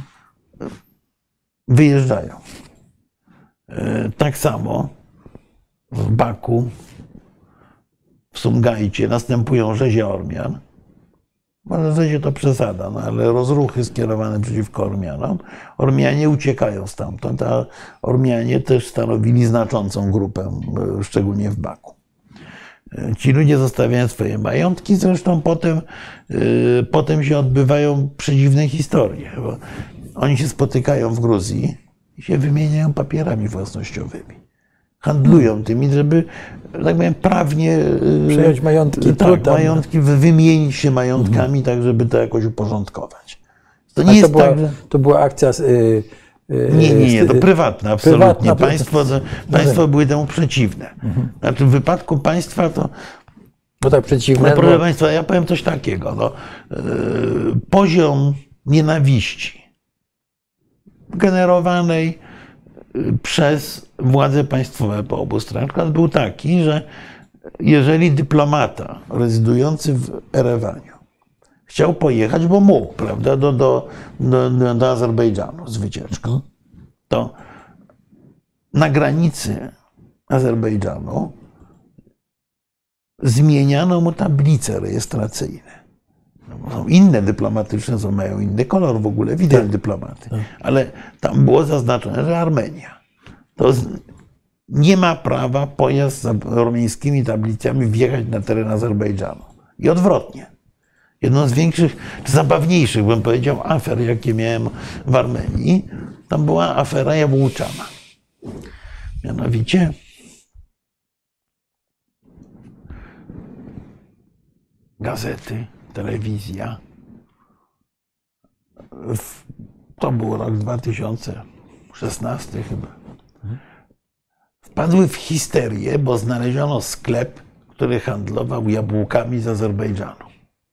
Wyjeżdżają. Tak samo w Baku, w Sumgajcie następują rzezie Ormian. Może rzezie to przesada, no ale rozruchy skierowane przeciwko Ormianom. Ormianie uciekają stamtąd, a Ormianie też stanowili znaczącą grupę, szczególnie w Baku. Ci ludzie zostawiają swoje majątki, zresztą potem, yy, potem się odbywają przedziwne historie. Bo oni się spotykają w Gruzji i się wymieniają papierami własnościowymi. Handlują tymi, żeby, tak powiem, prawnie przejąć majątki, tak, tam. majątki, wymienić się majątkami, mhm. tak żeby to jakoś uporządkować. To nie A jest to była, tak, że... to była akcja. Yy, yy, nie, nie, nie, to prywatne, absolutnie. Prywatna, państwo to, państwo były temu przeciwne. Mhm. Znaczy w wypadku państwa to. No tak, przeciwne. No, proszę bo... Państwa, ja powiem coś takiego. No, yy, poziom nienawiści generowanej przez władze państwowe po obu stronach był taki, że jeżeli dyplomata rezydujący w Erewaniu chciał pojechać, bo mógł, prawda, do, do, do, do Azerbejdżanu z wycieczką, to na granicy Azerbejdżanu zmieniano mu tablice rejestracyjne. Są inne dyplomatyczne, są, mają inny kolor w ogóle, widać tak. dyplomaty. Tak. Ale tam było zaznaczone, że Armenia. To nie ma prawa pojazd z armeńskimi tablicami wjechać na teren Azerbejdżanu. I odwrotnie. Jedną z większych, czy zabawniejszych, bym powiedział, afer, jakie miałem w Armenii, tam była afera Jabłczana. Mianowicie gazety, telewizja. To był rok dwa tysiące szesnasty chyba. Wpadły w histerię, bo znaleziono sklep, który handlował jabłkami z Azerbejdżanu.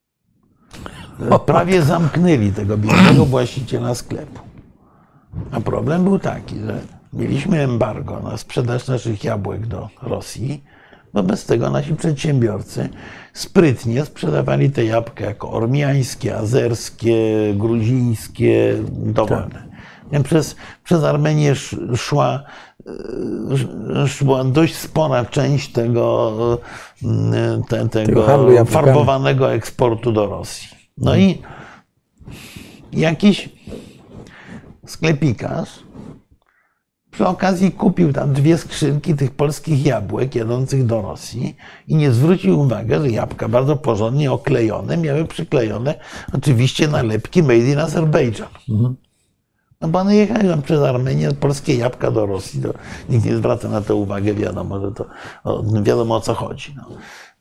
Prawie zamknęli tego biednego właściciela sklepu. A problem był taki, że mieliśmy embargo na sprzedaż naszych jabłek do Rosji. Wobec tego nasi przedsiębiorcy sprytnie sprzedawali te jabłka jako ormiańskie, azerskie, gruzińskie, dowolne. Tak. Przez, przez Armenię szła, szła dość spora część tego, te, tego, tego farbowanego eksportu do Rosji. No hmm. i jakiś sklepikarz przy okazji kupił tam dwie skrzynki tych polskich jabłek jadących do Rosji i nie zwrócił uwagi, że jabłka bardzo porządnie oklejone miały przyklejone oczywiście nalepki Made in Azerbejdżan. Mhm. No bo one jechały tam przez Armenię, polskie jabłka do Rosji. To nikt nie zwraca na to uwagę, wiadomo, że to, o, wiadomo o co chodzi. No.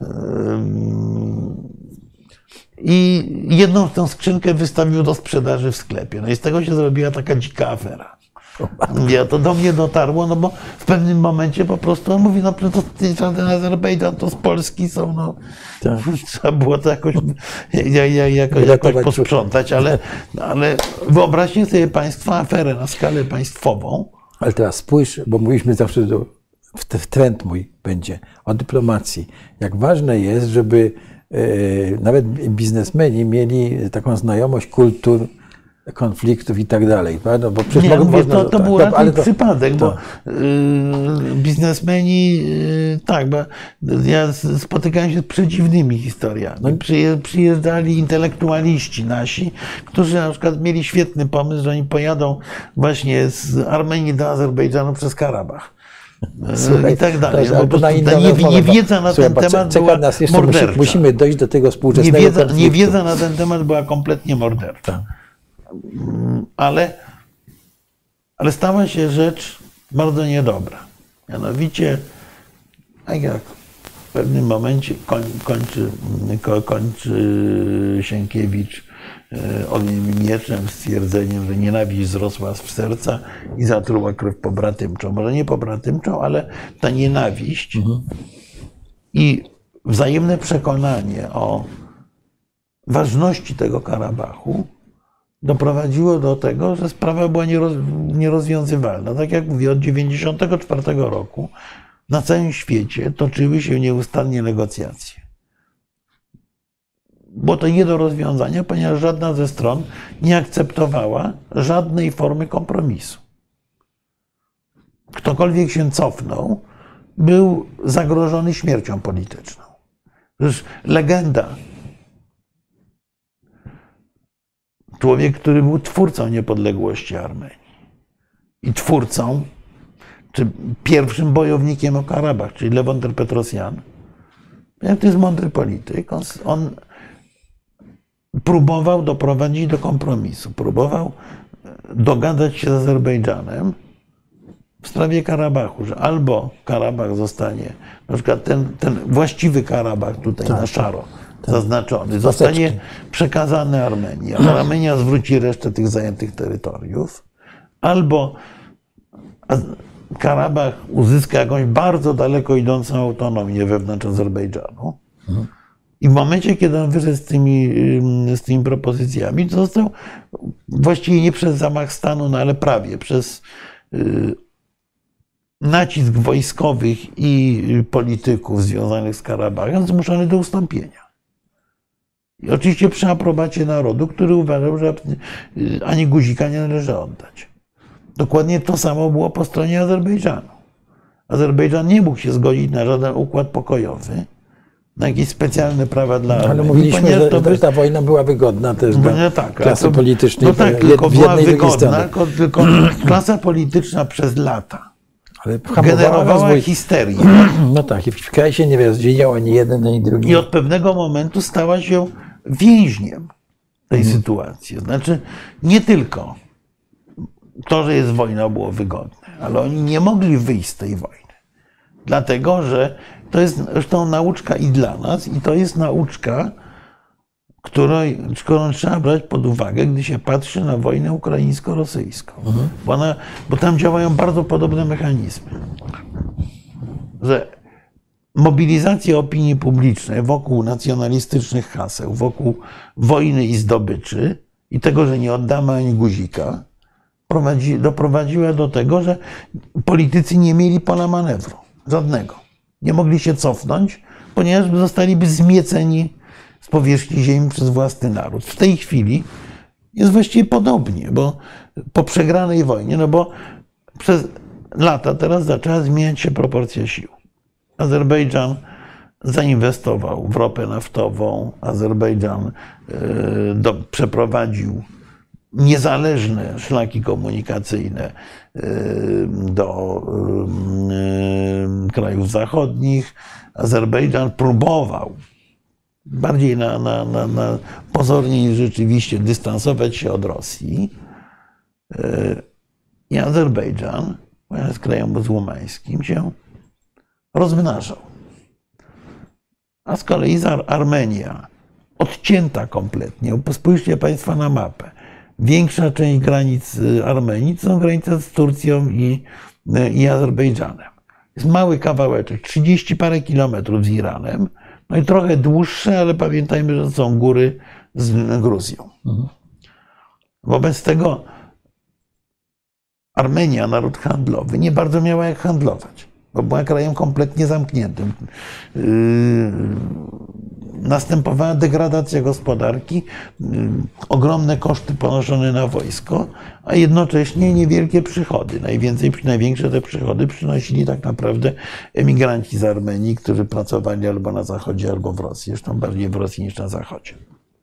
I jedną tę skrzynkę wystawił do sprzedaży w sklepie. No i z tego się zrobiła taka dzika afera. Ja, to do mnie dotarło, no bo w pewnym momencie po prostu on mówi, no to ten Azerbejdżan to z Polski są, no tak. Trzeba było to jakoś, jakoś, jakoś posprzątać, ale, ale wyobraźcie sobie Państwo aferę na skalę państwową. Ale teraz spójrz, bo mówiliśmy zawsze, w trend mój będzie o dyplomacji. Jak ważne jest, żeby e, nawet biznesmeni mieli taką znajomość kultur, konfliktów i tak dalej. No, bo nie, mogą, bo to, to tak, był raczej ale to, przypadek, to, bo y, biznesmeni, y, tak, bo ja spotykałem się z przedziwnymi historiami. No, przyjeżdżali intelektualiści nasi, którzy na przykład mieli świetny pomysł, że oni pojadą właśnie z Armenii do Azerbejdżanu przez Karabach. Słuchaj, i tak dalej. To, to ta niewiedza na Słuchaj, ten temat czeka była nas jeszcze, mordercza. Musimy dojść do tego współczesnego niewiedza, niewiedza na ten temat była kompletnie mordercza. Ale, ale stała się rzecz bardzo niedobra. Mianowicie, tak jak w pewnym momencie koń, kończy, kończy Sienkiewicz ogniem i mieczem, stwierdzeniem, że nienawiść wzrosła z serca i zatruła krew pobratymczą. Może nie pobratymczą, ale ta nienawiść mhm. i wzajemne przekonanie o ważności tego Karabachu doprowadziło do tego, że sprawa była nieroz, nierozwiązywalna. Tak jak mówię, od dziewięćdziesiątego czwartego roku na całym świecie toczyły się nieustannie negocjacje. Było to nie do rozwiązania, ponieważ żadna ze stron nie akceptowała żadnej formy kompromisu. Ktokolwiek się cofnął, był zagrożony śmiercią polityczną. Przecież legenda, człowiek, który był twórcą niepodległości Armenii i twórcą, czy pierwszym bojownikiem o Karabach, czyli Lewon Ter-Petrosjan, to jest mądry polityk. On, on próbował doprowadzić do kompromisu, próbował dogadać się z Azerbejdżanem w sprawie Karabachu, że albo Karabach zostanie, na przykład ten, ten właściwy Karabach tutaj tak, na szaro, tak, zaznaczony, zostanie przekazany Armenii, a Armenia zwróci resztę tych zajętych terytoriów, albo Karabach uzyska jakąś bardzo daleko idącą autonomię wewnątrz Azerbejdżanu. Mhm. I w momencie, kiedy on wyszedł z tymi, z tymi propozycjami, to został właściwie nie przez zamach stanu, no ale prawie przez y, nacisk wojskowych i polityków związanych z Karabachem zmuszony do ustąpienia. I oczywiście przy aprobacie narodu, który uważał, że ani guzika nie należy oddać. Dokładnie to samo było po stronie Azerbejdżanu. Azerbejdżan nie mógł się zgodzić na żaden układ pokojowy, na jakieś specjalne prawa dla Armenii. Ale mówiliśmy, że to by... ta wojna była wygodna też dla no tak, klasy to, politycznej. No tak, tylko była wygodna, tylko klasa polityczna przez lata ale generowała rozwój... histerię. No tak, i w kraju się nie rozwijał ani jeden, ani drugi. I od pewnego momentu stała się więźniem tej hmm. sytuacji. Znaczy nie tylko to, że jest wojna, było wygodne, ale oni nie mogli wyjść z tej wojny. Dlatego, że to jest zresztą nauczka i dla nas, i to jest nauczka, której, którą trzeba brać pod uwagę, gdy się patrzy na wojnę ukraińsko-rosyjską. Mhm. Bo, ona, bo tam działają bardzo podobne mechanizmy. Że mobilizacja opinii publicznej wokół nacjonalistycznych haseł, wokół wojny i zdobyczy i tego, że nie oddamy ani guzika, prowadzi, doprowadziła do tego, że politycy nie mieli pola manewru. Żadnego. Nie mogli się cofnąć, ponieważ zostaliby zmieceni z powierzchni ziemi przez własny naród. W tej chwili jest właściwie podobnie, bo po przegranej wojnie, no bo przez lata teraz zaczęła zmieniać się proporcja sił. Azerbejdżan zainwestował w ropę naftową, Azerbejdżan do, przeprowadził niezależne szlaki komunikacyjne do krajów zachodnich. Azerbejdżan próbował bardziej na, na, na, na pozornie niż rzeczywiście dystansować się od Rosji. I Azerbejdżan, z krajem muzułmańskim, się rozmnażał. A z kolei Armenia, odcięta kompletnie, spójrzcie Państwo na mapę, większa część granic Armenii to są granice z Turcją i, i Azerbejdżanem. Jest mały kawałeczek, trzydzieści parę kilometrów z Iranem, no i trochę dłuższe, ale pamiętajmy, że to są góry z Gruzją. Mhm. Wobec tego Armenia, naród handlowy, nie bardzo miała jak handlować, bo była krajem kompletnie zamkniętym. Yy, następowała degradacja gospodarki, yy, ogromne koszty ponoszone na wojsko, a jednocześnie niewielkie przychody. Najwięcej, największe te przychody przynosili tak naprawdę emigranci z Armenii, którzy pracowali albo na Zachodzie, albo w Rosji, zresztą bardziej w Rosji niż na Zachodzie.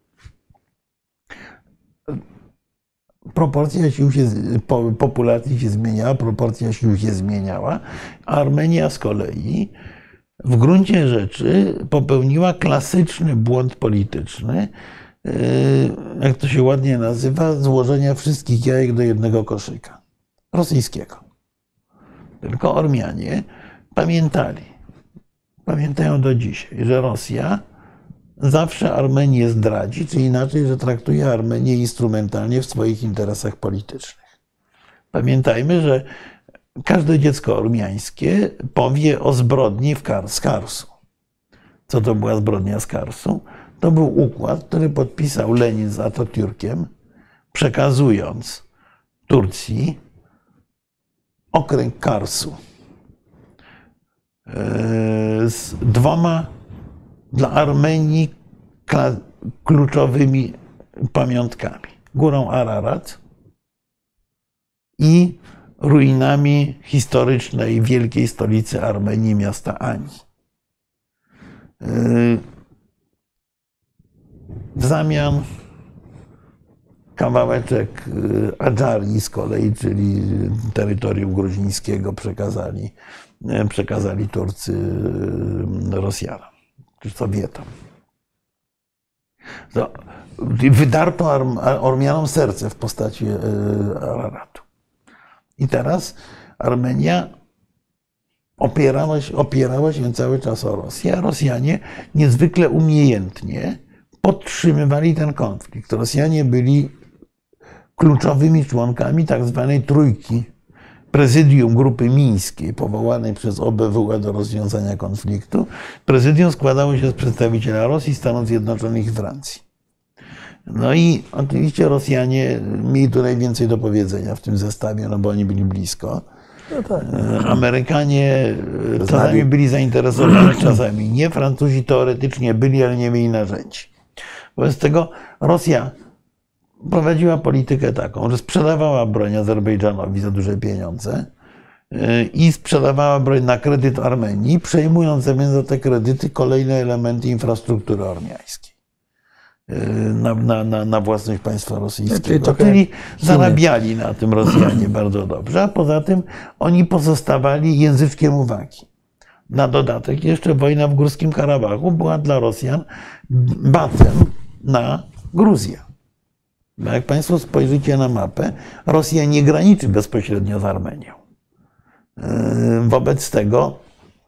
Proporcja sił się, populacji się zmieniała, proporcja sił się zmieniała, a Armenia z kolei w gruncie rzeczy popełniła klasyczny błąd polityczny, jak to się ładnie nazywa, złożenia wszystkich jajek do jednego koszyka rosyjskiego. Tylko Ormianie pamiętali, pamiętają do dzisiaj, że Rosja zawsze Armenię zdradzi, czy inaczej, że traktuje Armenię instrumentalnie w swoich interesach politycznych. Pamiętajmy, że każde dziecko ormiańskie powie o zbrodni w Kar z Karsu. Co to była zbrodnia z Karsu? To był układ, który podpisał Lenin z Atatürkiem, przekazując Turcji okręg Karsu z dwoma dla Armenii kluczowymi pamiątkami. Górą Ararat i ruinami historycznej wielkiej stolicy Armenii, miasta Ani. W zamian kawałeczek Adżarii z kolei, czyli terytorium gruzińskiego, przekazali, przekazali Turcy Rosjanom czy Sowietom. To wydarto Ormianom serce w postaci Araratu. I teraz Armenia opierała się, opierała się cały czas o Rosję, a Rosjanie niezwykle umiejętnie podtrzymywali ten konflikt. Rosjanie byli kluczowymi członkami tak zwanej trójki, prezydium Grupy Mińskiej, powołanej przez O B W E do rozwiązania konfliktu. Prezydium składało się z przedstawiciela Rosji, Stanów Zjednoczonych i Francji. No i oczywiście Rosjanie mieli tu najwięcej do powiedzenia w tym zestawie, no bo oni byli blisko. No tak. Amerykanie czasami byli zainteresowani, czasami nie. Francuzi teoretycznie byli, ale nie mieli narzędzi. Wobec tego Rosja prowadziła politykę taką, że sprzedawała broń Azerbejdżanowi za duże pieniądze i sprzedawała broń na kredyt Armenii, przejmując zamiast za te kredyty kolejne elementy infrastruktury ormiańskiej na, na, na, na własność państwa rosyjskiego. Czyli zarabiali na tym Rosjanie bardzo dobrze, a poza tym oni pozostawali języczkiem uwagi. Na dodatek jeszcze wojna w Górskim Karabachu była dla Rosjan batem na Gruzję. Bo jak Państwo spojrzycie na mapę, Rosja nie graniczy bezpośrednio z Armenią. Wobec tego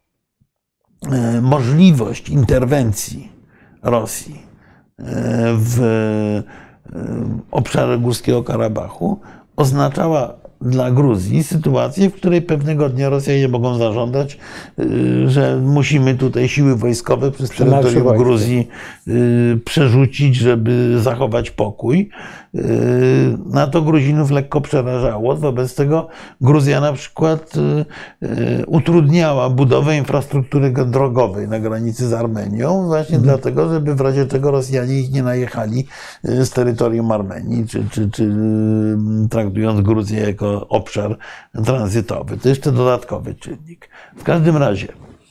możliwość interwencji Rosji w obszarze Górskiego Karabachu oznaczała dla Gruzji sytuację, w której pewnego dnia Rosjanie mogą zażądać, że musimy tutaj siły wojskowe przez terytorium Gruzji przerzucić, żeby zachować pokój. Na to Gruzinów lekko przerażało. Wobec tego Gruzja na przykład utrudniała budowę infrastruktury drogowej na granicy z Armenią, właśnie hmm. dlatego, żeby w razie czego Rosjanie ich nie najechali z terytorium Armenii, czy, czy, czy traktując Gruzję jako obszar tranzytowy. To jeszcze dodatkowy czynnik. W każdym razie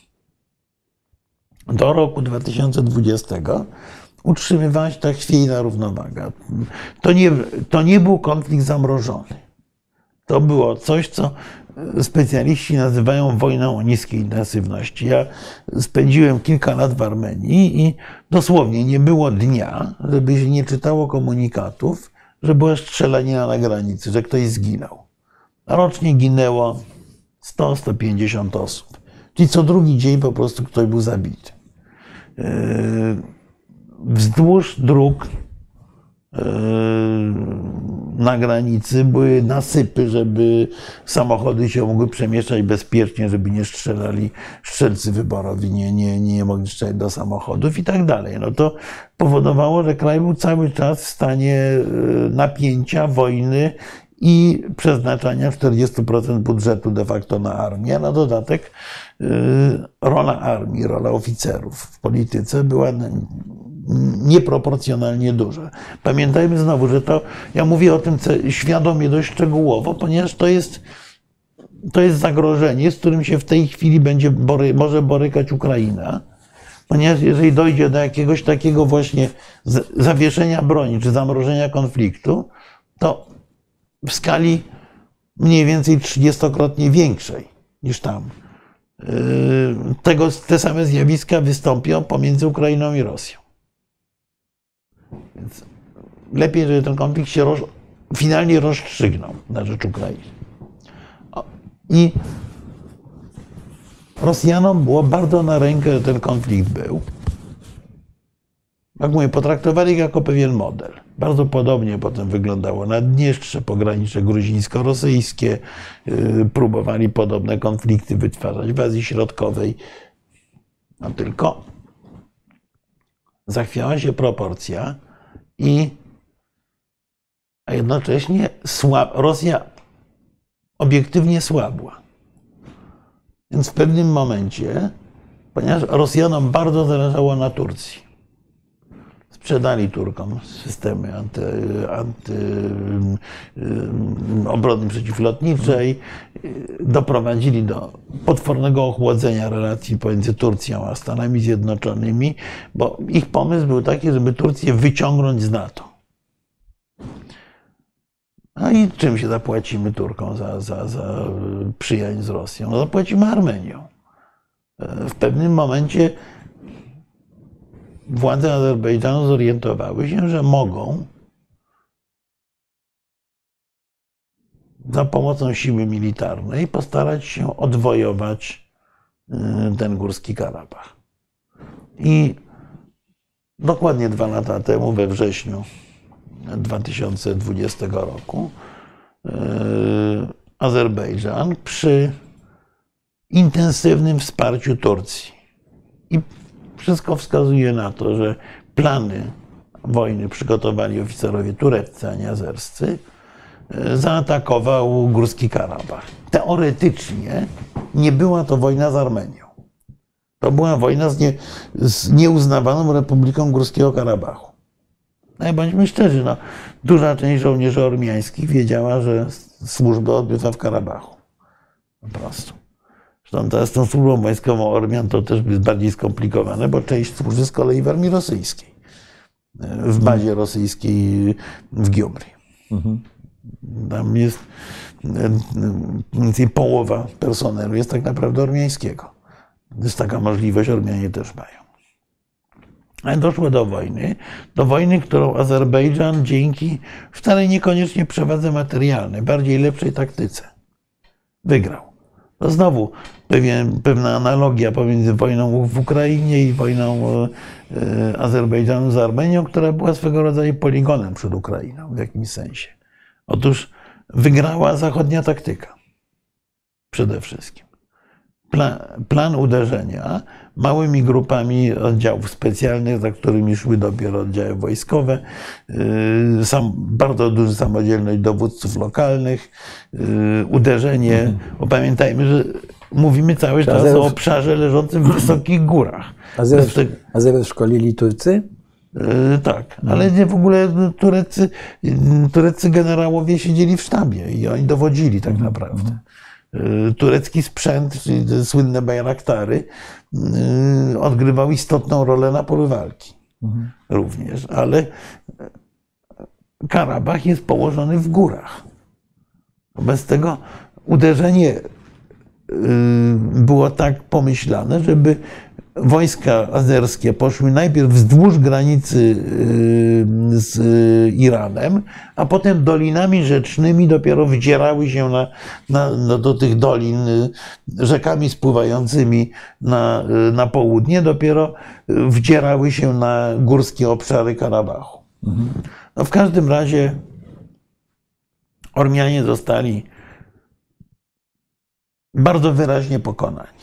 do roku dwa tysiące dwudziestego utrzymywała się ta chwiejna równowaga. To nie, to nie był konflikt zamrożony. To było coś, co specjaliści nazywają wojną o niskiej intensywności. Ja spędziłem kilka lat w Armenii i dosłownie nie było dnia, żeby się nie czytało komunikatów, że była strzelanina na granicy, że ktoś zginął. Rocznie ginęło sto do stu pięćdziesięciu osób. Czyli co drugi dzień po prostu ktoś był zabity. Wzdłuż dróg na granicy były nasypy, żeby samochody się mogły przemieszczać bezpiecznie, żeby nie strzelali strzelcy wyborowi, nie, nie, nie mogli strzelać do samochodów i tak dalej. No to powodowało, że kraj był cały czas w stanie napięcia, wojny i przeznaczania czterdziestu procent budżetu de facto na armię. Na dodatek rola armii, rola oficerów w polityce była nieproporcjonalnie duża. Pamiętajmy znowu, że to, ja mówię o tym świadomie dość szczegółowo, ponieważ to jest, to jest zagrożenie, z którym się w tej chwili będzie bory, może borykać Ukraina. Ponieważ jeżeli dojdzie do jakiegoś takiego właśnie zawieszenia broni czy zamrożenia konfliktu, to w skali mniej więcej trzydziestokrotnie większej niż tam. Tego, te same zjawiska wystąpią pomiędzy Ukrainą i Rosją. Więc lepiej, żeby ten konflikt się roz, finalnie rozstrzygnął na rzecz Ukrainy. I Rosjanom było bardzo na rękę, że ten konflikt był. Jak mówię, potraktowali go jako pewien model. Bardzo podobnie potem wyglądało Naddniestrze, pogranicze gruzińsko-rosyjskie. Próbowali podobne konflikty wytwarzać w Azji Środkowej. No tylko zachwiała się proporcja i a jednocześnie słab, Rosja obiektywnie słabła. Więc w pewnym momencie, ponieważ Rosjanom bardzo zależało na Turcji, sprzedali Turkom systemy anty, anty, obrony przeciwlotniczej, doprowadzili do potwornego ochłodzenia relacji pomiędzy Turcją a Stanami Zjednoczonymi, bo ich pomysł był taki, żeby Turcję wyciągnąć z NATO. No i czym się zapłacimy Turkom za, za, za przyjaźń z Rosją? No zapłacimy Armenią. W pewnym momencie władze Azerbejdżanu zorientowały się, że mogą za pomocą siły militarnej postarać się odwojować ten Górski Karabach. I dokładnie dwa lata temu, we wrześniu dwa tysiące dwudziestego roku, Azerbejdżan przy intensywnym wsparciu Turcji i wszystko wskazuje na to, że plany wojny przygotowali oficerowie tureccy, a nie azerscy, zaatakował Górski Karabach. Teoretycznie nie była to wojna z Armenią. To była wojna z, nie, z nieuznawaną Republiką Górskiego Karabachu. No i bądźmy szczerzy, no, duża część żołnierzy ormiańskich wiedziała, że służbę odbywa w Karabachu. Po prostu. Zresztą teraz z tą służbą wojskową Ormian to też jest bardziej skomplikowane, bo część służy z kolei w armii rosyjskiej. W bazie rosyjskiej w Giumri. Mhm. Tam jest mniej więcej połowa personelu jest tak naprawdę ormiańskiego. Jest taka możliwość, Ormianie też mają. Ale doszło do wojny, do wojny, którą Azerbejdżan dzięki wcale niekoniecznie przewadze materialnej, bardziej lepszej taktyce wygrał. To znowu pewien, pewna analogia pomiędzy wojną w Ukrainie i wojną Azerbejdżanu z Armenią, która była swego rodzaju poligonem przed Ukrainą w jakimś sensie. Otóż wygrała zachodnia taktyka przede wszystkim. Plan, plan uderzenia małymi grupami oddziałów specjalnych, za którymi szły dopiero oddziały wojskowe, sam, bardzo duża samodzielność dowódców lokalnych, uderzenie, mhm. bo pamiętajmy, że mówimy cały czas Azerów... o obszarze leżącym w wysokich górach. Azerów, te... Azerów szkolili Turcy? Tak, ale nie w ogóle tureccy, tureccy generałowie siedzieli w sztabie i oni dowodzili tak naprawdę. Turecki sprzęt, czyli te słynne Bajraktary, odgrywał istotną rolę na polu walki mhm. również, ale Karabach jest położony w górach. Bez tego uderzenie było tak pomyślane, żeby wojska azerskie poszły najpierw wzdłuż granicy z Iranem, a potem dolinami rzecznymi dopiero wdzierały się na, na, no do tych dolin rzekami spływającymi na, na południe, dopiero wdzierały się na górskie obszary Karabachu. Mhm. No w każdym razie Ormianie zostali bardzo wyraźnie pokonani.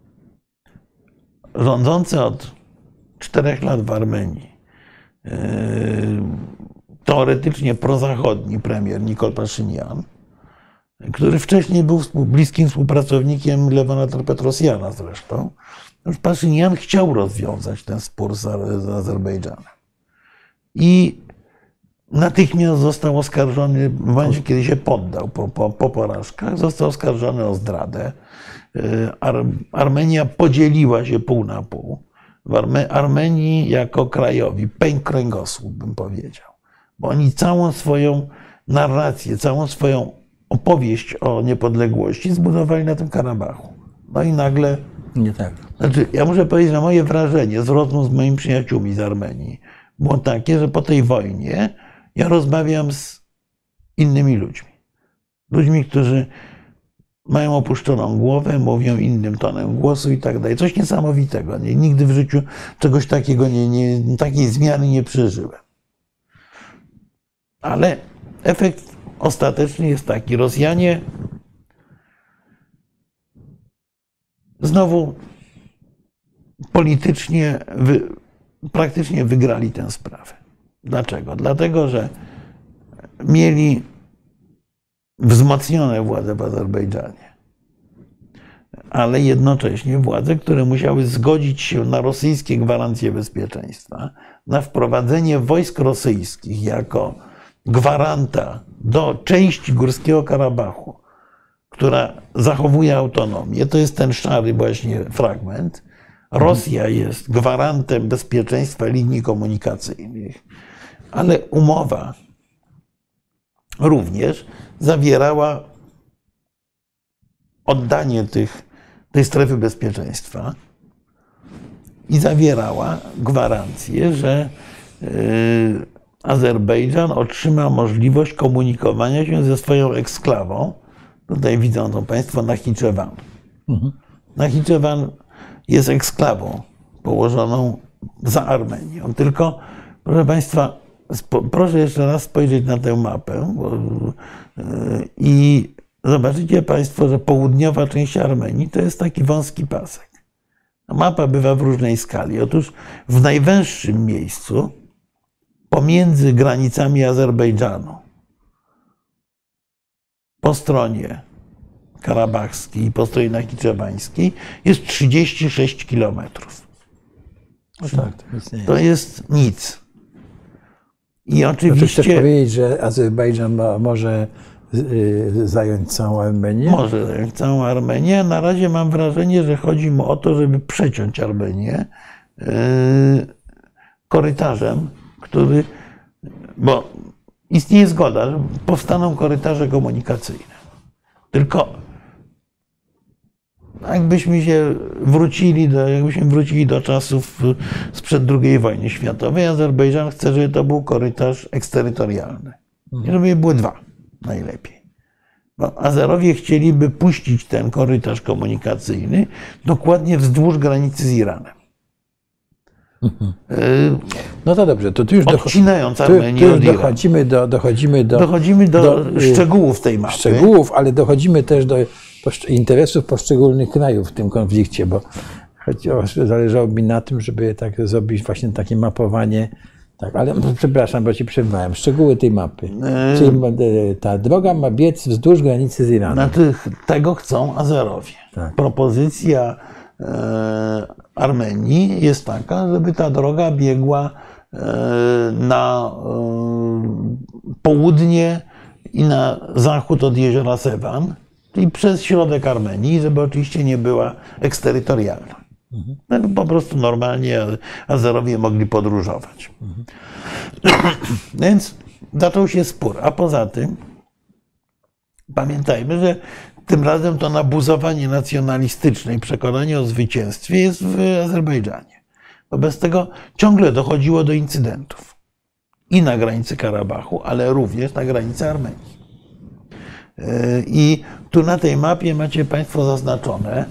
Rządzący od czterech lat w Armenii, yy, teoretycznie prozachodni premier Nikol Paszynian, który wcześniej był bliskim współpracownikiem Lewona Petrosjana zresztą, już Paszynian chciał rozwiązać ten spór z, z Azerbejdżanem. I natychmiast został oskarżony, w momencie kiedy się poddał po, po, po porażkach, został oskarżony o zdradę. Ar, Armenia podzieliła się pół na pół. W Arme, Armenii jako krajowi pękł kręgosłup, bym powiedział. Bo oni całą swoją narrację, całą swoją opowieść o niepodległości zbudowali na tym Karabachu. No i nagle... Nie tak. Znaczy, ja muszę powiedzieć, że moje wrażenie z rozmów z moimi przyjaciółmi z Armenii było takie, że po tej wojnie ja rozmawiam z innymi ludźmi. Ludźmi, którzy mają opuszczoną głowę, mówią innym tonem głosu i tak dalej. Coś niesamowitego. Nigdy w życiu czegoś takiego, nie, nie, takiej zmiany nie przeżyłem. Ale efekt ostateczny jest taki. Rosjanie znowu politycznie wy, praktycznie wygrali tę sprawę. Dlaczego? Dlatego, że mieli wzmocnione władze w Azerbejdżanie, ale jednocześnie władze, które musiały zgodzić się na rosyjskie gwarancje bezpieczeństwa, na wprowadzenie wojsk rosyjskich jako gwaranta do części Górskiego Karabachu, która zachowuje autonomię. To jest ten szary właśnie fragment. Rosja jest gwarantem bezpieczeństwa linii komunikacyjnych, ale umowa również zawierała oddanie tych, tej strefy bezpieczeństwa i zawierała gwarancję, że yy, Azerbejdżan otrzyma możliwość komunikowania się ze swoją eksklawą. Tutaj widzą to Państwo Nachiczewan. Mhm. Nachiczewan jest eksklawą położoną za Armenią. Tylko, proszę Państwa, proszę jeszcze raz spojrzeć na tę mapę bo, yy, i zobaczycie Państwo, że południowa część Armenii to jest taki wąski pasek. Mapa bywa w różnej skali. Otóż w najwęższym miejscu pomiędzy granicami Azerbejdżanu po stronie karabachskiej i po stronie nachiczewańskiej jest trzydzieści sześć kilometrów. No tak, to, nic nie to jest nic. I oczywiście... Chcesz powiedzieć, że Azerbejdżan ma, może zająć całą Armenię? Może zająć całą Armenię. Na razie mam wrażenie, że chodzi mu o to, żeby przeciąć Armenię yy, korytarzem, który... Bo istnieje zgoda, że powstaną korytarze komunikacyjne. Tylko jakbyśmy się wrócili do, jakbyśmy wrócili do czasów sprzed drugiej wojny światowej, Azerbejdżan chce, żeby to był korytarz eksterytorialny. I żeby były dwa najlepiej. Bo Azerowie chcieliby puścić ten korytarz komunikacyjny dokładnie wzdłuż granicy z Iranem. No to dobrze, to tu już odcinając Armenię tu, tu już dochodzimy do, dochodzimy do, dochodzimy do, do szczegółów tej mapy. Szczegółów, ale dochodzimy też do interesów poszczególnych krajów w tym konflikcie, bo zależało mi na tym, żeby tak zrobić właśnie takie mapowanie. Tak, ale przepraszam, bo ci przerwałem. Szczegóły tej mapy. Czyli ta droga ma biec wzdłuż granicy z Iranem. Znaczy, tego chcą Azerowie. Tak. Propozycja Armenii jest taka, żeby ta droga biegła na południe i na zachód od jeziora Sevan, czyli przez środek Armenii, żeby oczywiście nie była eksterytorialna. Mhm. Po prostu normalnie Azerowie mogli podróżować. Mhm. Więc zaczął się spór. A poza tym pamiętajmy, że tym razem to nabuzowanie nacjonalistyczne i przekonanie o zwycięstwie jest w Azerbejdżanie. Wobec tego ciągle dochodziło do incydentów. I na granicy Karabachu, ale również na granicy Armenii. I tu na tej mapie macie Państwo zaznaczone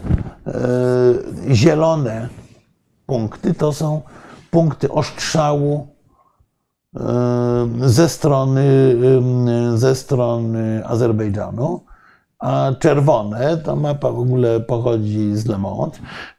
zielone punkty. To są punkty ostrzału ze strony, ze strony Azerbejdżanu, a czerwone, ta mapa w ogóle pochodzi z Le Monde,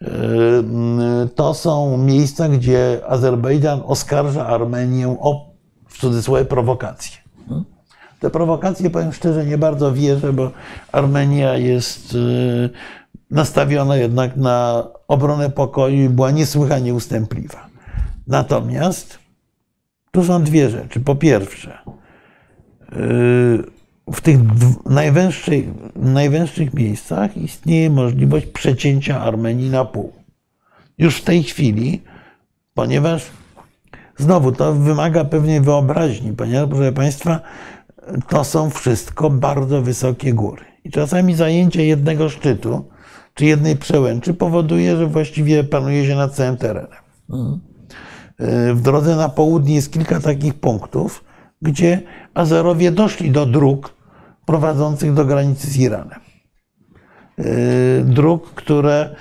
to są miejsca, gdzie Azerbejdżan oskarża Armenię o, w cudzysłowie, prowokacje. Te prowokacje, powiem szczerze, nie bardzo wierzę, bo Armenia jest nastawiona jednak na obronę pokoju i była niesłychanie ustępliwa. Natomiast tu są dwie rzeczy. Po pierwsze, w tych najwęższych, najwęższych miejscach istnieje możliwość przecięcia Armenii na pół. Już w tej chwili, ponieważ znowu to wymaga pewnej wyobraźni, ponieważ, proszę Państwa, to są wszystko bardzo wysokie góry. I czasami zajęcie jednego szczytu czy jednej przełęczy powoduje, że właściwie panuje się nad całym terenem. W drodze na południe jest kilka takich punktów, gdzie Azerowie doszli do dróg prowadzących do granicy z Iranem. Dróg, które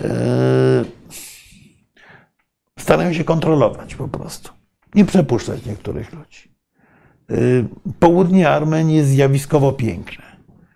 starają się kontrolować po prostu. Nie przepuszczać niektórych ludzi. Południe Armenii jest zjawiskowo piękne,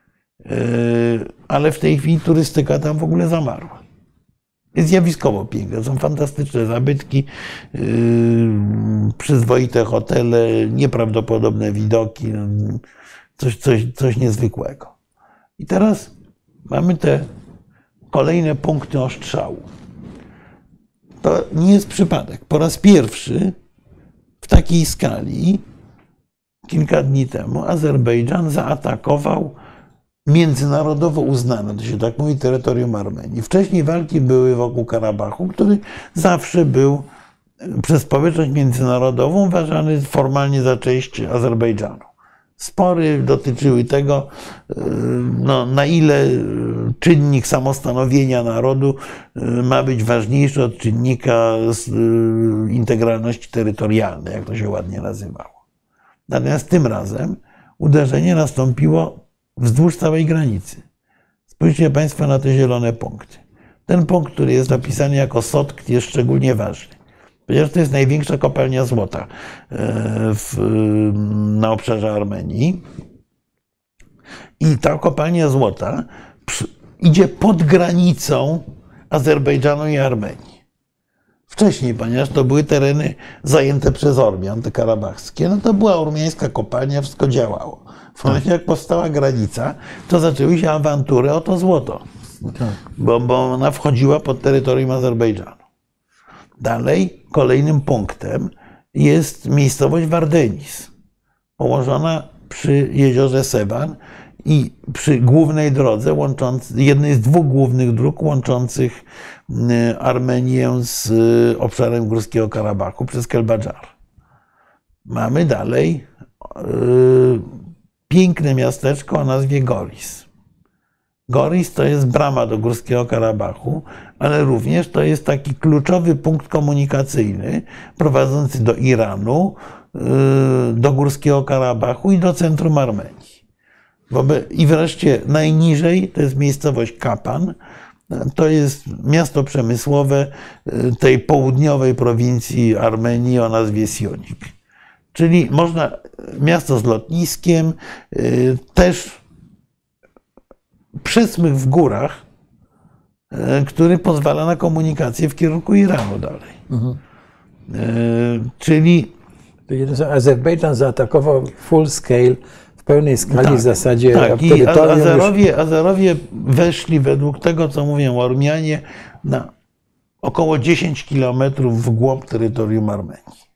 ale w tej chwili turystyka tam w ogóle zamarła. Jest zjawiskowo piękne, są fantastyczne zabytki, przyzwoite hotele, nieprawdopodobne widoki, coś, coś, coś niezwykłego. I teraz mamy te kolejne punkty ostrzału. To nie jest przypadek. Po raz pierwszy w takiej skali kilka dni temu Azerbejdżan zaatakował międzynarodowo uznane, to się tak mówi, terytorium Armenii. Wcześniej walki były wokół Karabachu, który zawsze był przez społeczność międzynarodową uważany formalnie za część Azerbejdżanu. Spory dotyczyły tego, no, na ile czynnik samostanowienia narodu ma być ważniejszy od czynnika integralności terytorialnej, jak to się ładnie nazywało. Natomiast tym razem uderzenie nastąpiło wzdłuż całej granicy. Spójrzcie Państwo na te zielone punkty. Ten punkt, który jest napisany jako Sotk, jest szczególnie ważny, ponieważ to jest największa kopalnia złota w, na obszarze Armenii. I ta kopalnia złota idzie pod granicą Azerbejdżanu i Armenii. Wcześniej, ponieważ to były tereny zajęte przez Ormian, te karabachskie, no to była ormiańska kopalnia, wszystko działało. W momencie, jak powstała granica, to zaczęły się awantury o to złoto, bo, bo ona wchodziła pod terytorium Azerbejdżanu. Dalej, kolejnym punktem jest miejscowość Wardenis, położona przy jeziorze Sevan i przy głównej drodze, łączącej, jednej z dwóch głównych dróg łączących Armenię z obszarem Górskiego Karabachu przez Kelbadżar. Mamy dalej yy, piękne miasteczko o nazwie Goris. Goris to jest brama do Górskiego Karabachu, ale również to jest taki kluczowy punkt komunikacyjny prowadzący do Iranu, do Górskiego Karabachu i do centrum Armenii. I wreszcie najniżej to jest miejscowość Kapan. To jest miasto przemysłowe tej południowej prowincji Armenii o nazwie Sionik. Czyli można, miasto z lotniskiem, też przesmyk w górach, który pozwala na komunikację w kierunku Iranu dalej. Mhm. Czyli Azerbejdżan zaatakował full scale, w pełnej skali, tak, w zasadzie tak. I Azerowie, Azerowie weszli według tego, co mówią Ormianie, na około dziesięć kilometrów w głąb terytorium Armenii.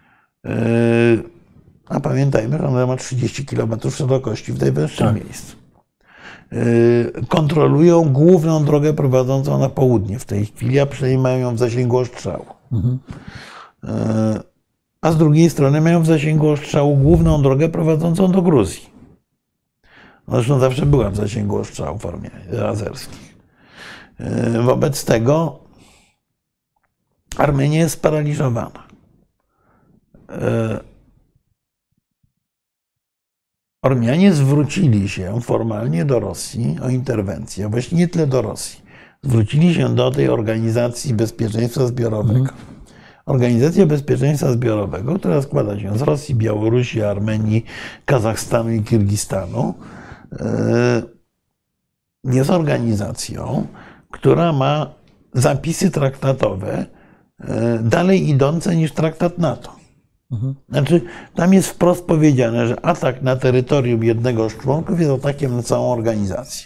A pamiętajmy, że ona ma trzydzieści kilometrów szerokości w najwyższym tak. miejscu. Kontrolują główną drogę prowadzącą na południe w tej chwili, a przynajmniej mają ją w zasięgu ostrzału. Mhm. A z drugiej strony mają w zasięgu ostrzału główną drogę prowadzącą do Gruzji. Zresztą zawsze była w zasięgu ostrzałów azerskich. Wobec tego Armenia jest sparaliżowana. Ormianie zwrócili się formalnie do Rosji o interwencję, właściwie nie tyle do Rosji. Zwrócili się do tej Organizacji Bezpieczeństwa Zbiorowego. Mhm. Organizacja Bezpieczeństwa Zbiorowego, która składa się z Rosji, Białorusi, Armenii, Kazachstanu i Kirgistanu, jest organizacją, która ma zapisy traktatowe dalej idące niż traktat NATO. Mhm. Znaczy, tam jest wprost powiedziane, że atak na terytorium jednego z członków jest atakiem na całą organizację.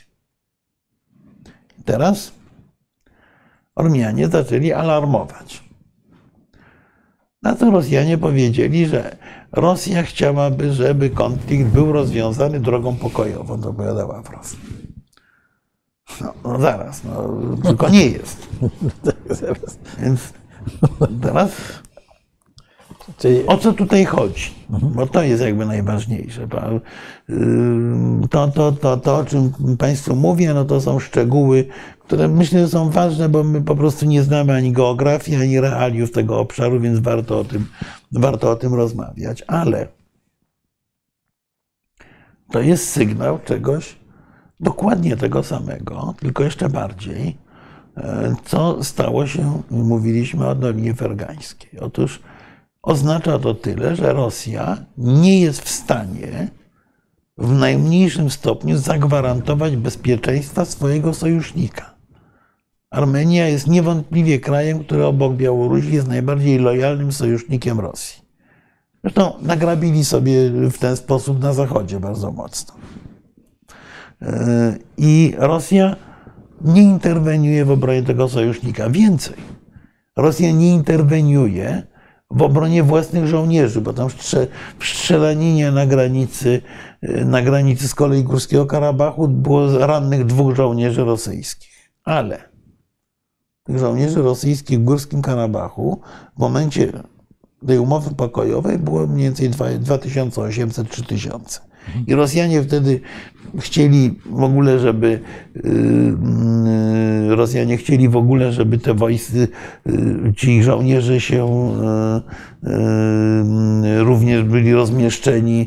Teraz Ormianie zaczęli alarmować. Na to Rosjanie powiedzieli, że Rosja chciałaby, żeby konflikt był rozwiązany drogą pokojową, to opowiadał Ławrow. No, no zaraz, no, tylko nie jest. Więc teraz o co tutaj chodzi? Bo to jest jakby najważniejsze. To, to, to, to, o czym Państwu mówię, no to są szczegóły, które myślę, że są ważne, bo my po prostu nie znamy ani geografii, ani realiów tego obszaru, więc warto o tym, warto o tym rozmawiać. Ale to jest sygnał czegoś dokładnie tego samego, tylko jeszcze bardziej, co stało się, mówiliśmy o Dolinie Fergańskiej. Otóż oznacza to tyle, że Rosja nie jest w stanie w najmniejszym stopniu zagwarantować bezpieczeństwa swojego sojusznika. Armenia jest niewątpliwie krajem, który obok Białorusi jest najbardziej lojalnym sojusznikiem Rosji. Zresztą nagrabili sobie w ten sposób na Zachodzie bardzo mocno. I Rosja nie interweniuje w obronie tego sojusznika. Więcej, Rosja nie interweniuje w obronie własnych żołnierzy, bo tam w strzelaninie na granicy, na granicy z kolei Górskiego Karabachu było rannych dwóch żołnierzy rosyjskich. Ale tych żołnierzy rosyjskich w Górskim Karabachu w momencie tej umowy pokojowej było mniej więcej dwa tysiące osiemset do trzech tysięcy. I Rosjanie wtedy chcieli w ogóle, żeby Rosjanie chcieli w ogóle, żeby te wojska, ci żołnierze się również byli rozmieszczeni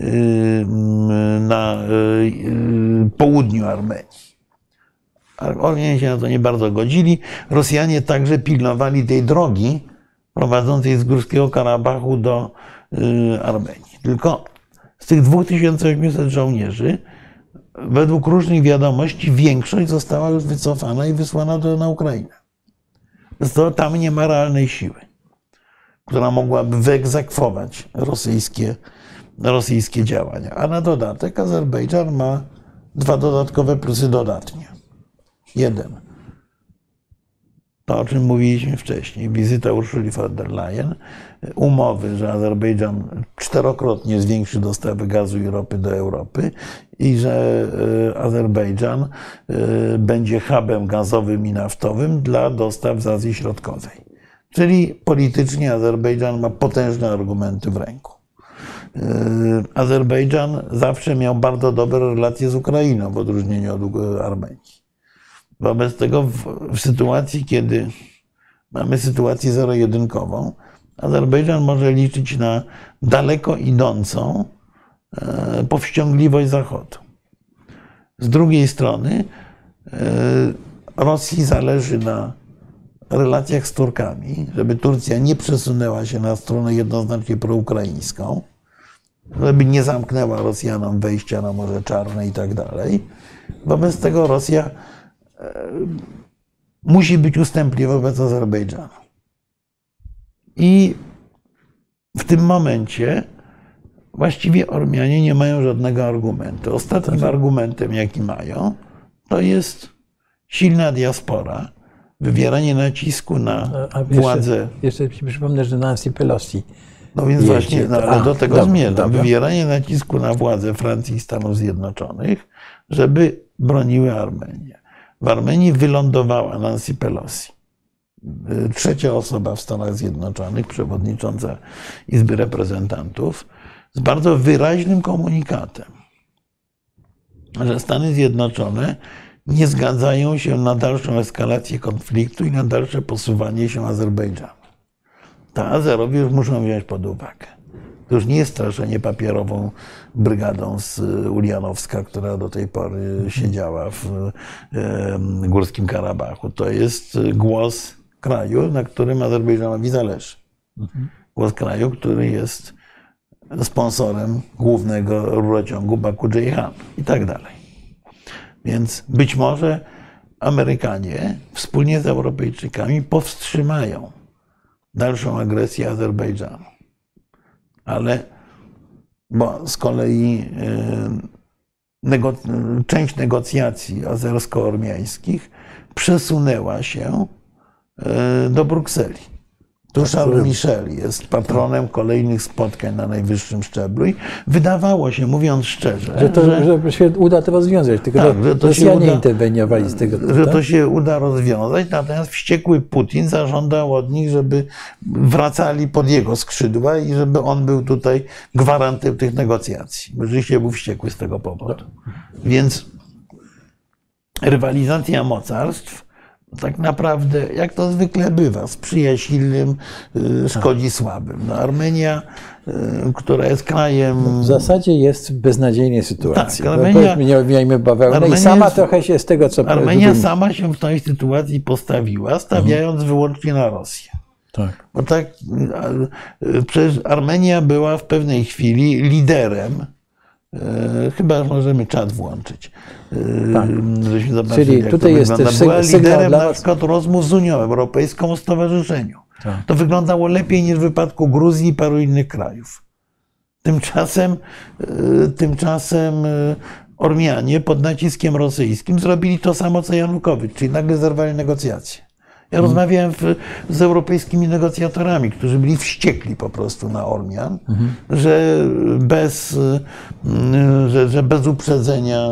na południu Armenii. Ormianie się na to nie bardzo godzili. Rosjanie także pilnowali tej drogi prowadzącej z Górskiego Karabachu do Armenii. Tylko z tych dwa tysiące osiemset żołnierzy, według różnych wiadomości, większość została już wycofana i wysłana do, na Ukrainę. To tam nie ma realnej siły, która mogłaby wyegzekwować rosyjskie, rosyjskie działania. A na dodatek Azerbejdżan ma dwa dodatkowe plusy dodatnie. Jeden. To, o czym mówiliśmy wcześniej, wizyta Ursuli von der Leyen, umowy, że Azerbejdżan czterokrotnie zwiększy dostawy gazu i ropy do Europy i że Azerbejdżan będzie hubem gazowym i naftowym dla dostaw z Azji Środkowej. Czyli politycznie Azerbejdżan ma potężne argumenty w ręku. Azerbejdżan zawsze miał bardzo dobre relacje z Ukrainą w odróżnieniu od Armenii. Wobec tego w, w sytuacji, kiedy mamy sytuację zero-jedynkową, Azerbejdżan może liczyć na daleko idącą e, powściągliwość Zachodu. Z drugiej strony e, Rosji zależy na relacjach z Turkami, żeby Turcja nie przesunęła się na stronę jednoznacznie proukraińską, żeby nie zamknęła Rosjanom wejścia na Morze Czarne i tak dalej. Wobec tego Rosja musi być ustępliwa wobec Azerbejdżanu. I w tym momencie właściwie Ormianie nie mają żadnego argumentu. Ostatnim argumentem, jaki mają, to jest silna diaspora, wywieranie nacisku na władzę. Jeszcze, jeszcze przypomnę, że Nancy Pelosi. No więc jedzie, właśnie, no, ale do tego zmierzam. Wywieranie nacisku na władzę Francji i Stanów Zjednoczonych, żeby broniły Armenię. W Armenii wylądowała Nancy Pelosi, trzecia osoba w Stanach Zjednoczonych, przewodnicząca Izby Reprezentantów, z bardzo wyraźnym komunikatem. że Stany Zjednoczone nie zgadzają się na dalszą eskalację konfliktu i na dalsze posuwanie się Azerbejdżanu. To Azerowie już muszą wziąć pod uwagę. To już nie jest straszenie papierową brygadą z Ulianowska, która do tej pory siedziała w Górskim Karabachu. To jest głos kraju, na którym Azerbejdżanowi zależy. Głos kraju, który jest sponsorem głównego rurociągu Baku-Ceyhan i tak dalej. Więc być może Amerykanie wspólnie z Europejczykami powstrzymają dalszą agresję Azerbejdżanu. Ale bo z kolei nego, część negocjacji azersko-ormiańskich przesunęła się do Brukseli. Tu Charles Michel jest patronem kolejnych spotkań na najwyższym szczeblu i wydawało się, mówiąc szczerze, że to że, że się uda to rozwiązać, tylko tak, że to Rosjanie uda, interweniowali z tego. Że tak? to się uda rozwiązać, natomiast wściekły Putin zażądał od nich, żeby wracali pod jego skrzydła i żeby on był tutaj gwarantem tych negocjacji. Bo rzeczywiście był wściekły z tego powodu. Więc rywalizacja mocarstw tak naprawdę, jak to zwykle bywa, sprzyja silnym, szkodzi słabym. No, Armenia, która jest krajem... W zasadzie jest w beznadziejnej sytuacji. Tak, Armenia, nie obwijajmy bawełny i sama jest, trochę się z tego, co... Armenia sama się w tej sytuacji postawiła, stawiając mhm. wyłącznie na Rosję. Tak. Bo tak, przecież Armenia była w pewnej chwili liderem. Chyba możemy czat włączyć. Tak. Żebyśmy zobaczyli, czyli tutaj jest też była liderem na przykład rozmów z Unią Europejską o stowarzyszeniu. Tak. To wyglądało lepiej niż w wypadku Gruzji i paru innych krajów. Tymczasem, tymczasem Ormianie pod naciskiem rosyjskim zrobili to samo co Janukowicz, czyli nagle zerwali negocjacje. Ja hmm. rozmawiałem w, z europejskimi negocjatorami, którzy byli wściekli po prostu na Ormian, hmm. że, bez, że, że bez uprzedzenia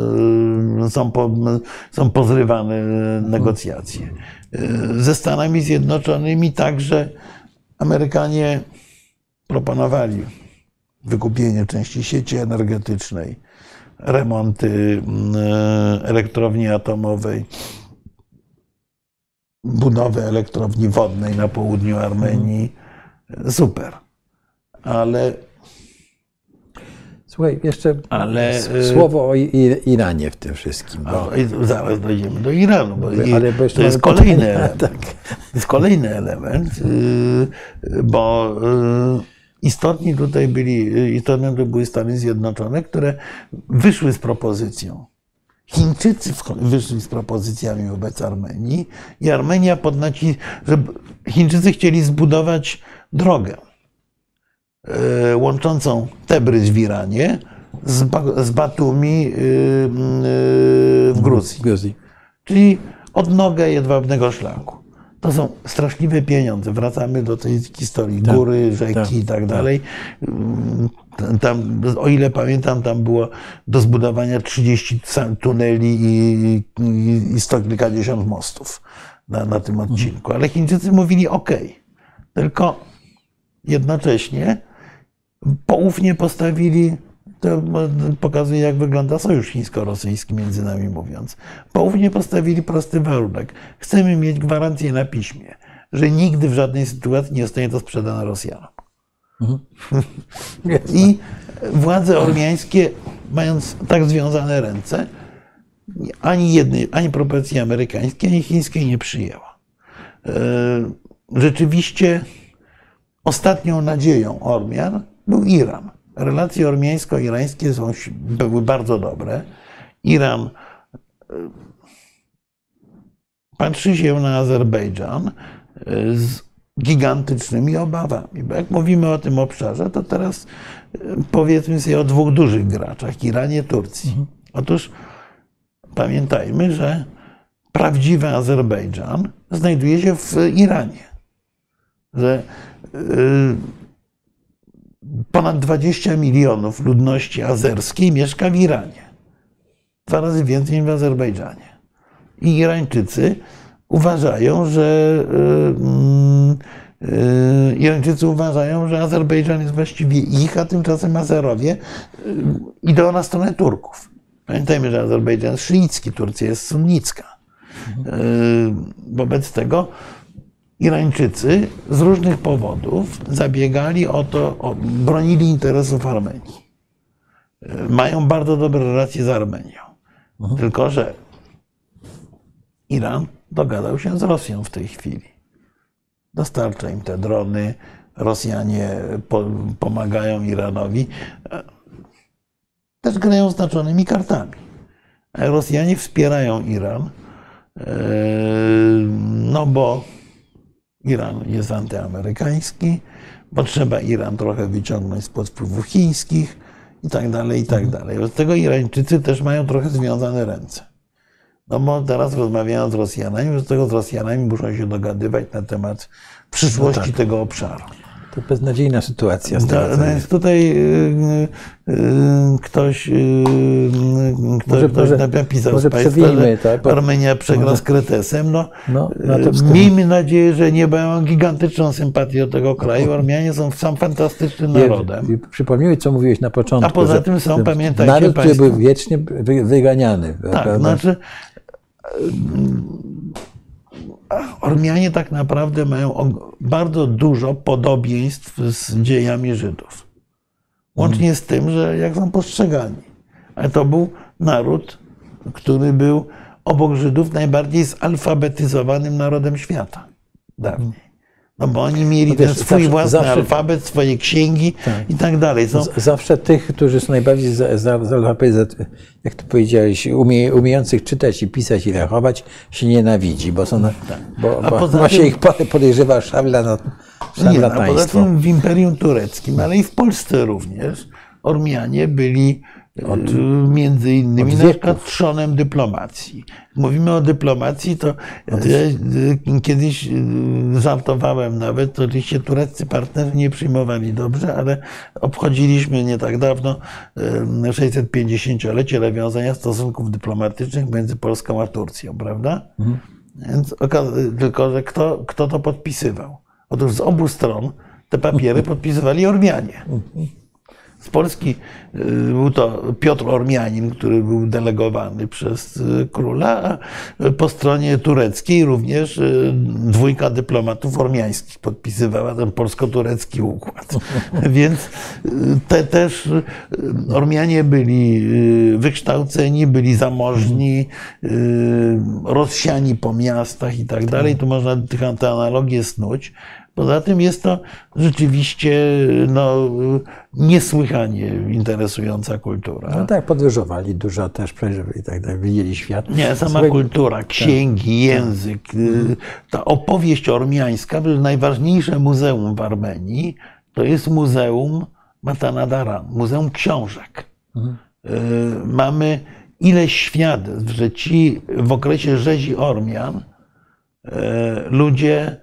są, po, są pozrywane negocjacje. Ze Stanami Zjednoczonymi także Amerykanie proponowali wykupienie części sieci energetycznej, remonty elektrowni atomowej, budowę elektrowni wodnej na południu Armenii. Super. Ale... Słuchaj, jeszcze ale, słowo o Iranie w tym wszystkim. Bo... A, zaraz dojdziemy do Iranu, bo, ale bo to jest kolejny pytanie, element. Tak. To jest kolejny element, bo istotni tutaj byli, istotne to były Stany Zjednoczone, które wyszły z propozycją. Chińczycy wyszli z propozycjami wobec Armenii i Armenia pod naciskiem, że Chińczycy chcieli zbudować drogę łączącą Tebryz w Iranie z, ba z Batumi w Gruzji. Gruzji. Czyli odnogę jedwabnego szlaku. To są straszliwe pieniądze. Wracamy do tej historii tak, góry, rzeki tak, i tak dalej. Tam, o ile pamiętam, tam było do zbudowania trzydzieści tuneli i, i, i sto kilkadziesiąt mostów na, na tym odcinku. Ale Chińczycy mówili OK. Tylko jednocześnie poufnie postawili, to pokazuje, jak wygląda sojusz chińsko-rosyjski, między nami mówiąc. Poufnie postawili prosty warunek. Chcemy mieć gwarancję na piśmie, że nigdy w żadnej sytuacji nie zostanie to sprzedane Rosjanom. Mhm. I władze ormiańskie, mając tak związane ręce, ani jednej, ani propozycji amerykańskiej, ani chińskiej nie przyjęła. Rzeczywiście ostatnią nadzieją Ormian był Iran. Relacje ormiańsko-irańskie są, były bardzo dobre. Iran patrzy się na Azerbejdżan z gigantycznymi obawami. Bo jak mówimy o tym obszarze, to teraz powiedzmy sobie o dwóch dużych graczach, Iranie, Turcji. Mhm. Otóż pamiętajmy, że prawdziwy Azerbejdżan znajduje się w Iranie. Że ponad dwadzieścia milionów ludności azerskiej mieszka w Iranie. Dwa razy więcej niż w Azerbejdżanie. I Irańczycy uważają, że yy, yy, Irańczycy uważają, że Azerbejdżan jest właściwie ich, a tymczasem Azerowie yy, idą na stronę Turków. Pamiętajmy, że Azerbejdżan jest szyicki, Turcja jest sunnicka. Wobec tego Irańczycy z różnych powodów zabiegali o to, o, bronili interesów Armenii. Mają bardzo dobre relacje z Armenią. Mhm. Tylko że Iran dogadał się z Rosją w tej chwili. Dostarcza im te drony, Rosjanie po, pomagają Iranowi. Też grają znaczonymi kartami. A Rosjanie wspierają Iran, no bo Iran jest antyamerykański, bo trzeba Iran trochę wyciągnąć spod wpływów chińskich i tak dalej, i tak dalej. Od tego Irańczycy też mają trochę związane ręce. No bo teraz rozmawiają z Rosjanami, z tego z Rosjanami muszą się dogadywać na temat przyszłości no tak. tego obszaru. To beznadziejna sytuacja. No, no jest tutaj y, y, ktoś, y, może, ktoś może, napisał może z Państwa, że tak, Armenia przegra może. z Kretesem. No, no, no miejmy nadzieję, że nie mają gigantyczną sympatię do tego kraju. Armianie są sam fantastycznym narodem. Przypomnij, co mówiłeś na początku. A poza tym są, pamiętajcie naród, Państwo, który był wiecznie wyganiany. Tak, prawda? Znaczy Ormianie tak naprawdę mają bardzo dużo podobieństw z dziejami Żydów. Łącznie z tym, że jak są postrzegani. Ale to był naród, który był obok Żydów najbardziej zalfabetyzowanym narodem świata dawniej. No bo oni mieli no wiesz, ten swój zawsze, własny zawsze, alfabet, swoje księgi tak. i tak dalej. Są... Zawsze tych, którzy są najbardziej zalfabetyzowani, jak to powiedziałeś, umie, umiejących czytać i pisać i rachować, się nienawidzi, bo, są, tak. bo, bo, bo się ich podejrzewa szabla na szabla nie, a poza tym w Imperium Tureckim, ale i w Polsce również Ormianie byli Od, między innymi na przykład trzonem dyplomacji. Mówimy o dyplomacji, to ja kiedyś żartowałem nawet, to oczywiście tureccy partnerzy nie przyjmowali dobrze, ale obchodziliśmy nie tak dawno sześćsetpięćdziesięciolecie nawiązania stosunków dyplomatycznych między Polską a Turcją, prawda? Mhm. Więc, tylko, że kto, kto to podpisywał? Otóż z obu stron te papiery podpisywali Ormianie. Z Polski był to Piotr Ormianin, który był delegowany przez króla, a po stronie tureckiej również dwójka dyplomatów ormiańskich podpisywała ten polsko-turecki układ. Więc te też Ormianie byli wykształceni, byli zamożni, rozsiani po miastach i tak dalej. Tu można te analogie snuć. Poza tym jest to rzeczywiście no, niesłychanie interesująca kultura. No tak, podróżowali dużo też, i tak dalej, widzieli świat. Nie, sama Swego... kultura, księgi, tak. język. Ta opowieść ormiańska, najważniejsze muzeum w Armenii, to jest Muzeum Matana Daran, Muzeum Książek. Mhm. Mamy ileś świadectw, że ci w okresie rzezi Ormian ludzie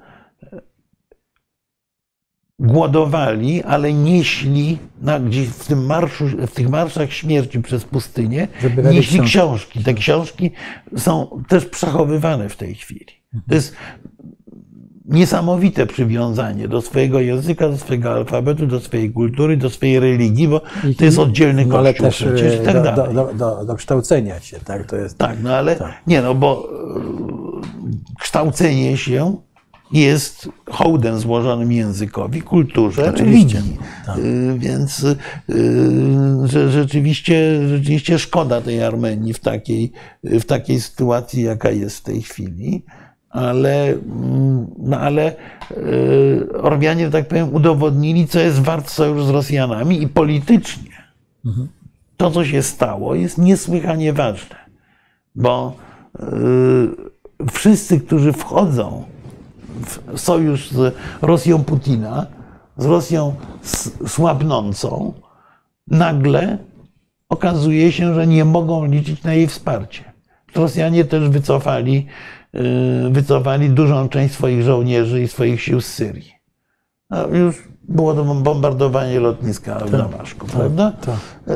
głodowali, ale nieśli na, gdzieś w, tym marszu, w tych marszach śmierci przez pustynię, nieśli książki. Te książki są też przechowywane w tej chwili. To jest niesamowite przywiązanie do swojego języka, do swojego alfabetu, do swojej kultury, do swojej religii, bo to jest oddzielny no, kościół. Ale też przecież, i tak do, dalej. Do, do, do kształcenia się. Tak, to jest, tak no ale tak. nie no, bo kształcenie się jest hołdem złożonym językowi, kulturze, religii. Tak. Więc że rzeczywiście, rzeczywiście szkoda tej Armenii w takiej, w takiej sytuacji, jaka jest w tej chwili. Ale, no ale Ormianie, że tak powiem, udowodnili, co jest wart sojusz z Rosjanami i politycznie mhm. to, co się stało, jest niesłychanie ważne. Bo wszyscy, którzy wchodzą w sojusz z Rosją Putina, z Rosją słabnącą, nagle okazuje się, że nie mogą liczyć na jej wsparcie. Rosjanie też wycofali, wycofali dużą część swoich żołnierzy i swoich sił z Syrii. No, już było to bombardowanie lotniska w Damaszku, tak, prawda? Tak.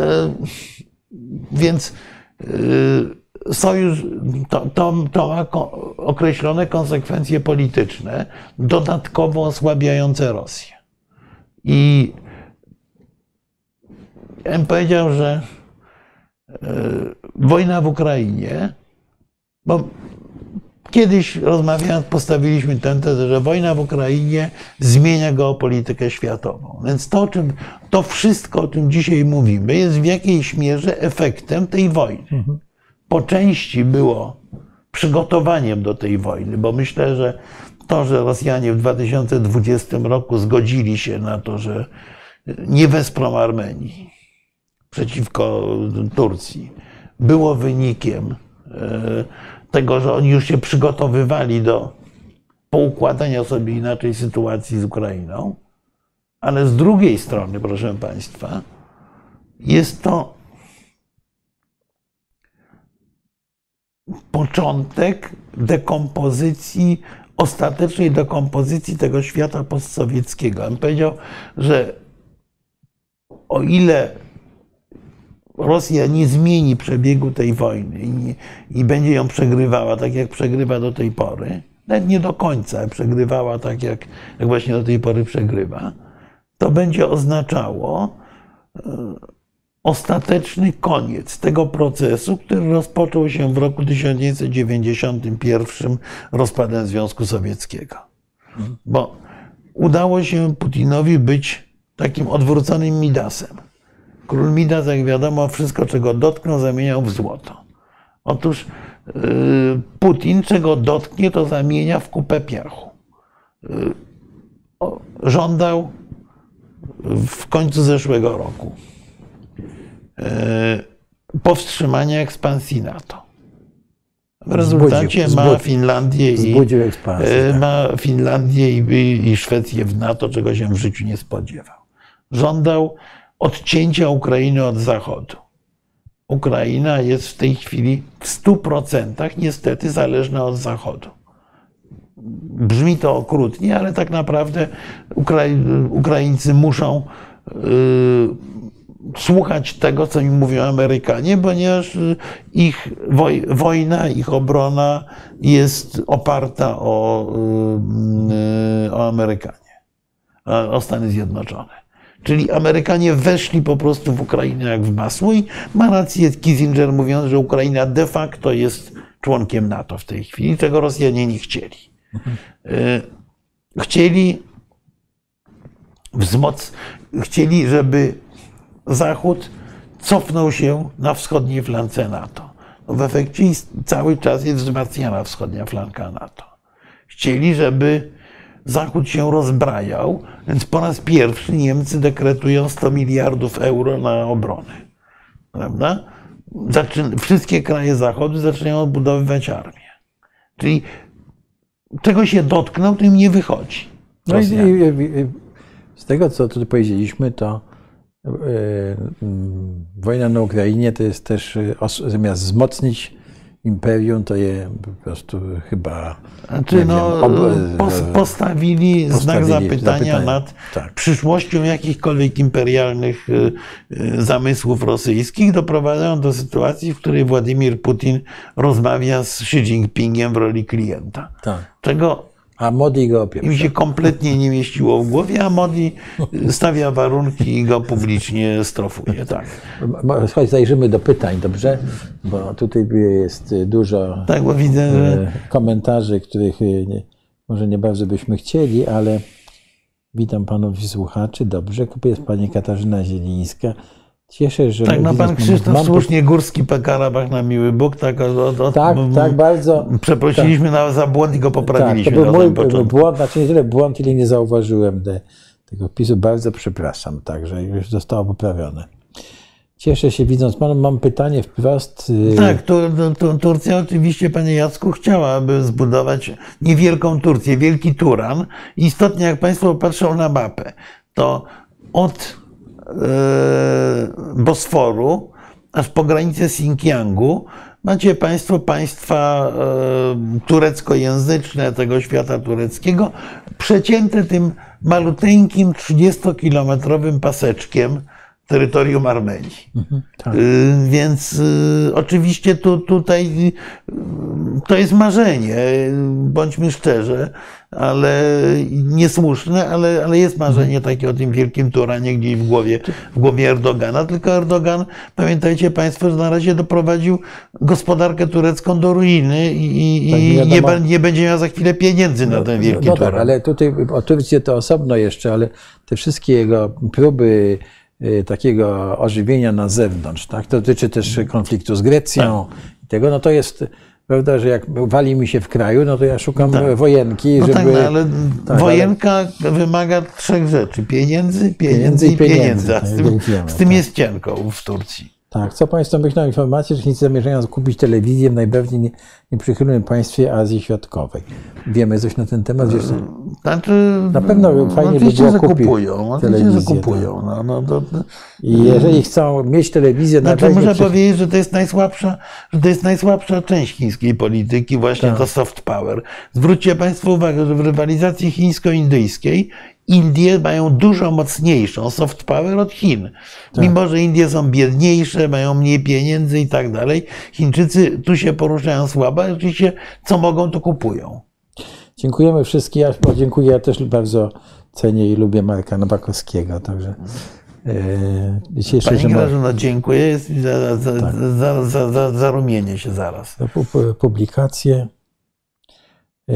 Więc sojusz, to, to, to ma określone konsekwencje polityczne, dodatkowo osłabiające Rosję. I ja bym powiedział, że wojna w Ukrainie, bo kiedyś rozmawiając, postawiliśmy tę tezę, że wojna w Ukrainie zmienia geopolitykę światową. Więc to, o czym, to wszystko, o czym dzisiaj mówimy, jest w jakiejś mierze efektem tej wojny. Mhm. Po części było przygotowaniem do tej wojny, bo myślę, że to, że Rosjanie w dwa tysiące dwudziestym roku zgodzili się na to, że nie wesprą Armenii przeciwko Turcji, było wynikiem tego, że oni już się przygotowywali do poukładania sobie inaczej sytuacji z Ukrainą, ale z drugiej strony, proszę Państwa, jest to początek dekompozycji, ostatecznej dekompozycji tego świata postsowieckiego. On powiedział, że o ile Rosja nie zmieni przebiegu tej wojny i, nie, i będzie ją przegrywała tak, jak przegrywa do tej pory, nawet nie do końca, ale przegrywała tak, jak, jak właśnie do tej pory przegrywa, to będzie oznaczało ostateczny koniec tego procesu, który rozpoczął się w roku tysiąc dziewięćset dziewięćdziesiątym pierwszym rozpadem Związku Sowieckiego. Bo udało się Putinowi być takim odwróconym Midasem. Król Midas, jak wiadomo, wszystko, czego dotknął, zamieniał w złoto. Otóż Putin, czego dotknie, to zamienia w kupę piachu. Żądał w końcu zeszłego roku powstrzymania ekspansji NATO. W rezultacie zbudził, ma Finlandię i, ma Finlandię i, i Szwecję w NATO, czego się w życiu nie spodziewał. Żądał odcięcia Ukrainy od Zachodu. Ukraina jest w tej chwili w stu procentach niestety zależna od Zachodu. Brzmi to okrutnie, ale tak naprawdę Ukraińcy muszą yy, słuchać tego, co im mówią Amerykanie, ponieważ ich woj, wojna, ich obrona jest oparta o, yy, o Amerykanie, o Stany Zjednoczone. Czyli Amerykanie weszli po prostu w Ukrainę jak w masło i ma rację Kissinger, mówiąc, że Ukraina de facto jest członkiem NATO w tej chwili, czego Rosjanie nie chcieli. Mhm. Chcieli wzmoc... chcieli, żeby Zachód cofnął się na wschodniej flance NATO. W efekcie cały czas jest wzmacniana wschodnia flanka NATO. Chcieli, żeby Zachód się rozbrajał, więc po raz pierwszy Niemcy dekretują sto miliardów euro na obronę. Prawda? Zaczyn- wszystkie kraje Zachodu zaczynają odbudowywać armię. Czyli czego się dotknął, to im nie wychodzi. No i, i, i, z tego, co tutaj powiedzieliśmy, to yy, yy, wojna na Ukrainie to jest też, zamiast wzmocnić imperium, to je po prostu chyba znaczy, no, wiem, ob... postawili, postawili znak zapytania, zapytania nad tak. przyszłością jakichkolwiek imperialnych zamysłów rosyjskich, doprowadzają do sytuacji, w której Władimir Putin rozmawia z Xi Jinpingiem w roli klienta. Tak. Czego a Modi go opieprza. Im się kompletnie nie mieściło w głowie, a Modi stawia warunki i go publicznie strofuje. Tak. Chodź, zajrzymy do pytań, dobrze? Bo tutaj jest dużo tak, bo widzę, że... komentarzy, których nie, może nie bardzo byśmy chcieli, ale witam panów słuchaczy. Dobrze, jest pani Katarzyna Zielińska. Cieszę, że... Tak, no pan Krzysztof mam... słusznie, Górski P. Karabach na miły Bóg. Tak, od, od, tak, m, tak, bardzo. Przeprosiliśmy tak. za błąd i go poprawiliśmy. Tak, to był mój błąd, znaczy nie tyle błąd, ile nie zauważyłem de, tego wpisu. Bardzo przepraszam, także już zostało poprawione. Cieszę się widząc pana. Mam pytanie wprost. Tak, tu, tu, Turcja oczywiście, panie Jacku, chciałaby zbudować niewielką Turcję, wielki Turan. Istotnie, jak państwo patrzą na mapę, to od Bosforu, aż po granicę Xinjiangu macie państwo państwa tureckojęzyczne tego świata tureckiego, przecięte tym maluteńkim trzydziestokilometrowym paseczkiem terytorium Armenii. Mhm, tak. Więc oczywiście tu, tutaj to jest marzenie, bądźmy szczerzy, ale niesłuszne, ale, ale jest marzenie takie o tym wielkim Turanie gdzieś w głowie, w głowie Erdogana. Tylko Erdogan, pamiętajcie Państwo, że na razie doprowadził gospodarkę turecką do ruiny i, i Tak, nie, nie, nie będzie miał za chwilę pieniędzy na ten wielki no, no Turan. tak, ale tutaj o Turcji to osobno jeszcze, ale te wszystkie jego próby takiego ożywienia na zewnątrz, tak? To dotyczy też konfliktu z Grecją i tego, no to jest, prawda, że jak wali mi się w kraju, no to ja szukam tak. wojenki, no żeby... Tak, no, ale tak, wojenka ale... wymaga trzech rzeczy. Pieniędzy, pieniędzy, pieniędzy i pieniędzy. pieniędzy. A z tym, wiemy, z tym tak. jest cienko w Turcji. Tak, co Państwo myślą o informacji, że Chińcy zamierzają kupić telewizję w najbardziej nieprzychylnym państwie Azji Środkowej. Wiemy coś na ten temat? Wiesz, znaczy, na pewno fajnie no, by było kupić kupują, telewizję. Że kupują. No, no, to, I jeżeli chcą mieć telewizję... Znaczy, na można powiedzieć, że to jest najsłabsza, że to jest najsłabsza część chińskiej polityki, właśnie tak. to soft power. Zwróćcie Państwo uwagę, że w rywalizacji chińsko-indyjskiej Indie mają dużo mocniejszą soft power od Chin. Tak. Mimo że Indie są biedniejsze, mają mniej pieniędzy i tak dalej, Chińczycy tu się poruszają słabo, a oczywiście co mogą, to kupują. Dziękujemy wszystkim. Ja podziękuję. Ja też bardzo cenię i lubię Marka Nowakowskiego. Także yy, Pani Grażyno, dziękuję za, za, tak. za, za, za, za rumienie się zaraz. Za publikację. Yy,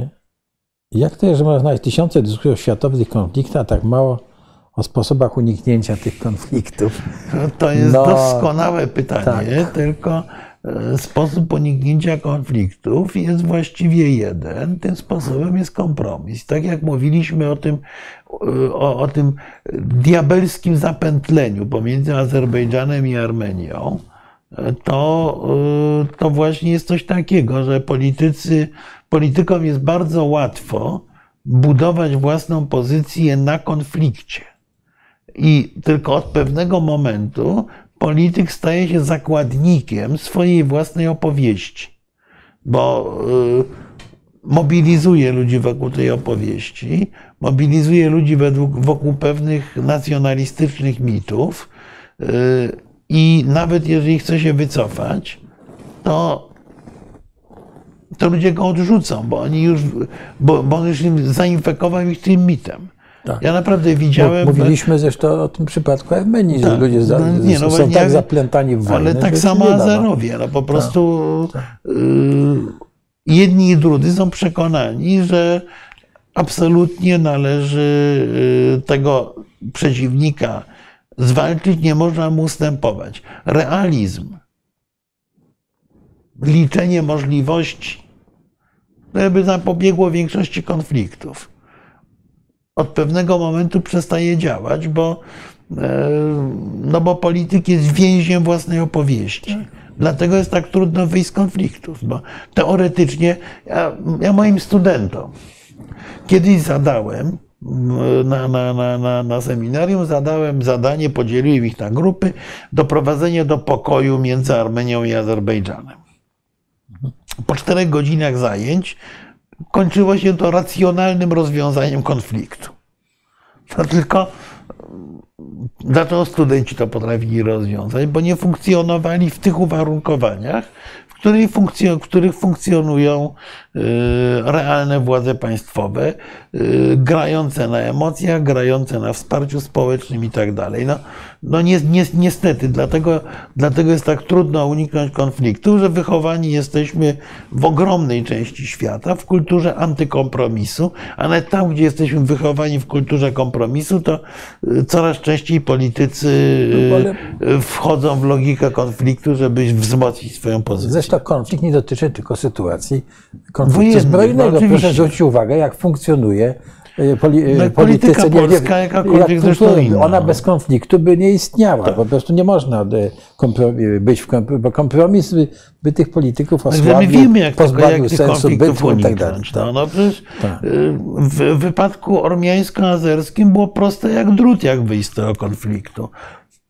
Jak to jest, że można znaleźć tysiące dyskusji o światowych konfliktach, a tak mało o sposobach uniknięcia tych konfliktów? To jest no, doskonałe pytanie, tak. tylko sposób uniknięcia konfliktów jest właściwie jeden. Tym sposobem jest kompromis. Tak jak mówiliśmy o tym, o, o tym diabelskim zapętleniu pomiędzy Azerbejdżanem i Armenią, to, to właśnie jest coś takiego, że politycy, politykom jest bardzo łatwo budować własną pozycję na konflikcie. I tylko od pewnego momentu polityk staje się zakładnikiem swojej własnej opowieści, bo mobilizuje ludzi wokół tej opowieści, mobilizuje ludzi według, wokół pewnych nacjonalistycznych mitów i nawet jeżeli chce się wycofać, to, to ludzie go odrzucą, bo oni już, bo, bo on już im zainfekował ich tym mitem. Tak. Ja naprawdę widziałem... Mówiliśmy zresztą o tym przypadku Armenii, tak, że ludzie za, no, nie, no, są nie, tak zaplętani w wojnę. Ale tak samo Azerowie. No, po prostu tak. y, jedni i drudzy są przekonani, że absolutnie należy y, tego przeciwnika zwalczyć, nie można mu ustępować. Realizm, liczenie możliwości, żeby zapobiegło większości konfliktów, od pewnego momentu przestaje działać, bo, no bo polityk jest więźniem własnej opowieści. Dlatego jest tak trudno wyjść z konfliktów, bo teoretycznie ja, ja moim studentom kiedyś zadałem na, na, na, na, na seminarium, zadałem zadanie, podzieliłem ich na grupy, doprowadzenie do pokoju między Armenią i Azerbejdżanem. Po czterech godzinach zajęć kończyło się to racjonalnym rozwiązaniem konfliktu. No tylko dlaczego studenci to potrafili rozwiązać? Bo nie funkcjonowali w tych uwarunkowaniach, w których, funkcjon- w których funkcjonują y, realne władze państwowe, y, grające na emocjach, grające na wsparciu społecznym i tak dalej. No, no ni- ni- niestety, dlatego, dlatego jest tak trudno uniknąć konfliktu, że wychowani jesteśmy w ogromnej części świata w kulturze antykompromisu, a nawet tam, gdzie jesteśmy wychowani w kulturze kompromisu, to coraz częściej politycy wchodzą w logikę konfliktu, żeby wzmocnić swoją pozycję. Zresztą konflikt nie dotyczy tylko sytuacji konfliktu zbrojnego. No, proszę zwrócić uwagę, jak funkcjonuje poli, no, polityka polska, jakakolwiek jak zresztą inna. Ona bez konfliktu by nie istniała. Tak. Po prostu nie można być w kompromis, bo kompromis by, by tych polityków osłabił, wiemy, jak pozbawił jak sensu bytu i tak dalej. No, no przecież tak. W wypadku ormiańsko-azerskim było proste jak drut, jak wyjść z tego konfliktu.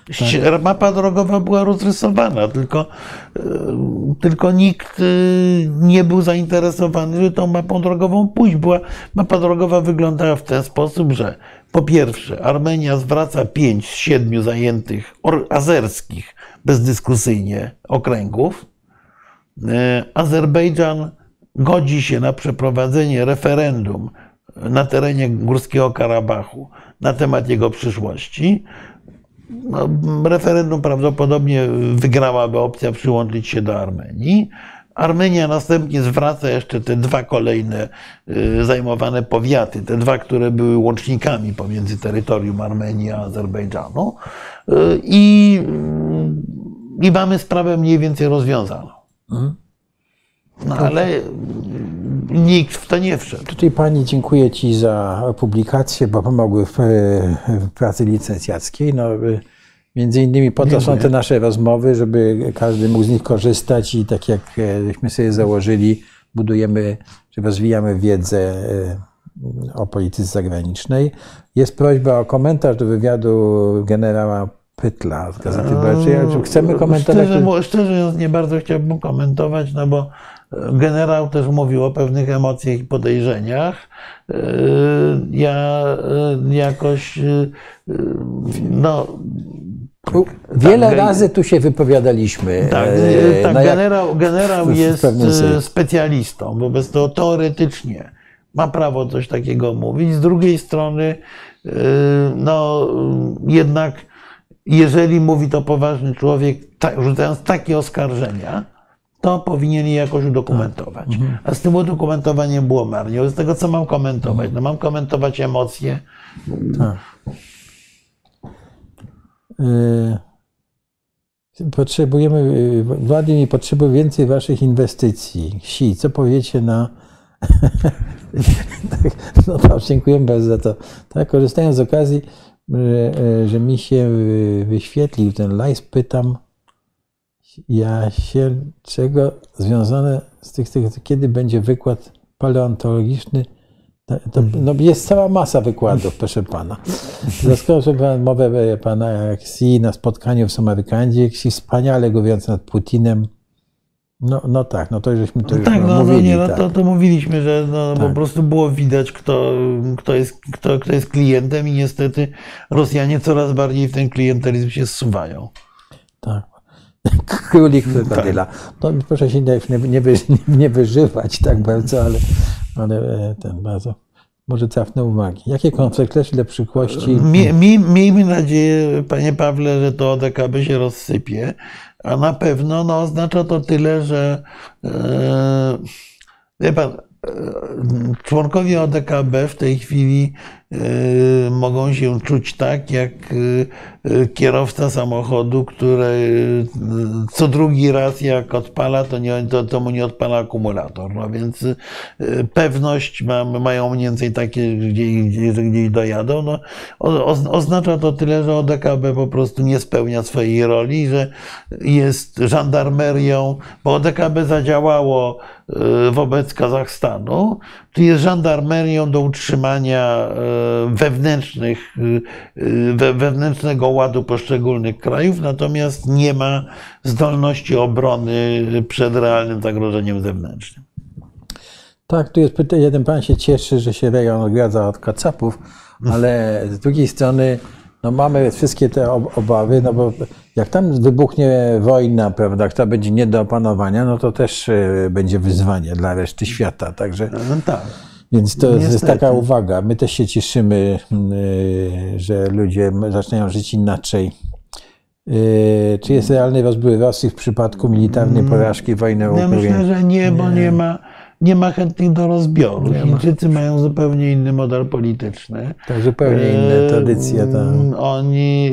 Tak. Mapa drogowa była rozrysowana, tylko, tylko nikt nie był zainteresowany, żeby tą mapą drogową pójść. Była, mapa drogowa wyglądała w ten sposób, że po pierwsze Armenia zwraca pięć z siedmiu zajętych azerskich bezdyskusyjnie okręgów. Azerbejdżan godzi się na przeprowadzenie referendum na terenie Górskiego Karabachu na temat jego przyszłości. No, referendum prawdopodobnie wygrałaby opcja przyłączyć się do Armenii. Armenia następnie zwraca jeszcze te dwa kolejne zajmowane powiaty, te dwa, które były łącznikami pomiędzy terytorium Armenii a Azerbejdżanu i, i mamy sprawę mniej więcej rozwiązaną. No ale nikt w to nie wszedł. Tutaj Pani dziękuję Ci za publikacje, bo pomogły w, w pracy licencjackiej. No, między innymi po to dziękuję. Są te nasze rozmowy, żeby każdy mógł z nich korzystać i tak jak żeśmy sobie założyli, budujemy, czy rozwijamy wiedzę o polityce zagranicznej. Jest prośba o komentarz do wywiadu generała Pytla z Gazety Wyborczej. Chcemy komentować. Szczerze, szczerze mówiąc, nie bardzo chciałbym komentować, no bo generał też mówił o pewnych emocjach i podejrzeniach. Ja jakoś no. Wiele tak, razy tu się wypowiadaliśmy. Tak, tak no generał, generał w, jest w specjalistą, wobec tego teoretycznie ma prawo coś takiego mówić. Z drugiej strony, no jednak jeżeli mówi to poważny człowiek, rzucając takie oskarżenia, to powinien je jakoś udokumentować. Mhm. A z tym udokumentowaniem było marnie. Z tego, co mam komentować? No mam komentować emocje. Tak. Potrzebujemy, Władimir potrzebuje więcej waszych inwestycji. Si, co powiecie na... No tak, dziękuję bardzo za to. Tak, korzystając z okazji, że, że mi się wyświetlił ten live, pytam ja się, czego związane z tych, tych kiedy będzie wykład paleontologiczny. To, to, no jest cała masa wykładów, proszę pana. Zaskoczę pan mowę pana Xi na spotkaniu w Samarkandzie. Xi wspaniale mówiąc nad Putinem. No, no tak, no to żeśmy to już tak, no, mówili. No nie, no tak. to, to mówiliśmy, że no, tak. Po prostu było widać, kto, kto, jest, kto, kto jest klientem i niestety Rosjanie coraz bardziej w ten klientelizm się zsuwają. Tak. Królik krokodyla. No, proszę się nie, nie, nie wyżywać tak bardzo, ale, ale ten bardzo. Może trafne uwagi. Jakie konsekwencje dla przyszłości? Mie, mie, miejmy nadzieję, panie Pawle, że to O D K B się rozsypie, a na pewno no, oznacza to tyle, że e, wie pan, e, członkowie O D K B w tej chwili e, mogą się czuć tak, jak e, kierowca samochodu, który co drugi raz jak odpala, to, nie, to, to mu nie odpala akumulator. No więc e, pewność ma, mają mniej więcej takie, gdzie, gdzie, gdzie dojadą. No, o, oznacza to tyle, że O D K B po prostu nie spełnia swojej roli, że jest żandarmerią, bo O D K B zadziałało wobec Kazachstanu, czy jest żandarmerią do utrzymania wewnętrznych, wewnętrznego ładu poszczególnych krajów, natomiast nie ma zdolności obrony przed realnym zagrożeniem zewnętrznym. Tak, tu jest pytanie, jeden pan się cieszy, że się rejon odgradza od kacapów, ale z drugiej strony no mamy wszystkie te obawy, no bo jak tam wybuchnie wojna, prawda, która będzie nie do opanowania, no to też będzie wyzwanie dla reszty świata, także... No tak. Więc to Niestety. jest taka uwaga. My też się cieszymy, że ludzie zaczynają żyć inaczej. Czy jest realny rozbój Rosji w przypadku militarnej porażki wojny w Ja myślę, że nie, bo nie, nie ma, nie ma chętnych do rozbioru. Chińczycy mają zupełnie inny model polityczny. Tak, zupełnie inne tradycje. Tam. Oni,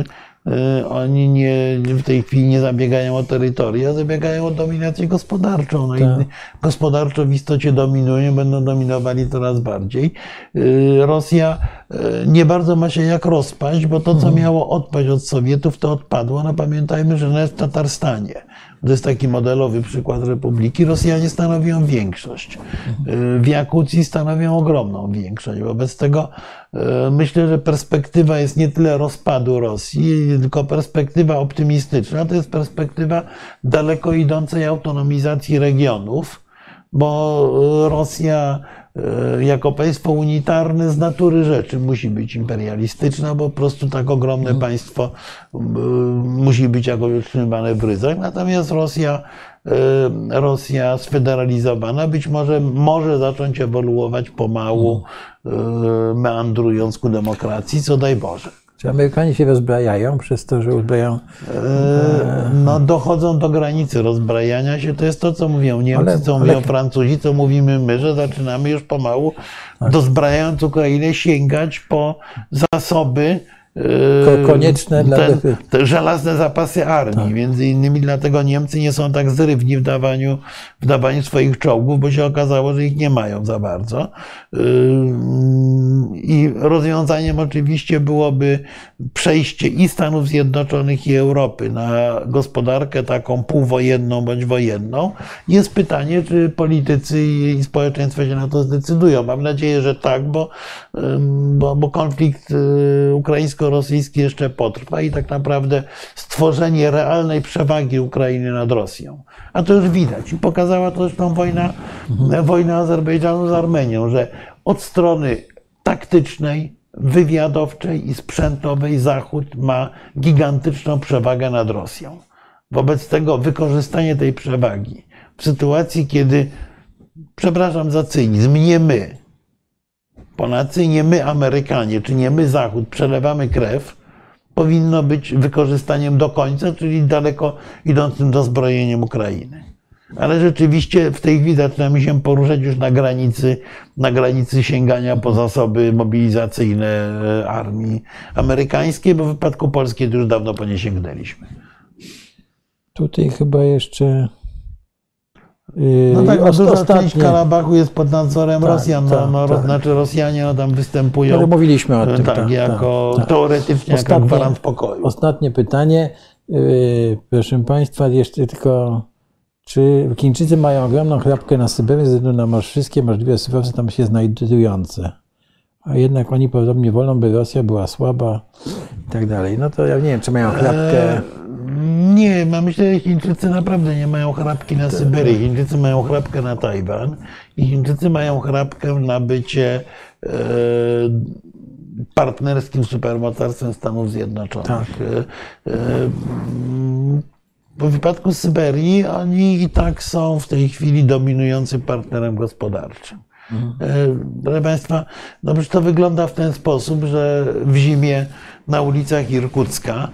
oni nie, w tej chwili nie zabiegają o terytoria, zabiegają o dominację gospodarczą. No tak. I gospodarczo w istocie dominują, będą dominowali coraz bardziej. Rosja nie bardzo ma się jak rozpaść, bo to, co miało odpaść od Sowietów, to odpadło. No pamiętajmy, że nawet w Tatarstanie, to jest taki modelowy przykład republiki, Rosjanie stanowią większość. W Jakucji stanowią ogromną większość. Wobec tego myślę, że perspektywa jest nie tyle rozpadu Rosji, tylko perspektywa optymistyczna. To jest perspektywa daleko idącej autonomizacji regionów, bo Rosja jako państwo unitarne z natury rzeczy musi być imperialistyczna, bo po prostu tak ogromne państwo musi być jakoś utrzymywane w ryzach. Natomiast Rosja, Rosja sfederalizowana być może może zacząć ewoluować pomału, meandrując ku demokracji, co daj Boże. Czy Amerykanie się rozbrajają przez to, że uzbrajają? No, dochodzą do granicy rozbrajania się. To jest to, co mówią Niemcy, ale, co mówią ale... Francuzi, co mówimy my, że zaczynamy już pomału, tak, dozbrajając Ukrainę, sięgać po zasoby konieczne dla ten, te żelazne zapasy armii. Tak. Między innymi dlatego Niemcy nie są tak zrywni w dawaniu, w dawaniu swoich czołgów, bo się okazało, że ich nie mają za bardzo. I rozwiązaniem oczywiście byłoby przejście i Stanów Zjednoczonych, i Europy na gospodarkę taką półwojenną bądź wojenną. Jest pytanie, czy politycy i społeczeństwo się na to zdecydują. Mam nadzieję, że tak, bo, bo, bo konflikt ukraińsko-rosyjski jeszcze potrwa i tak naprawdę stworzenie realnej przewagi Ukrainy nad Rosją. A to już widać. I pokazała to zresztą wojna, mhm. wojna Azerbejdżanu z Armenią, że od strony taktycznej, wywiadowczej i sprzętowej Zachód ma gigantyczną przewagę nad Rosją. Wobec tego wykorzystanie tej przewagi w sytuacji, kiedy, przepraszam za cynizm, nie my, Polacy, nie my Amerykanie, czy nie my Zachód przelewamy krew, powinno być wykorzystaniem do końca, czyli daleko idącym dozbrojeniem Ukrainy. Ale rzeczywiście w tej chwili zaczynamy się poruszać już na granicy, na granicy sięgania po zasoby mobilizacyjne armii amerykańskiej, bo w wypadku Polski to już dawno po nie sięgnęliśmy. Tutaj chyba jeszcze... No tak, duża ostatnie... część Karabachu jest pod nadzorem tak, Rosjan, no, no, tak. Znaczy Rosjanie no, tam występują no, mówiliśmy o tym, tak, tak, jako tak, teoretycznie ostatnie, jako gwarant pokoju. Ostatnie pytanie, yy, proszę Państwa, jeszcze tylko, czy Chińczycy mają ogromną chrapkę na Syberię ze względu na wszystkie możliwe surowce tam się znajdujące, a jednak oni podobnie wolą, by Rosja była słaba i tak dalej. No to ja nie wiem, czy mają chrapkę... Nie, myślę, że Chińczycy naprawdę nie mają chrapki na Syberię. Chińczycy mają chrapkę na Tajwan i Chińczycy mają chrapkę na bycie e, partnerskim supermocarstwem Stanów Zjednoczonych. Tak. E, e, w wypadku Syberii oni i tak są w tej chwili dominującym partnerem gospodarczym. Mhm. Proszę Państwa, no to wygląda w ten sposób, że w zimie na ulicach Irkucka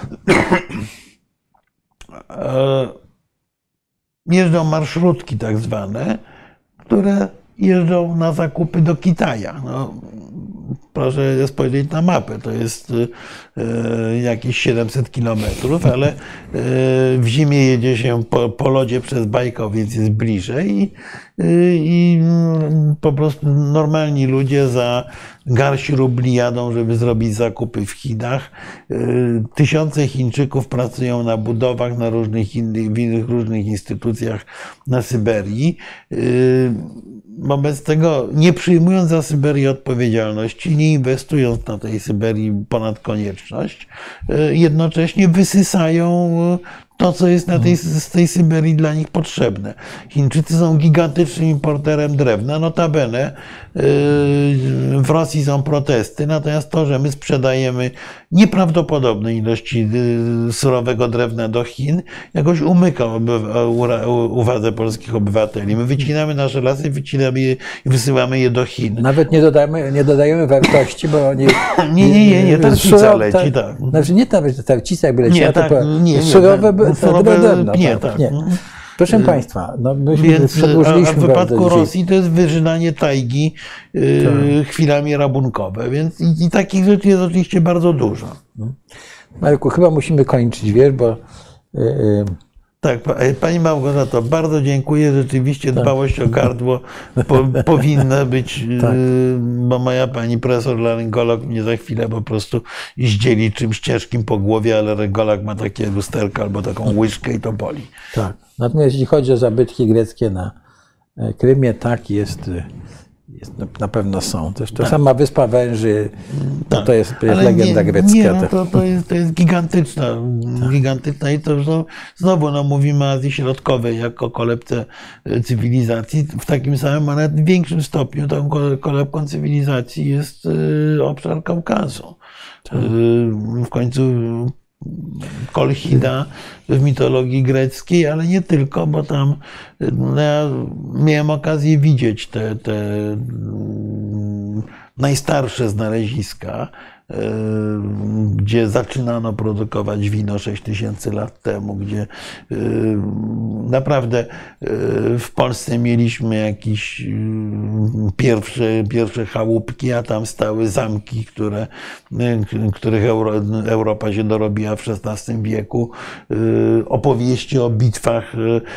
jeżdżą marszrutki tak zwane, które jeżdżą na zakupy do Kitaja. No, proszę spojrzeć na mapę, to jest jakieś siedemset kilometrów, ale w zimie jedzie się po, po lodzie przez Bajkał, więc jest bliżej i, i po prostu normalni ludzie za garść rubli jadą, żeby zrobić zakupy w Chinach. Tysiące Chińczyków pracują na budowach, na różnych innych, w innych różnych instytucjach na Syberii. Wobec tego, nie przyjmując za Syberię odpowiedzialności, nie inwestując na tej Syberii ponad konieczność, jednocześnie wysysają to, co jest na tej, z tej Syberii dla nich potrzebne. Chińczycy są gigantycznym importerem drewna. Notabene w Rosji są protesty, natomiast to, że my sprzedajemy nieprawdopodobne ilości surowego drewna do Chin, jakoś umyka uwadze polskich obywateli. My wycinamy nasze lasy, wycinamy je i wysyłamy je do Chin. Nawet nie dodajemy, nie dodajemy wartości, bo oni... Nie, nie, nie, nie, tarcica leci, tak. Znaczy nie tarcica jakby leciła, nie, tak, to nie, surowe drewno. Nie, tak. Nie. Proszę Państwa, no myśmy Więc, przedłużyliśmy a w wypadku bardzo Rosji to jest wyrzynanie tajgi yy, chwilami rabunkowe, więc i, i takich rzeczy jest oczywiście bardzo dużo. Marku, chyba musimy kończyć, wiesz, bo yy, Tak, pani Małgorzato, bardzo dziękuję. Rzeczywiście tak. Dbałość o gardło po, powinna być, tak. Bo moja pani profesor laryngolog mnie za chwilę po prostu zdzieli czymś ciężkim po głowie, ale laryngolog ma takie lusterko albo taką łyżkę i to boli. Tak. Natomiast jeśli chodzi o zabytki greckie na Krymie, tak jest. Jest, na pewno są. Też to tak. Sama Wyspa Węży, to, tak. to jest, jest legenda nie, grecka. Nie, no to, to, jest, to jest gigantyczna, tak. gigantyczna i to no, znowu no, mówimy o Azji Środkowej jako kolebce cywilizacji. W takim samym, a nawet w większym stopniu tą kolebką cywilizacji jest y, obszar Kaukazu. Tak. Y, w końcu Kolchida w mitologii greckiej, ale nie tylko, bo tam no, ja miałem okazję widzieć te, te najstarsze znaleziska, gdzie zaczynano produkować wino sześć tysięcy lat temu, gdzie naprawdę w Polsce mieliśmy jakieś pierwsze, pierwsze chałupki, a tam stały zamki, które, których Euro, Europa się dorobiła w szesnastym wieku, opowieści o bitwach,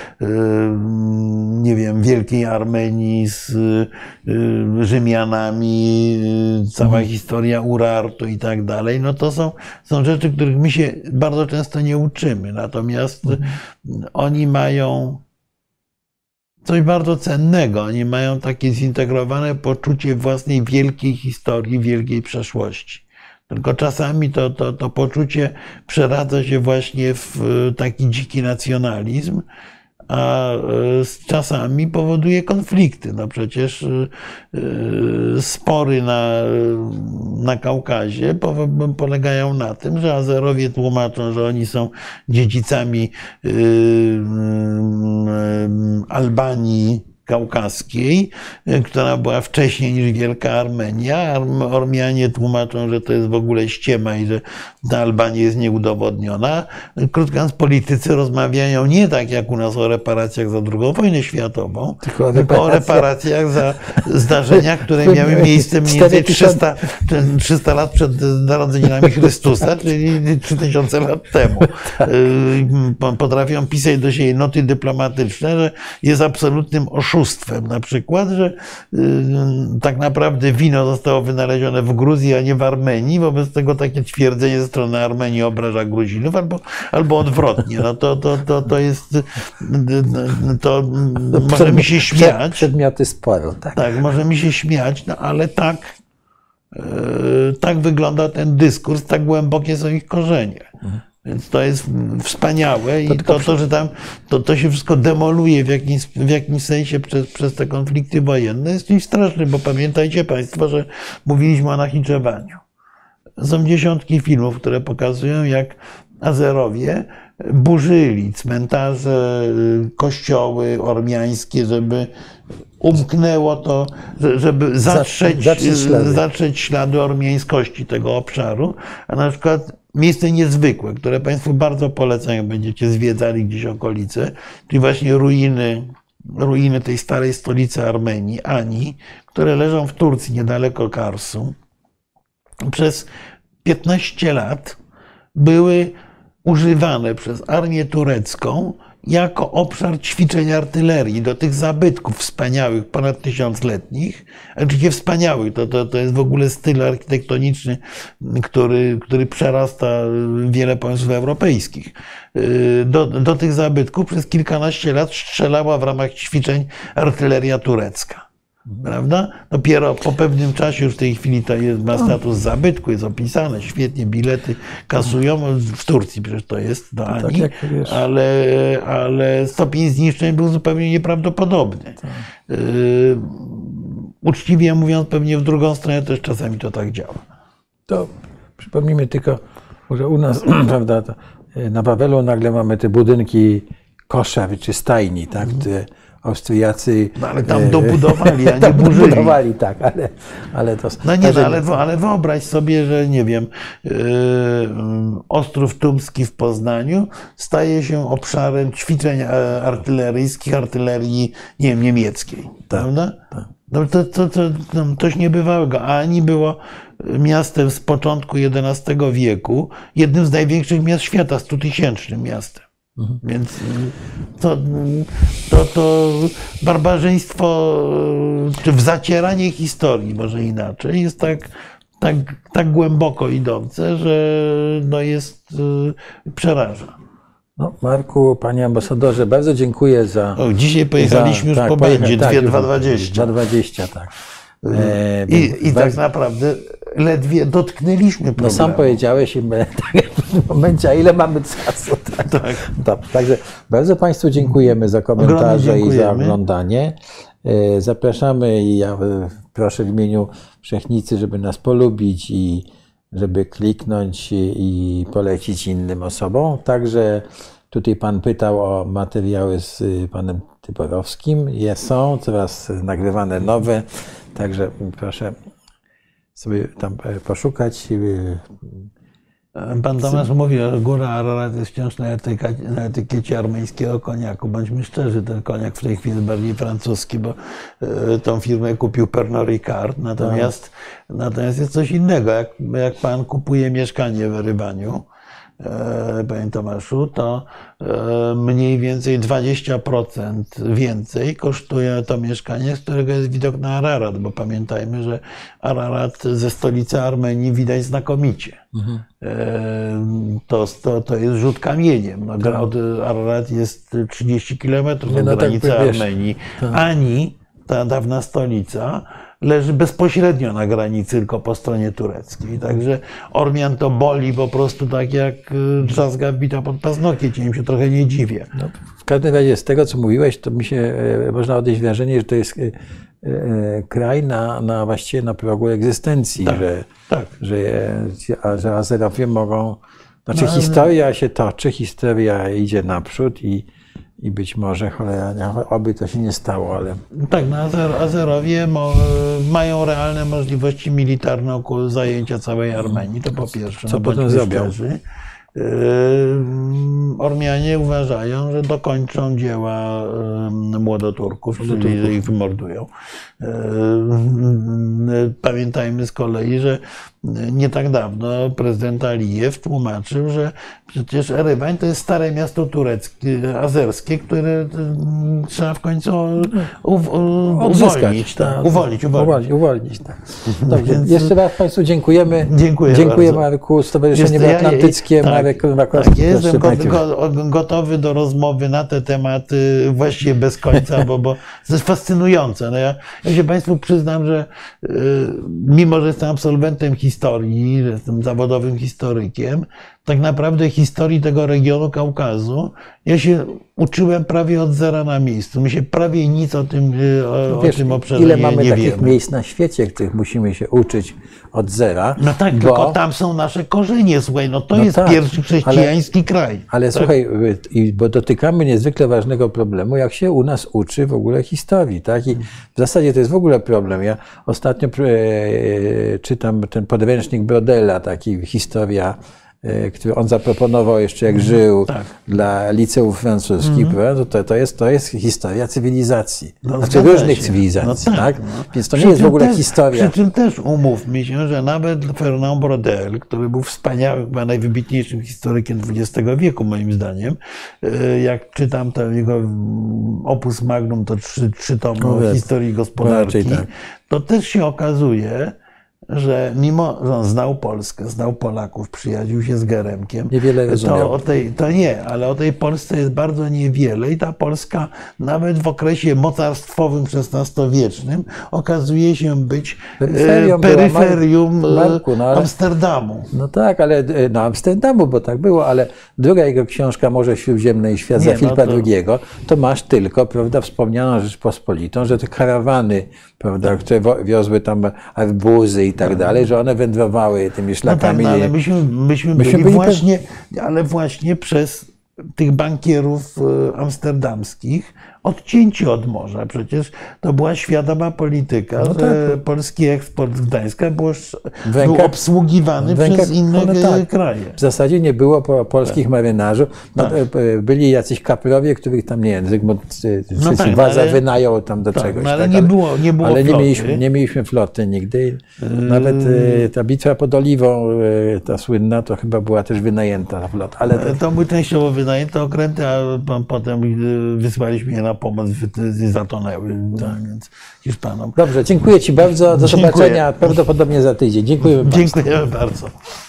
nie wiem, Wielkiej Armenii z Rzymianami, cała historia Urartu i tak dalej, no to są, są rzeczy, których my się bardzo często nie uczymy. Natomiast mhm. oni mają coś bardzo cennego. Oni mają takie zintegrowane poczucie własnej wielkiej historii, wielkiej przeszłości. Tylko czasami to, to, to poczucie przeradza się właśnie w taki dziki nacjonalizm, a z czasami powoduje konflikty. No przecież spory na, na Kaukazie polegają na tym, że Azerowie tłumaczą, że oni są dziedzicami Albanii kaukaskiej, która była wcześniej niż Wielka Armenia. Ormianie tłumaczą, że to jest w ogóle ściema i że ta Albania jest nieudowodniona. Krótko mówiąc, politycy rozmawiają nie tak jak u nas o reparacjach za drugą wojnę światową, tylko o, tylko o reparacjach za zdarzenia, które miały miejsce mniej więcej trzysta, trzysta lat przed narodzeninami Chrystusa, czyli trzy tysiące lat temu. Potrafią pisać do siebie noty dyplomatyczne, że jest absolutnym oszustwem. Na przykład, że y, tak naprawdę wino zostało wynalezione w Gruzji, a nie w Armenii. Wobec tego takie twierdzenie ze strony Armenii obraża Gruzinów, albo, albo odwrotnie. No to, to, to, to jest. To no, możemy się śmiać. Przedmioty sporu, tak. Tak, możemy się śmiać, no ale tak, y, tak wygląda ten dyskurs, tak głębokie są ich korzenie. Mhm. Więc to jest wspaniałe i to, to, że tam to, to się wszystko demoluje w jakimś, w jakimś sensie przez, przez te konflikty wojenne, jest czymś strasznym, bo pamiętajcie Państwo, że mówiliśmy o Nachiczewaniu. Są dziesiątki filmów, które pokazują, jak Azerowie burzyli cmentarze, kościoły ormiańskie, żeby umknęło to, żeby zatrzeć, zatrzeć, ślady. zatrzeć ślady ormiańskości tego obszaru, a na przykład miejsce niezwykłe, które Państwu bardzo polecam, jak będziecie zwiedzali gdzieś okolice, czyli właśnie ruiny, ruiny tej starej stolicy Armenii, Ani, które leżą w Turcji, niedaleko Karsu. Przez piętnaście lat były używane przez armię turecką jako obszar ćwiczeń artylerii do tych zabytków wspaniałych, ponad tysiącletnich. Oczywiście wspaniałych, to, to, to jest w ogóle styl architektoniczny, który, który przerasta wiele państw europejskich. Do, do tych zabytków przez kilkanaście lat strzelała w ramach ćwiczeń artyleria turecka. Prawda? Dopiero po pewnym czasie, już w tej chwili to jest, ma status zabytku, jest opisane, świetnie, bilety kasują, w Turcji przecież to jest, do Ani, tak ale, ale stopień zniszczeń był zupełnie nieprawdopodobny. Tak. Y, uczciwie mówiąc, pewnie w drugą stronę też czasami to tak działa. To przypomnijmy tylko, że u nas, prawda, to na Wawelu nagle mamy te budynki kosza czy stajni, tak, które Austriacy... No ale tam dobudowali, a nie burzyli. Dobudowali, tak, ale, ale to... No nie, no, ale, ale wyobraź sobie, że nie wiem, yy, Ostrów Tumski w Poznaniu staje się obszarem ćwiczeń artyleryjskich, artylerii, nie wiem, niemieckiej, tak, prawda? Tak. No to, to, to, to coś niebywałego. A Ani było miastem z początku jedenastego wieku, jednym z największych miast świata, stutysięcznym miastem. Mhm. Więc to, to, to barbarzyństwo, czy zacieranie historii, może inaczej, jest tak, tak, tak głęboko idące, że no jest, przeraża. No, Marku, panie ambasadorze, bardzo dziękuję za... O, dzisiaj pojechaliśmy za, już tak, po będzie, tak, dwie dwadzieścia. dwa dwadzieścia, tak. E, I i bardzo... tak naprawdę ledwie dotknęliśmy problemu. No sam powiedziałeś i my, tak, w tym momencie, a ile mamy czasu. Tak. Tak. Dobrze, także bardzo Państwu dziękujemy za komentarze i za oglądanie. Zapraszamy i ja proszę w imieniu Wszechnicy, żeby nas polubić i żeby kliknąć i polecić innym osobom. Także tutaj Pan pytał o materiały z Panem Tyborowskim. Je są coraz nagrywane nowe, także proszę sobie tam poszukać. Pan Tomasz mówi, że góra Ararat jest wciąż na etykiecie, na etykiecie armeńskiego koniaku. Bądźmy szczerzy, ten koniak w tej chwili jest bardziej francuski, bo y, tą firmę kupił Pernod Ricard. Natomiast, no. natomiast jest coś innego. Jak, jak pan kupuje mieszkanie w Erywaniu, e, panie Tomaszu, to e, mniej więcej dwadzieścia procent więcej kosztuje to mieszkanie, z którego jest widok na Ararat, bo pamiętajmy, że Ararat ze stolicy Armenii widać znakomicie. Mhm. To, to, to jest rzut kamieniem. No, Ararat jest trzydzieści kilometrów od no, granicy tak, Armenii. Tak. Ani ta dawna stolica leży bezpośrednio na granicy, tylko po stronie tureckiej. Także Ormian to boli po prostu tak jak drzazga wbita pod paznokieć. Ja im się trochę nie dziwię. No, w każdym razie z tego, co mówiłeś, to mi się można odnieść wrażenie, że to jest kraj na, na właściwie na progu egzystencji, tak, że, tak. Że, że Azerowie mogą... Znaczy no, historia się toczy, historia idzie naprzód i, i być może, cholera, oby to się nie stało, ale... Tak, no Azer, Azerowie mo, mają realne możliwości militarne ku zajęcia całej Armenii, to po pierwsze. Co no, potem zrobią? Ormianie uważają, że dokończą dzieła Młodoturków, czyli że ich wymordują. Pamiętajmy z kolei, że nie tak dawno prezydent Alijew tłumaczył, że przecież Erywań to jest stare miasto tureckie, azerskie, które trzeba w końcu u, u, uwolnić. Tak, uwolnić, uwolnić. uwolnić tak. Dobrze, więc jeszcze raz Państwu dziękujemy. Dziękuję, Dziękuję Marku, Stowarzyszenie Jest, Atlantyckie, ja, Marek Makowski. Tak, jestem go, go, gotowy do rozmowy na te tematy właściwie bez końca, bo, bo to jest fascynujące. No ja, ja się Państwu przyznam, że y, mimo, że jestem absolwentem historii, że jestem zawodowym historykiem, tak naprawdę historii tego regionu Kaukazu ja się uczyłem prawie od zera na miejscu. My się prawie nic o tym, o, Wiesz, o tym obszarze ile nie, mamy nie takich wiemy. miejsc na świecie, których musimy się uczyć od zera. No tak, bo... tylko tam są nasze korzenie, słuchaj, no to no jest tak, pierwszy chrześcijański ale, kraj. Ale tak? słuchaj, bo dotykamy niezwykle ważnego problemu, jak się u nas uczy w ogóle historii, tak? I w zasadzie to jest w ogóle problem. Ja ostatnio czytam ten podręcznik Brodella, taki historia, który on zaproponował jeszcze jak żył tak. dla liceów francuskich, mm. to, to, jest, to jest historia cywilizacji, no, znaczy różnych się. cywilizacji, no tak, tak? No. Więc to nie jest w ogóle też, historia. Przy czym też umówmy się, że nawet Fernand Braudel, który był wspaniałym, chyba najwybitniejszym historykiem dwudziestego wieku moim zdaniem, jak czytam to jego opus magnum, to trzy, trzy tomy no, historii gospodarki, tak. to też się okazuje, że mimo, że on znał Polskę, znał Polaków, przyjaźnił się z Geremkiem, niewiele rozumiał. To, o tej, to nie, ale o tej Polsce jest bardzo niewiele i ta Polska nawet w okresie mocarstwowym szesnastowiecznym okazuje się być peryferium, peryferium Marku, no ale, Amsterdamu. No tak, ale no Amsterdamu, bo tak było, ale druga jego książka Morze Śródziemne i Świat za Filipa no to... drugiego, to masz tylko, prawda, wspomnianą Rzeczpospolitą, że te karawany, prawda, tak. które wiozły tam arbuzy i tak dalej, że one wędrowały tymi szlakami. No tak, no, ale myśmy, myśmy, myśmy byli, byli właśnie, ale właśnie przez tych bankierów amsterdamskich odcięci od morza. Przecież to była świadoma polityka, No że tak. polski eksport Gdańska był, Ręka, był obsługiwany ręka, przez inne no tak. kraje. W zasadzie nie było po polskich tak. marynarzy. No, tak. Byli jacyś kaprowie, których tam, nie wiem, Zygmunt No tak, Waza ale, wynajął tam do tak, czegoś. No ale tak, nie było, nie było ale nie floty. mieliśmy, nie mieliśmy floty nigdy. Nawet Yy. ta bitwa pod Oliwą, ta słynna, to chyba była też wynajęta ta flota. Ale to, To były częściowo wynajęte okręty, a potem wysłaliśmy je na pomoc i zatonęły. Tak. Więc Hiszpanom. Dobrze, dziękuję Ci bardzo. Do Dziękuję. zobaczenia prawdopodobnie za tydzień. Dziękuję bardzo. Dziękujemy bardzo.